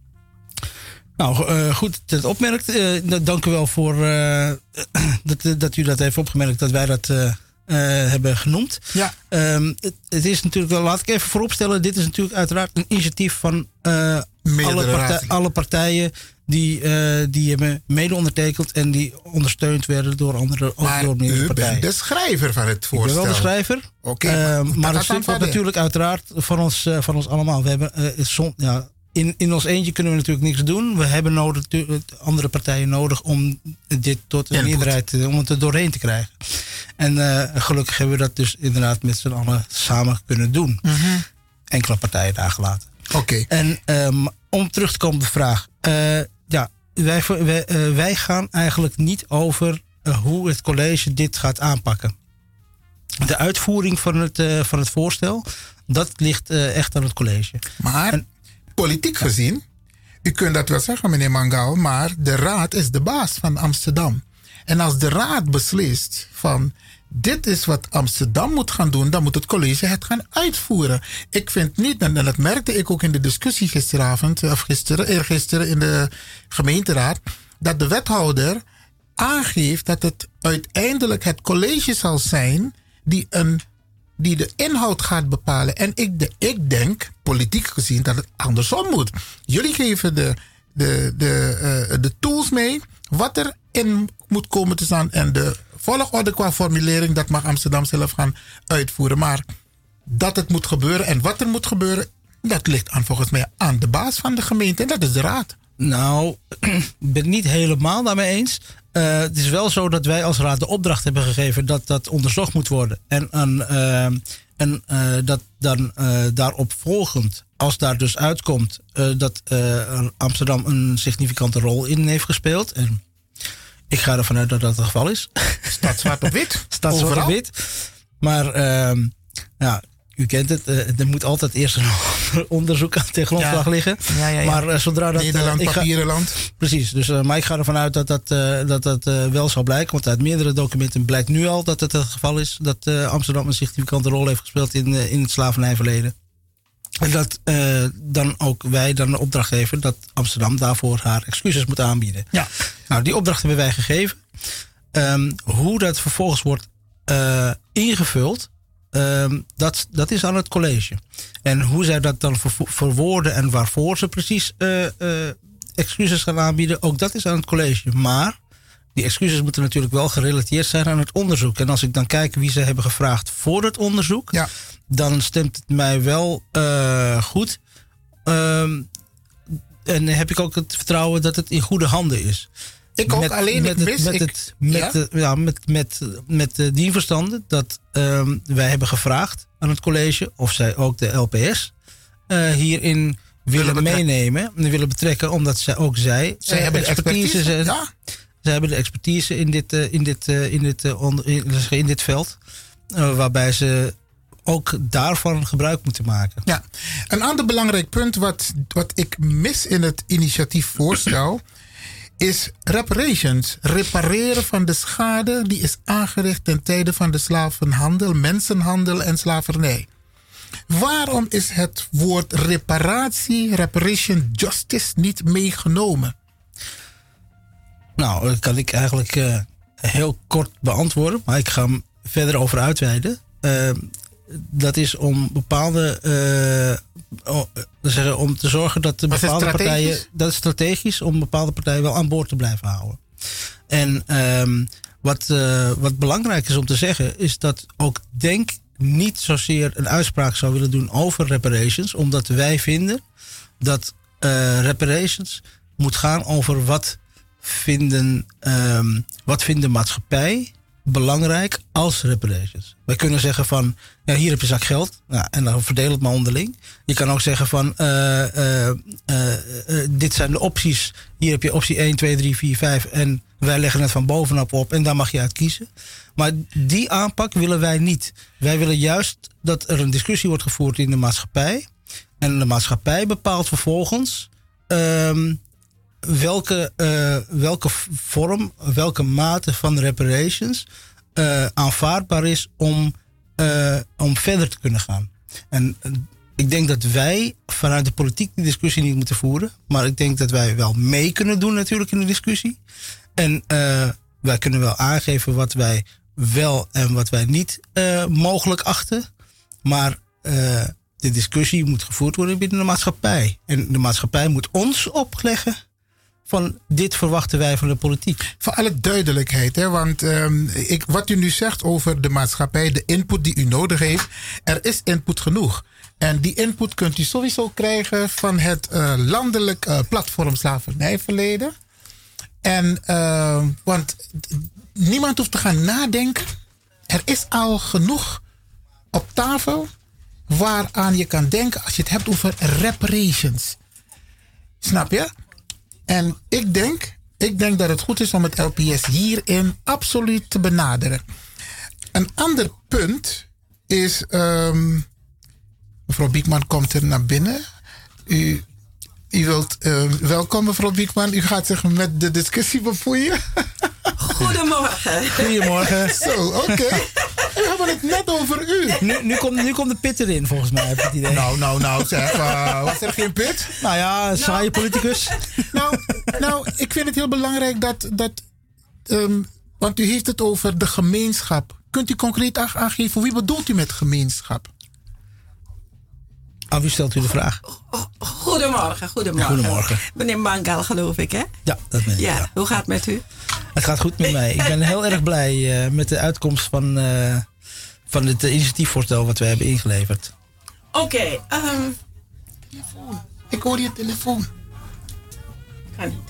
Nou, goed dat u dat opmerkt. Dank u wel voor dat u dat heeft opgemerkt, dat wij dat hebben genoemd. Ja. Het is natuurlijk wel, laat ik even vooropstellen, dit is natuurlijk uiteraard een initiatief van alle partijen die hebben mede ondertekend en die ondersteund werden door andere partijen. U bent de schrijver van het voorstel. Ik ben wel de schrijver. Oké, maar het wordt natuurlijk uiteraard van ons allemaal. We hebben in ons eentje kunnen we natuurlijk niks doen. We hebben andere partijen nodig om dit tot een meerderheid, om het er doorheen te krijgen. En gelukkig hebben we dat dus inderdaad met z'n allen samen kunnen doen. Mm-hmm. Enkele partijen daar gelaten. Oké. En om terug te komen op de vraag. Wij gaan eigenlijk niet over hoe het college dit gaat aanpakken. De uitvoering van het voorstel, dat ligt echt aan het college. Maar politiek gezien, u kunt dat wel zeggen, meneer Mangal, maar de raad is de baas van Amsterdam. En als de raad beslist van, dit is wat Amsterdam moet gaan doen, dan moet het college het gaan uitvoeren. Ik vind niet, en dat merkte ik ook in de discussie eergisteren in de gemeenteraad, dat de wethouder aangeeft dat het uiteindelijk het college zal zijn die de inhoud gaat bepalen. En ik denk, politiek gezien, dat het andersom moet. Jullie geven de tools mee, wat er in moet komen te staan, en de volgorde qua formulering, dat mag Amsterdam zelf gaan uitvoeren. Maar dat het moet gebeuren en wat er moet gebeuren, dat ligt volgens mij aan de baas van de gemeente, en dat is de raad. Nou, ik ben het niet helemaal daarmee eens. Het is wel zo dat wij als raad de opdracht hebben gegeven dat dat onderzocht moet worden. En dat dan daarop volgend, als daar dus uitkomt dat Amsterdam een significante rol in heeft gespeeld. En ik ga ervan uit dat dat het geval is. Staat zwart op wit. Staat zwart op wit. Maar u kent het. Er moet altijd eerst een onderzoek aan de grondslag liggen. Ja. Maar zodra dat... Nederland, papierenland. Precies. Dus, maar ik ga ervan uit dat wel zal blijken. Want uit meerdere documenten blijkt nu al dat het geval is. Dat Amsterdam een significante rol heeft gespeeld in het slavernijverleden. En dat dan ook wij dan de opdracht geven dat Amsterdam daarvoor haar excuses moet aanbieden. Ja. Nou, die opdracht hebben wij gegeven. Hoe dat vervolgens wordt ingevuld, dat is aan het college. En hoe zij dat dan verwoorden en waarvoor ze precies excuses gaan aanbieden, ook dat is aan het college. Maar die excuses moeten natuurlijk wel gerelateerd zijn aan het onderzoek. En als ik dan kijk wie ze hebben gevraagd voor het onderzoek, dan stemt het mij wel goed. En heb ik ook het vertrouwen dat het in goede handen is. Ik ook, met die verstande dat wij hebben gevraagd aan het college of zij ook de LPS hierin willen meenemen en willen betrekken, omdat zij hebben de expertise. Zij hebben de expertise in dit veld, waarbij ze ook daarvan gebruik moeten maken. Ja, een ander belangrijk punt wat ik mis in het initiatiefvoorstel is reparations. Repareren van de schade die is aangericht ten tijde van de slavenhandel, mensenhandel en slavernij. Waarom is het woord reparation justice niet meegenomen? Nou, dat kan ik eigenlijk heel kort beantwoorden, maar ik ga hem verder over uitweiden. Dat is om bepaalde om te zorgen dat de bepaalde partijen, dat is strategisch, om bepaalde partijen wel aan boord te blijven houden. En wat belangrijk is om te zeggen, is dat ook Denk niet zozeer een uitspraak zou willen doen over reparations, omdat wij vinden dat reparations moet gaan over wat vindt de maatschappij belangrijk als reparations. Wij kunnen zeggen van, ja, hier heb je zak geld. Nou, en dan verdeel het maar onderling. Je kan ook zeggen van, dit zijn de opties. Hier heb je optie 1, 2, 3, 4, 5. En wij leggen het van bovenop op. En daar mag je uit kiezen. Maar die aanpak willen wij niet. Wij willen juist dat er een discussie wordt gevoerd in de maatschappij. En de maatschappij bepaalt vervolgens welke vorm, welke mate van reparations aanvaardbaar is om verder te kunnen gaan. En ik denk dat wij vanuit de politiek die discussie niet moeten voeren. Maar ik denk dat wij wel mee kunnen doen natuurlijk in de discussie. En wij kunnen wel aangeven wat wij wel en wat wij niet mogelijk achten. Maar de discussie moet gevoerd worden binnen de maatschappij. En de maatschappij moet ons opleggen van dit verwachten wij van de politiek. Voor alle duidelijkheid, hè, want wat u nu zegt over de maatschappij, de input die u nodig heeft, er is input genoeg. En die input kunt u sowieso krijgen van het landelijk platform slavernijverleden. En, want niemand hoeft te gaan nadenken. Er is al genoeg op tafel waaraan je kan denken als je het hebt over reparations. Snap je? En ik denk dat het goed is om het LPS hierin absoluut te benaderen. Een ander punt is, mevrouw Biekman komt er naar binnen. U wilt, welkom mevrouw Biekman. U gaat zich met de discussie bemoeien. Goedemorgen. Goedemorgen. Zo, oké. We hebben het net over u. Nu komt de pit erin, volgens mij, heb ik het idee. Nou, zeg. Was er geen pit? Nou ja, saaie politicus. Nou, ik vind het heel belangrijk dat want u heeft het over de gemeenschap. Kunt u concreet aangeven, wie bedoelt u met gemeenschap? Wie stelt u de vraag? Goedemorgen. Meneer Mangal, geloof ik, hè? Ja, dat ben ik. Ja. Hoe gaat het met u? Het gaat goed met mij. Ik ben heel erg blij met de uitkomst van het initiatiefvoorstel wat we hebben ingeleverd. Oké. Telefoon. Ik hoor je telefoon. Kan niet.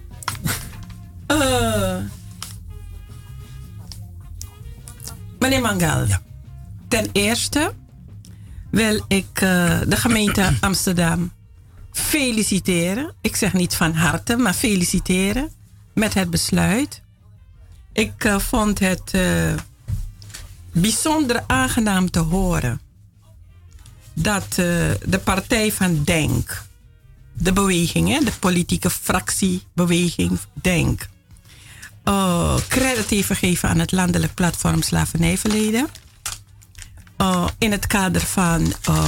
Meneer Mangal. Ja. Ten eerste wil ik de gemeente Amsterdam feliciteren. Ik zeg niet van harte, maar feliciteren met het besluit. Ik vond het bijzonder aangenaam te horen dat de partij van Denk, de beweging, hè, de politieke fractiebeweging Denk, credit heeft gegeven aan het landelijk platform slavernijverleden. In het kader van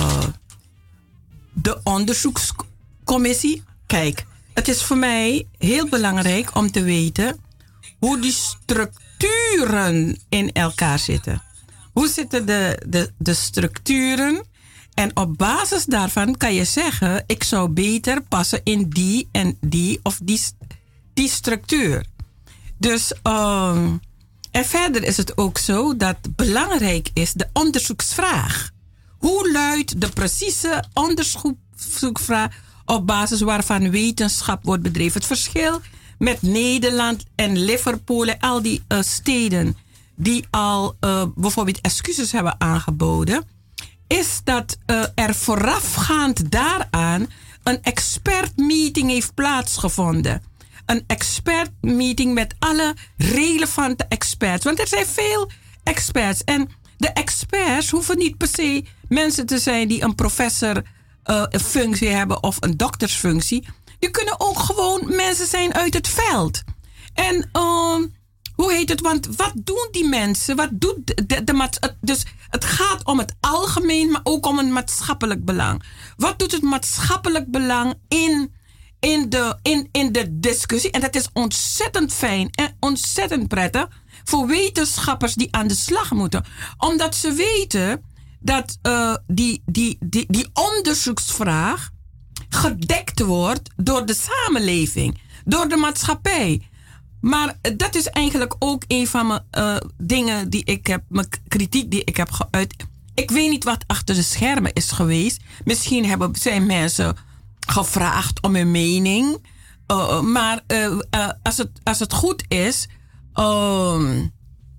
de onderzoekscommissie. Kijk, het is voor mij heel belangrijk om te weten hoe die structuren in elkaar zitten. Hoe zitten de structuren? En op basis daarvan kan je zeggen, ik zou beter passen in die en die of die structuur. Dus en verder is het ook zo dat belangrijk is de onderzoeksvraag. Hoe luidt de precieze onderzoeksvraag op basis waarvan wetenschap wordt bedreven? Het verschil met Nederland en Liverpool en al die steden die al bijvoorbeeld excuses hebben aangeboden, is dat er voorafgaand daaraan een expertmeeting heeft plaatsgevonden. Een expertmeeting met alle relevante experts. Want er zijn veel experts. En de experts hoeven niet per se mensen te zijn die een professorfunctie hebben of een doktersfunctie. Die kunnen ook gewoon mensen zijn uit het veld. En hoe heet het? Want wat doen die mensen? Wat doet dus het gaat om het algemeen, maar ook om een maatschappelijk belang. Wat doet het maatschappelijk belang in de discussie? En dat is ontzettend fijn en ontzettend prettig voor wetenschappers die aan de slag moeten. Omdat ze weten dat die onderzoeksvraag gedekt wordt door de samenleving, door de maatschappij. Maar dat is eigenlijk ook een van mijn dingen die ik heb, mijn kritiek die ik heb geuit. Ik weet niet wat achter de schermen is geweest. Misschien zijn mensen gevraagd om hun mening. Maar als het goed is,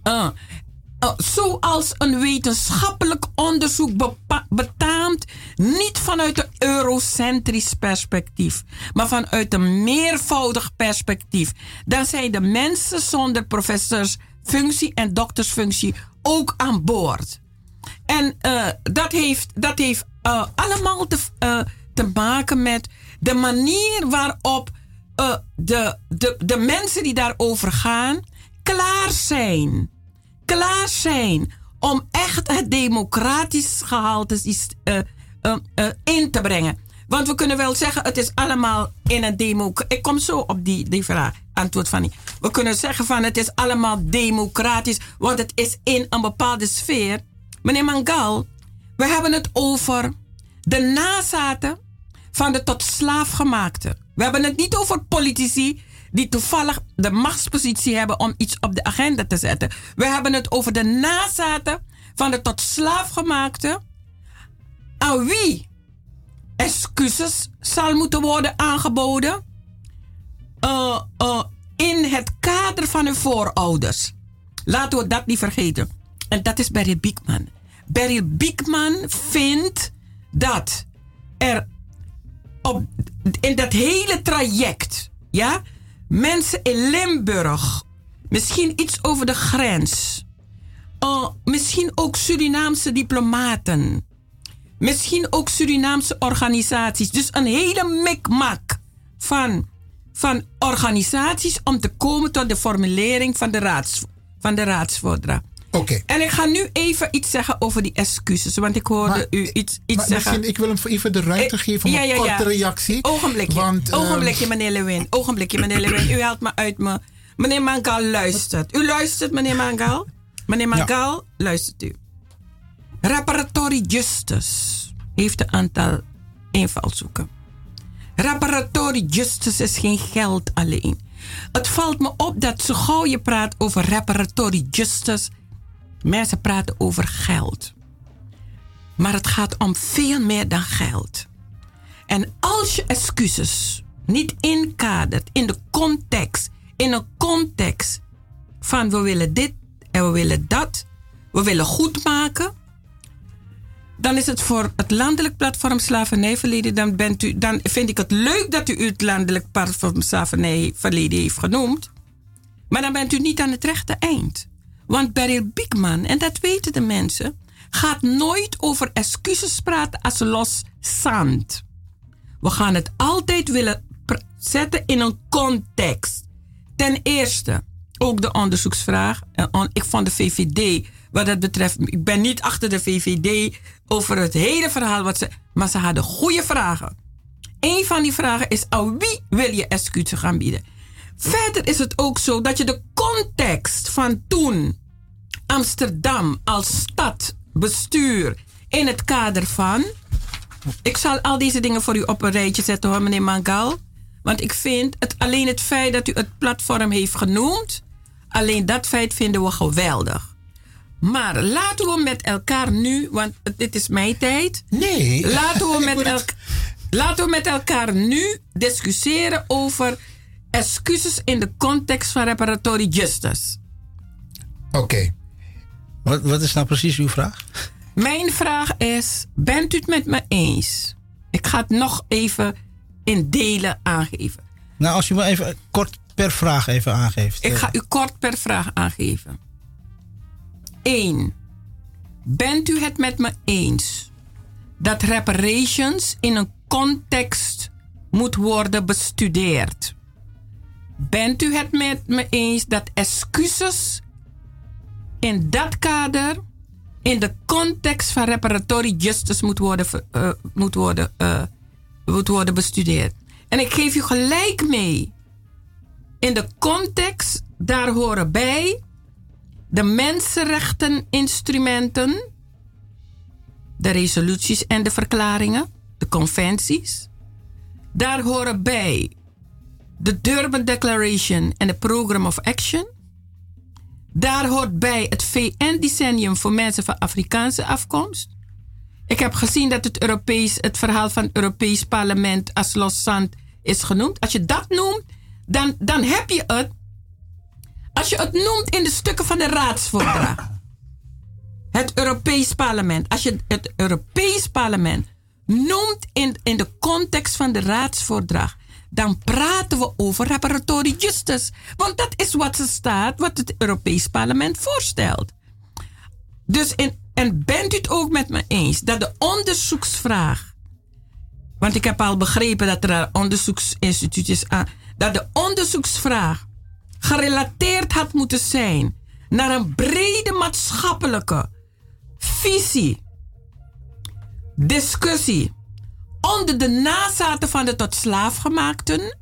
zoals een wetenschappelijk onderzoek betaamt, niet vanuit een eurocentrisch perspectief, maar vanuit een meervoudig perspectief. Dan zijn de mensen zonder professorsfunctie en doktersfunctie ook aan boord. En dat heeft allemaal te maken met de manier waarop de mensen die daarover gaan klaar zijn om echt het democratisch gehalte in te brengen. Want we kunnen wel zeggen, het is allemaal in een democratie. Ik kom zo op die vraag, antwoord van die. We kunnen zeggen van het is allemaal democratisch, want het is in een bepaalde sfeer. Meneer Mangal, we hebben het over de nazaten van de tot slaafgemaakten. We hebben het niet over politici die toevallig de machtspositie hebben om iets op de agenda te zetten. We hebben het over de nazaten van de tot slaafgemaakten, aan wie excuses zal moeten worden aangeboden in het kader van hun voorouders. Laten we dat niet vergeten. En dat is Beryl Biekman. Beryl Biekman vindt dat er in dat hele traject, ja, mensen in Limburg, misschien iets over de grens, misschien ook Surinaamse diplomaten, misschien ook Surinaamse organisaties. Dus een hele mikmak van organisaties om te komen tot de formulering van de raadsvordering. Okay. En ik ga nu even iets zeggen over die excuses. Want ik hoorde u iets zeggen. Ik wil hem even de ruimte geven om een korte reactie. Ogenblikje, meneer Lewin. U haalt me uit me. Meneer Mangal luistert. U luistert, meneer Mangal? Meneer Mangal, luistert u. Reparatory Justice heeft een aantal invalshoeken. Reparatory Justice is geen geld alleen. Het valt me op dat zo gauw je praat over Reparatory Justice, mensen praten over geld. Maar het gaat om veel meer dan geld. En als je excuses niet inkadert in een context van we willen dit en we willen dat, we willen goed maken, dan is het voor het landelijk platform Slavernijverleden, dan vind ik het leuk dat u het landelijk platform Slavernijverleden heeft genoemd, maar dan bent u niet aan het rechte eind. Want Beryl Biekman, en dat weten de mensen, gaat nooit over excuses praten als los zand. We gaan het altijd willen zetten in een context. Ten eerste, ook de onderzoeksvraag. Ik vond de VVD, wat dat betreft, ik ben niet achter de VVD over het hele verhaal, maar ze hadden goede vragen. Eén van die vragen is, aan wie wil je excuses gaan bieden? Verder is het ook zo dat je de context van toen Amsterdam als stad, bestuur, in het kader van... Ik zal al deze dingen voor u op een rijtje zetten hoor, meneer Mangal. Want ik vind, alleen het feit dat u het platform heeft genoemd, alleen dat feit vinden we geweldig. Maar laten we met elkaar nu, want dit is mijn tijd. Nee. Laten we met elkaar nu discussiëren over excuses in de context van reparatory justice. Oké. Wat is nou precies uw vraag? Mijn vraag is, bent u het met me eens? Ik ga het nog even in delen aangeven. Nou, als u me even kort per vraag even aangeeft. Ik ga u kort per vraag aangeven. 1. Bent u het met me eens dat reparations in een context moet worden bestudeerd? Bent u het met me eens dat excuses in dat kader, in de context van reparatory justice moet worden bestudeerd? En ik geef u gelijk mee. In de context, daar horen bij de mensenrechteninstrumenten, de resoluties en de verklaringen, de conventies. Daar horen bij de Durban Declaration en de Program of Action. Daar hoort bij het VN-decennium voor mensen van Afrikaanse afkomst. Ik heb gezien dat het verhaal van het Europees Parlement als loszand is genoemd. Als je dat noemt, dan heb je het. Als je het noemt in de stukken van de raadsverdrag. Het Europees Parlement. Als je het Europees Parlement noemt in de context van de raadsverdrag, dan praten we over reparatory justice. Want dat is wat er staat, wat het Europees Parlement voorstelt. Dus en bent u het ook met me eens dat de onderzoeksvraag, want ik heb al begrepen dat er onderzoeksinstituutjes aan, dat de onderzoeksvraag gerelateerd had moeten zijn naar een brede maatschappelijke visie, discussie onder de nazaten van de tot slaafgemaakten?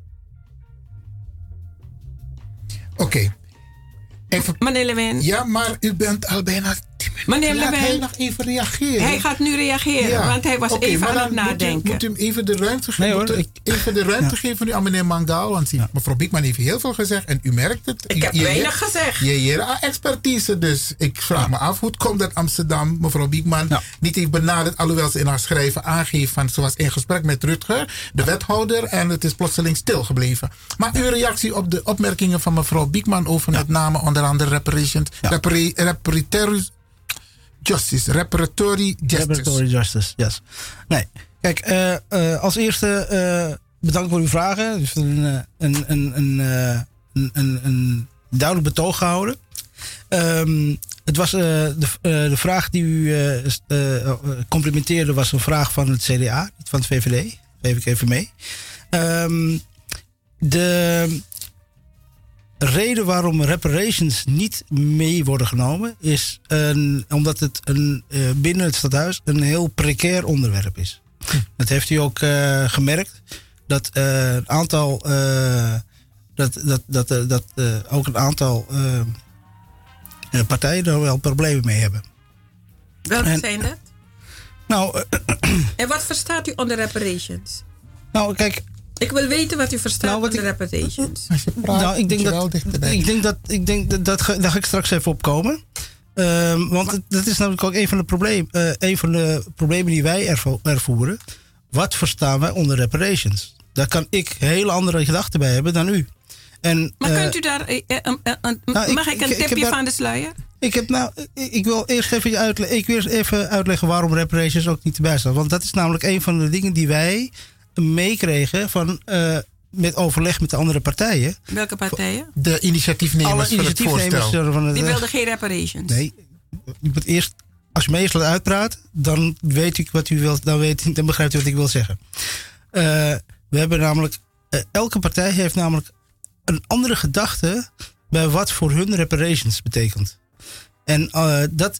Oké. Meneer Lewin. Ja, maar u bent al bijna 10 minuten. Meneer Laat Lewin. hij nog even reageren. Hij gaat nu reageren, want hij was even aan het nadenken. Moet u hem even de ruimte geven? Nee, even de ruimte geven nu aan meneer Mangal. Want mevrouw Biekman heeft heel veel gezegd en u merkt het. Ik heb weinig gezegd. Je hier expertise, dus ik vraag me af hoe het komt dat Amsterdam mevrouw Biekman niet heeft benaderd, alhoewel ze in haar schrijven aangeeft van ze was in gesprek met Rutger, de wethouder, en het is plotseling stilgebleven. Maar uw reactie op de opmerkingen van mevrouw Biekman over met name onder andere reparatory justice, yes. Nee, kijk, als eerste bedankt voor uw vragen. U heeft een duidelijk betoog gehouden. Het was de vraag die u complimenteerde was een vraag van het CDA, niet van het VVD. Geef ik even mee. De reden waarom reparations niet mee worden genomen is omdat het binnen het stadhuis een heel precair onderwerp is. Dat heeft u ook gemerkt. Dat een aantal ook een aantal partijen er wel problemen mee hebben. Welke zijn dat? Nou, en wat verstaat u onder reparations? Nou, kijk. Ik wil weten wat u verstaat onder reparations. Nou, daar ga ik straks even op komen. Want dat is namelijk ook een van de problemen die wij ervoeren. Wat verstaan wij onder reparations? Daar kan ik hele andere gedachten bij hebben dan u. Maar kunt u daar... mag ik een tipje van de sluier? Ik wil eerst even uitleggen waarom reparations ook niet erbij staan. Want dat is namelijk een van de dingen die wij meekregen van met overleg met de andere partijen. Welke partijen? De initiatiefnemers van het voorstel. Die wilden geen reparations. Nee, je moet eerst, als je me eerst laat uitpraten, dan weet ik wat u wilt, dan begrijpt u wat ik wil zeggen. We hebben namelijk, elke partij heeft namelijk een andere gedachte bij wat voor hun reparations betekent. En dat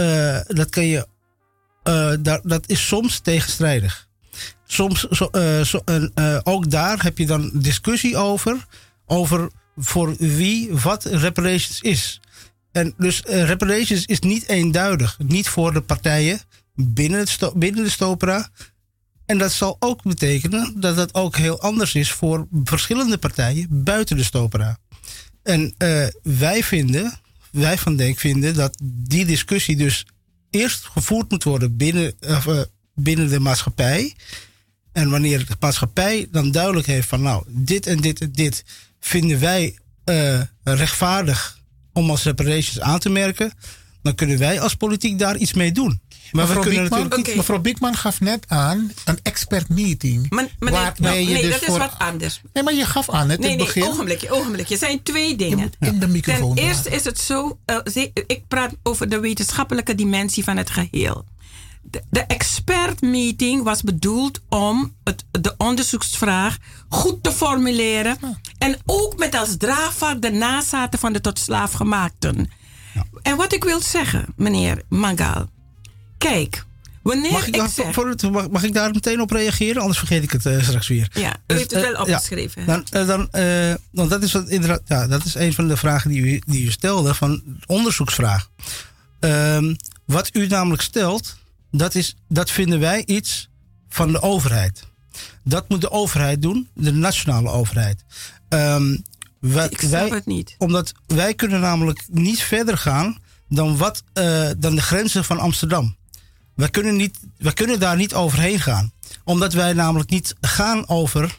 is soms tegenstrijdig. Soms, ook daar heb je dan discussie over voor wie wat reparations is. En dus reparations is niet eenduidig. Niet voor de partijen binnen de Stopera. En dat zal ook betekenen dat het ook heel anders is voor verschillende partijen buiten de Stopera. En wij van Denk vinden dat die discussie dus eerst gevoerd moet worden binnen de maatschappij. En wanneer de maatschappij dan duidelijk heeft van nou, dit en dit en dit vinden wij rechtvaardig om als reparations aan te merken, dan kunnen wij als politiek daar iets mee doen. Maar mevrouw Biekman gaf net aan een expert meeting. Dat is wat anders. Nee, maar je gaf aan het begin. Ogenblikje. Er zijn twee dingen. In de microfoon. Ten eerste is het zo, ik praat over de wetenschappelijke dimensie van het geheel. De expertmeeting was bedoeld om de onderzoeksvraag goed te formuleren. En ook met als draagvlak de nazaten van de tot slaafgemaakten. Ja. En wat ik wil zeggen, meneer Mangal. Kijk, mag ik daar meteen op reageren? Anders vergeet ik het straks weer. Ja, u heeft het wel opgeschreven. Want dat is inderdaad, dat is een van de vragen die u stelde, van onderzoeksvraag. Wat u namelijk stelt, dat vinden wij iets van de overheid. Dat moet de overheid doen, de nationale overheid. Ik snap het niet. Omdat wij kunnen namelijk niet verder gaan dan de grenzen van Amsterdam. Wij kunnen daar niet overheen gaan. Omdat wij namelijk niet gaan over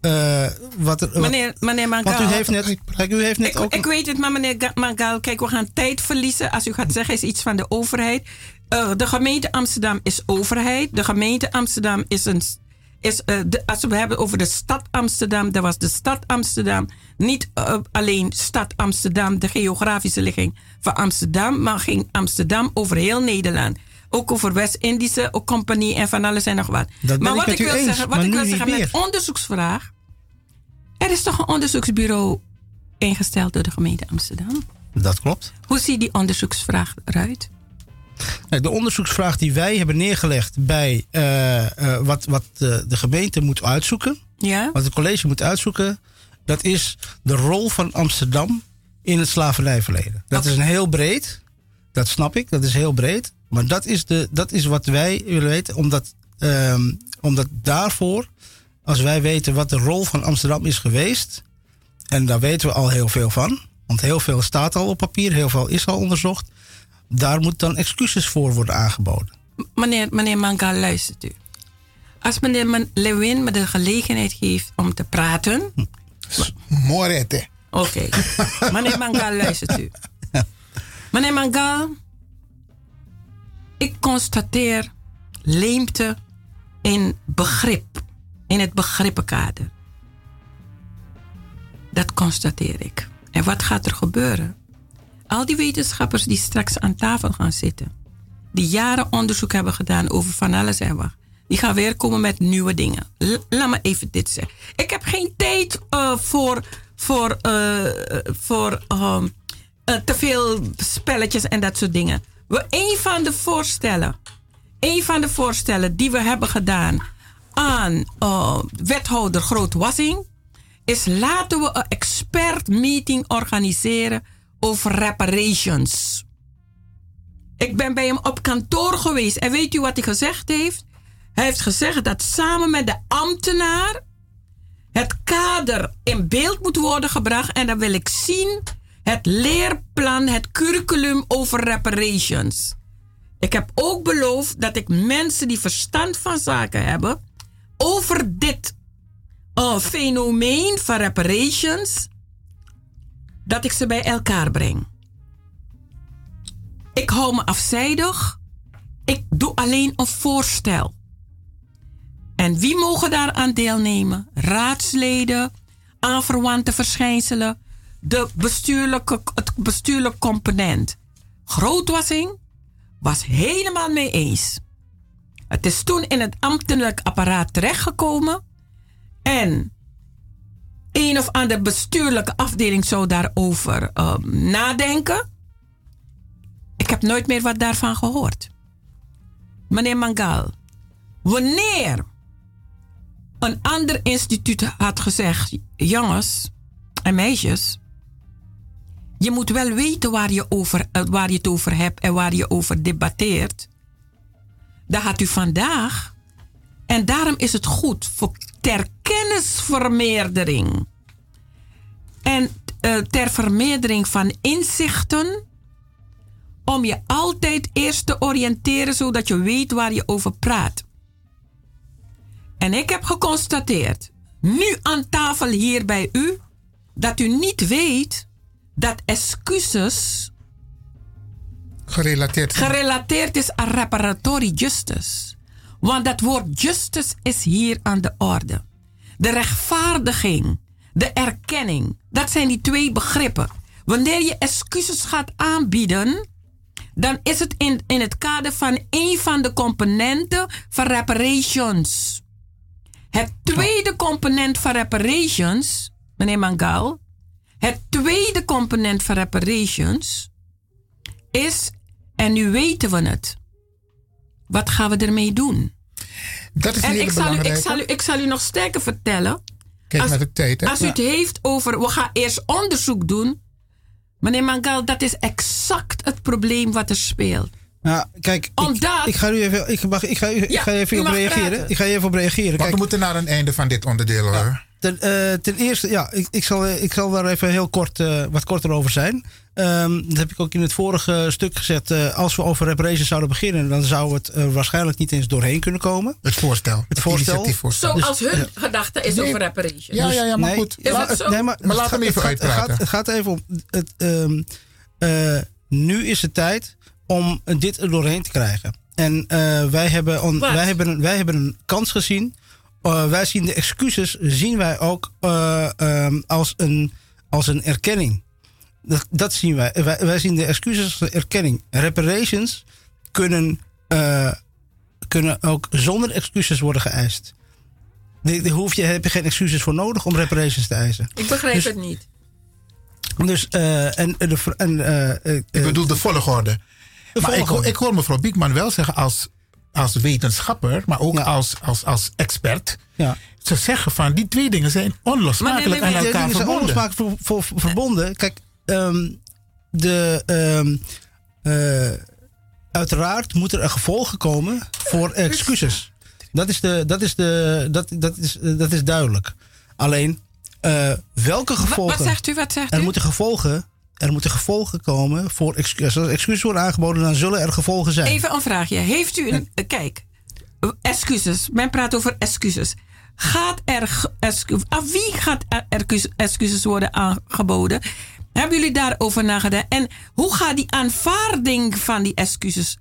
Meneer Mangal, want u heeft net ook... Ik weet het, maar meneer Mangal, kijk, we gaan tijd verliezen. Als u gaat zeggen, is iets van de overheid. De gemeente Amsterdam is overheid. De gemeente Amsterdam als we hebben over de stad Amsterdam, dat was de stad Amsterdam. Niet alleen stad Amsterdam, de geografische ligging van Amsterdam, maar ging Amsterdam over heel Nederland. Ook over West-Indische Compagnie en van alles en nog wat. Maar wat ik wil zeggen met onderzoeksvraag. Er is toch een onderzoeksbureau ingesteld door de gemeente Amsterdam? Dat klopt. Hoe ziet die onderzoeksvraag eruit? De onderzoeksvraag die wij hebben neergelegd bij wat de gemeente moet uitzoeken, wat het college moet uitzoeken, dat is de rol van Amsterdam in het slavernijverleden. Dat is een heel breed, dat snap ik, dat is heel breed. Maar dat is wat wij willen weten, omdat daarvoor, als wij weten wat de rol van Amsterdam is geweest, en daar weten we al heel veel van, want heel veel staat al op papier, heel veel is al onderzocht, daar moet dan excuses voor worden aangeboden. Meneer Mangal, luistert u. Als meneer Lewin me de gelegenheid geeft om te praten... Morete. Oké. Meneer Mangal, luistert u. Meneer Mangal, ik constateer leemte in begrip. In het begrippenkader. Dat constateer ik. En wat gaat er gebeuren? Al die wetenschappers die straks aan tafel gaan zitten, die jaren onderzoek hebben gedaan over van alles en wat, die gaan weer komen met nieuwe dingen. Laat me even dit zeggen. Ik heb geen tijd voor te veel spelletjes en dat soort dingen. Een van de voorstellen die we hebben gedaan aan wethouder Grootwassing is: laten we een expert meeting organiseren over reparations. Ik ben bij hem op kantoor geweest en weet u wat hij gezegd heeft? Hij heeft gezegd dat samen met de ambtenaar het kader in beeld moet worden gebracht en dan wil ik zien het leerplan, het curriculum over reparations. Ik heb ook beloofd dat ik mensen die verstand van zaken hebben over dit fenomeen van reparations, dat ik ze bij elkaar breng. Ik hou me afzijdig. Ik doe alleen een voorstel. En wie mogen daaraan deelnemen? Raadsleden, aanverwante verschijnselen, het bestuurlijk component. Grootwassing was helemaal mee eens. Het is toen in het ambtelijk apparaat terechtgekomen en een of andere bestuurlijke afdeling zou daarover nadenken. Ik heb nooit meer wat daarvan gehoord. Meneer Mangal, wanneer een ander instituut had gezegd: jongens en meisjes, je moet wel weten waar je het over hebt en waar je over debatteert, dan had u vandaag, en daarom is het goed voor ter kennisvermeerdering en ter vermeerdering van inzichten, om je altijd eerst te oriënteren zodat je weet waar je over praat. En ik heb geconstateerd, nu aan tafel hier bij u, dat u niet weet dat excuses gerelateerd is aan reparatory justice. Want dat woord justice is hier aan de orde. De rechtvaardiging, de erkenning, dat zijn die twee begrippen. Wanneer je excuses gaat aanbieden, dan is het in het kader van een van de componenten van reparations. Het tweede component van reparations, meneer Mangal, het tweede component van reparations is, en nu weten we het, wat gaan we ermee doen? Dat is en ik zal u nog sterker vertellen. Kijk naar de tijd. Hè? Als u het heeft over, we gaan eerst onderzoek doen. Meneer Mangal, dat is exact het probleem wat er speelt. Nou, kijk, ik ga nu even, ik ga even op reageren. Ik ga even op reageren. Want we moeten naar een einde van dit onderdeel hoor. Ten eerste, ja, ik zal daar even heel kort wat korter over zijn. Dat heb ik ook in het vorige stuk gezet. Als we over reparations zouden beginnen, dan zou het waarschijnlijk niet eens doorheen kunnen komen. Het voorstel. Zo als hun gedachte is over reparations. Ja, maar goed. Maar laat hem even uitpraten. Het gaat even om... nu is het tijd om dit er doorheen te krijgen. En wij hebben een kans gezien. Wij zien de excuses ook als een erkenning. Dat zien wij. Wij zien de excuses als een erkenning. Reparations kunnen ook zonder excuses worden geëist. Daar heb je geen excuses voor nodig om reparations te eisen. Ik begrijp het niet. Dus, ik bedoel de volgorde. Maar ik hoor mevrouw Biekman wel zeggen als wetenschapper, maar ook als expert. Ja. Ze zeggen van die twee dingen zijn onlosmakelijk aan elkaar verbonden. Zijn onlosmakelijk verbonden. Kijk, uiteraard moeten er gevolgen komen voor excuses. Dat is duidelijk. Alleen welke gevolgen? Wat zegt u? Er moeten gevolgen komen voor excuses. Als excuses worden aangeboden, dan zullen er gevolgen zijn. Even een vraagje. Heeft u kijk, excuses. Men praat over excuses. Aan wie gaat er excuses worden aangeboden? Hebben jullie daarover nagedacht? En hoe gaat die aanvaarding van die excuses?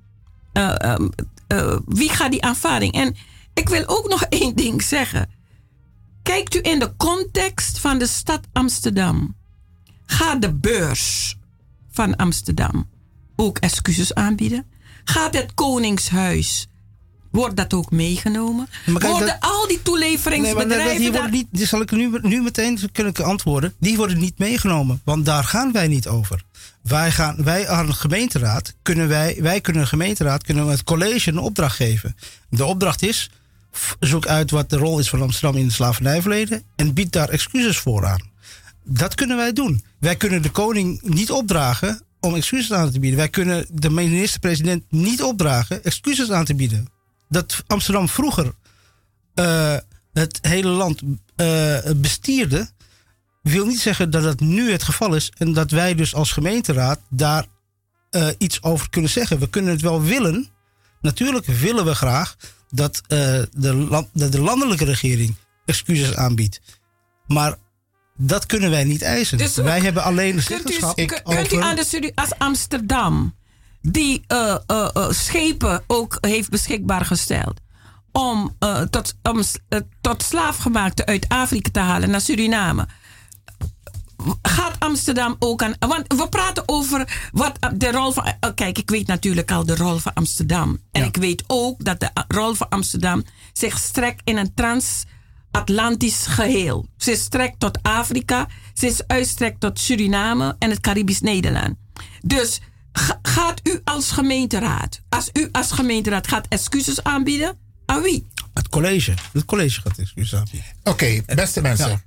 Wie gaat die aanvaarding? En ik wil ook nog één ding zeggen. Kijkt u in de context van de stad Amsterdam. Gaat de beurs van Amsterdam ook excuses aanbieden? Gaat het Koningshuis, wordt dat ook meegenomen? Worden al die toeleveringsbedrijven... Die zal ik nu meteen kunnen antwoorden. Die worden niet meegenomen, want daar gaan wij niet over. Wij aan de gemeenteraad kunnen het college een opdracht geven. De opdracht is, zoek uit wat de rol is van Amsterdam in het slavernijverleden en bied daar excuses voor aan. Dat kunnen wij doen. Wij kunnen de koning niet opdragen om excuses aan te bieden. Wij kunnen de minister-president niet opdragen excuses aan te bieden. Dat Amsterdam vroeger het hele land bestierde, wil niet zeggen dat dat nu het geval is en dat wij dus als gemeenteraad daar iets over kunnen zeggen. We kunnen het wel willen. Natuurlijk willen we graag dat de landelijke regering excuses aanbiedt. Maar dat kunnen wij niet eisen. Dus wij hebben alleen de zeggenschap. Kunt u aan de studie als Amsterdam die schepen ook heeft beschikbaar gesteld om tot slaafgemaakte uit Afrika te halen naar Suriname? Gaat Amsterdam ook aan... Want we praten over wat de rol van... Kijk, ik weet natuurlijk al de rol van Amsterdam. En ik weet ook dat de rol van Amsterdam zich strekt in een transatlantisch geheel. Ze strekt tot Afrika. Ze uitstrekt tot Suriname en het Caribisch Nederland. Dus gaat u als gemeenteraad... Als u als gemeenteraad gaat excuses aanbieden... Aan wie? Het college. Het college gaat excuses aanbieden. Oké, beste mensen.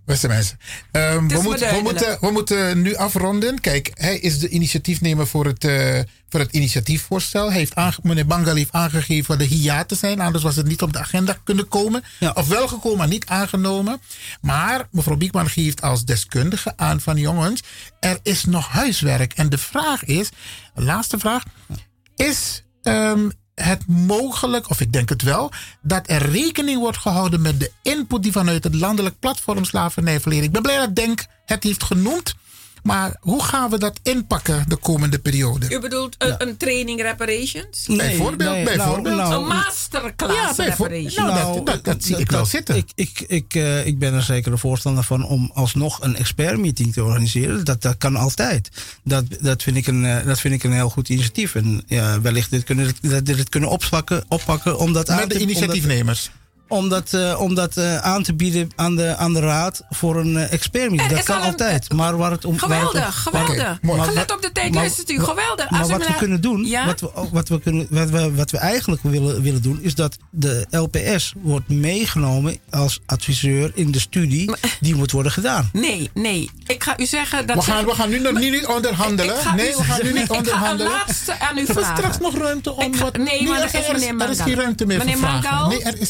We moeten nu afronden. Kijk, hij is de initiatiefnemer voor het initiatiefvoorstel. Meneer Bangal heeft aangegeven wat de hiaten zijn. Anders was het niet op de agenda kunnen komen. Ja. Of wel gekomen, maar niet aangenomen. Maar mevrouw Biekman geeft als deskundige aan van jongens, er is nog huiswerk. En de vraag is, laatste vraag, is het mogelijk, of ik denk het wel, dat er rekening wordt gehouden met de input die vanuit het landelijk platform slavernijverleden. Ik ben blij dat Denk het heeft genoemd. Maar hoe gaan we dat inpakken de komende periode? U bedoelt een training reparations? Nee, bijvoorbeeld. Een masterclass reparations. Dat zie ik wel zitten. Ik ben er zeker een voorstander van om alsnog een expertmeeting te organiseren. Dat kan altijd. Dat vind ik een heel goed initiatief. En wellicht dit kunnen oppakken om dat met de initiatiefnemers. Om dat aan te bieden aan de raad voor een experiment. Dat kan altijd. Maar waar het om... Geweldig. Gelet op de tijd luistert u. Geweldig. Maar wat we kunnen doen... Ja? Wat we eigenlijk willen doen... is dat de LPS wordt meegenomen als adviseur in de studie die moet worden gedaan. Nee. Ik ga u zeggen... dat we gaan nu niet onderhandelen. We gaan nu niet onderhandelen. Ik ga een laatste aan u vragen. Er is straks nog ruimte om wat... Nee, maar er is meneer Mangal. Er is geen ruimte meer voor vragen. Nee, er is geen ruimte.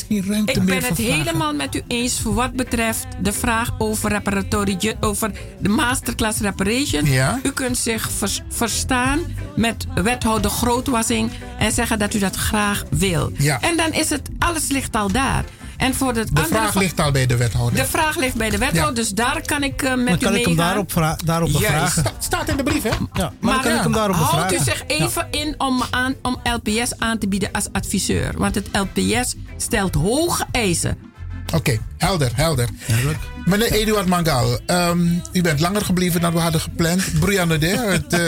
te Ik meer ben het vervragen. helemaal met u eens voor wat betreft de vraag over over de masterclass reparation. Ja. U kunt zich verstaan met wethouder Grootwassing en zeggen dat u dat graag wil. Ja. En dan is het, alles ligt al daar. En voor De vraag ligt al bij de wethouder. De vraag ligt bij de wethouder, dus daar kan ik met u meegaan. Dan kan ik hem daarop bevragen. Staat in de brief, hè? Ja, maar dan kan ik hem daarop bevragen. Houdt u zich even in om LPS aan te bieden als adviseur. Want het LPS stelt hoge eisen. Oké, helder. Meneer Eduard Mangal, u bent langer gebleven dan we hadden gepland. Brianne de.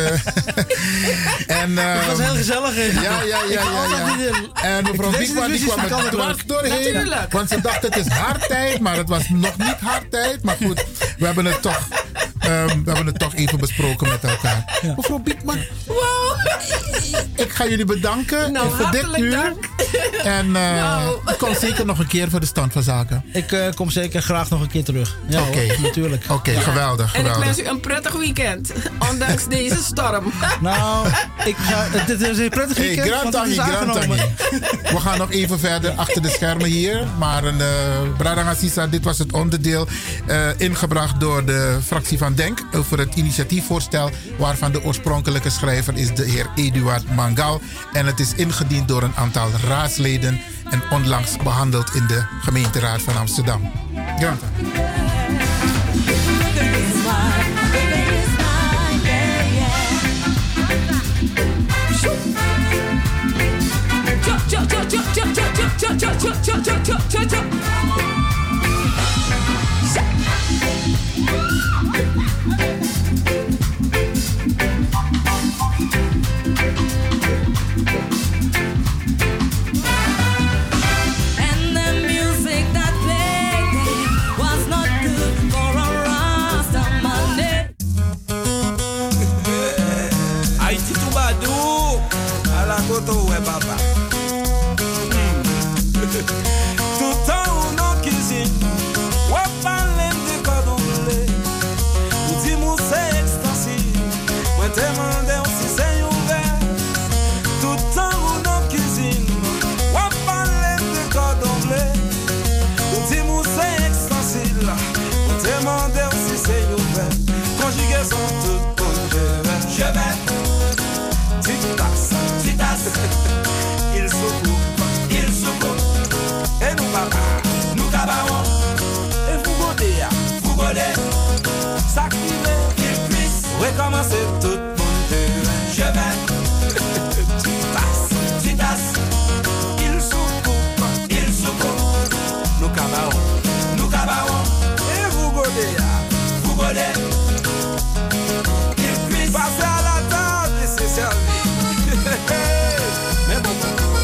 Het was heel gezellig. Ja. En mevrouw Biekman die kwam er dwars doorheen. Natuurlijk. Want ze dacht het is haar tijd, maar het was nog niet haar tijd. Maar goed, we hebben het toch even besproken met elkaar. Ja. Mevrouw Biekman. Wow. Ik ga jullie bedanken voor dit uur. Dank. En ik kom zeker nog een keer voor de stand van zaken. Ik kom zeker graag nog een keer terug. Ja, Oké. natuurlijk. Oké, geweldig. En ik wens u een prettig weekend. Ondanks deze storm. Nou, dit is een prettig weekend. Grand Tangi. We gaan nog even verder achter de schermen hier. Maar Bradanga Sisa, dit was het onderdeel ingebracht door de fractie van Denk over het initiatiefvoorstel waarvan de oorspronkelijke schrijver is de heer Eduard Mangal. En het is ingediend door een aantal raadsleden en onlangs behandeld in de gemeenteraad van Amsterdam. Grand Tangi. Tout en nos cuisines, on parle de cordon bleu. Nous disons c'est extensif, moi demandez si c'est ouvert. Tout en nos cuisines, on parle de cordon bleu. Nous disons c'est extensif, moi demandez si c'est ouvert. Conjugaison tout conjugué. Je vais, titas, il secoue. Et nous cabarons, et vous godez, s'activer, qu'il puisse recommencer tout le monde. Je vais, tu tasses, il secoue, nous cabarons, et vous godez, qu'il puisse passer à la table et se servir. Mais bon.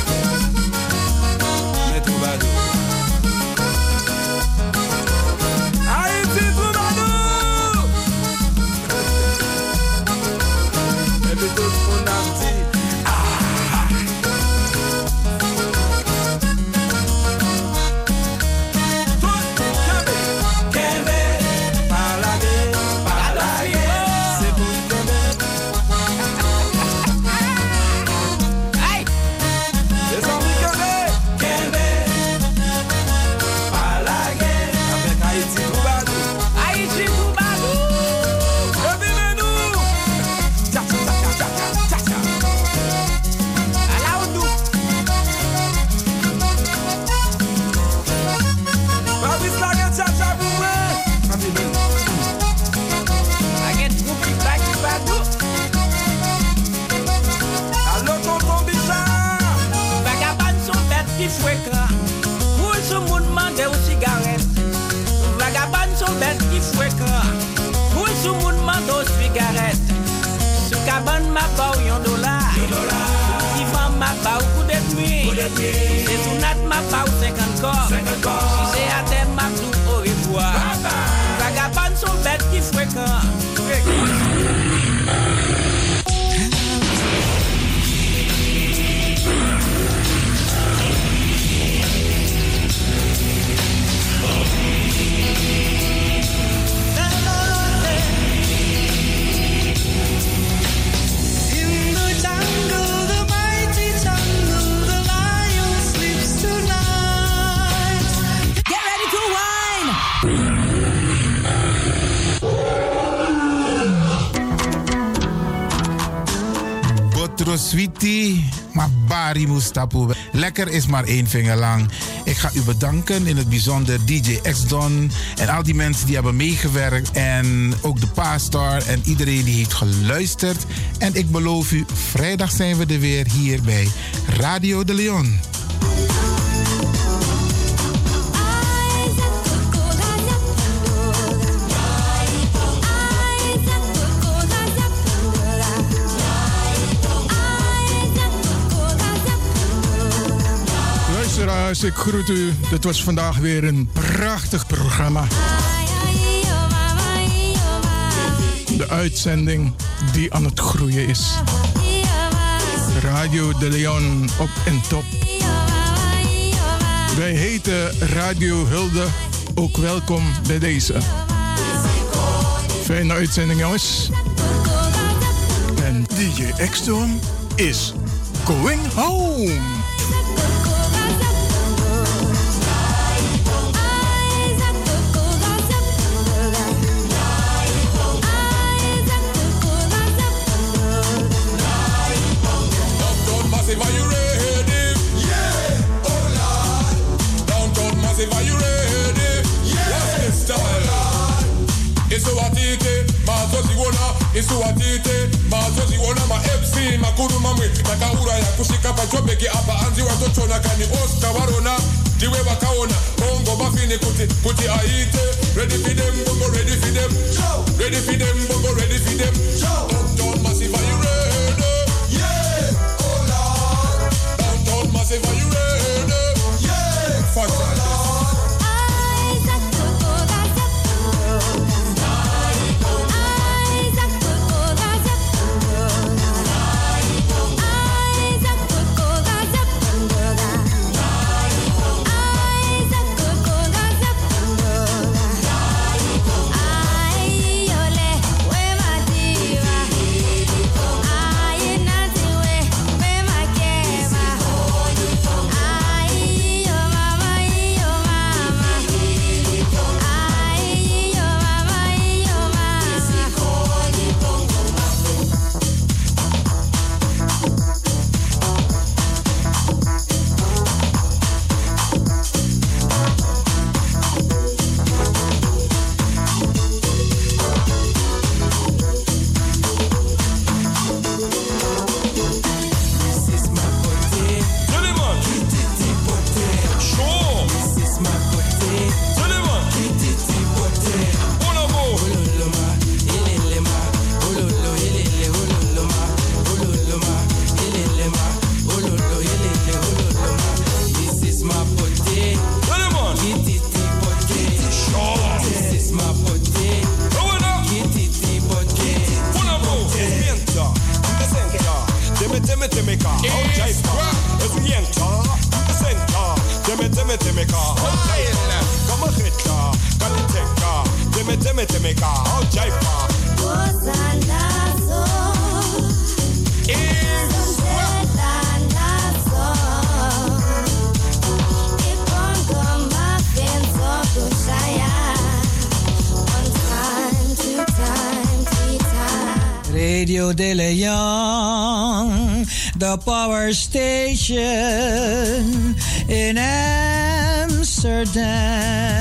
C'est son nat ma pa ou 50 corps. Si c'est à terre ma tout au revoir. Vagabond sont bêtes qui fréquentent. Jungle, the mighty jungle, the lion sleeps tonight. zo sweetie, maar bari mustapu. Lekker is maar 1 vinger lang. Ik ga u bedanken, in het bijzonder DJ X-Don en al die mensen die hebben meegewerkt. En ook de Pastor en iedereen die heeft geluisterd. En ik beloof u, vrijdag zijn we er weer hier bij Radio de Leon. Luisteraars, ik groet u. Dit was vandaag weer een prachtig programma. De uitzending die aan het groeien is. Radio de Leon op en top. Wij heten Radio Hulde ook welkom bij deze. Fijne uitzending, jongens. En DJ X-Don is going home. Are you ready? Yeah, oh Lord. Downtown Massive, are you ready? Yeah, what's this style? Isuatite, mazoziona, Isuatite, mazoziona, ma MC, makuru mamwe, nakaura ya kushika pachobeki apa anzi watochona kani osta warona, diwe wakaona, bongo bafini kuti aite, ready for them, bongo ready for them, ready for them, bongo ready for them, Downtown Massive, are you ready? Massive, are you ready? Yeah! Fuck that. Radio de Leon, the power station in Amsterdam.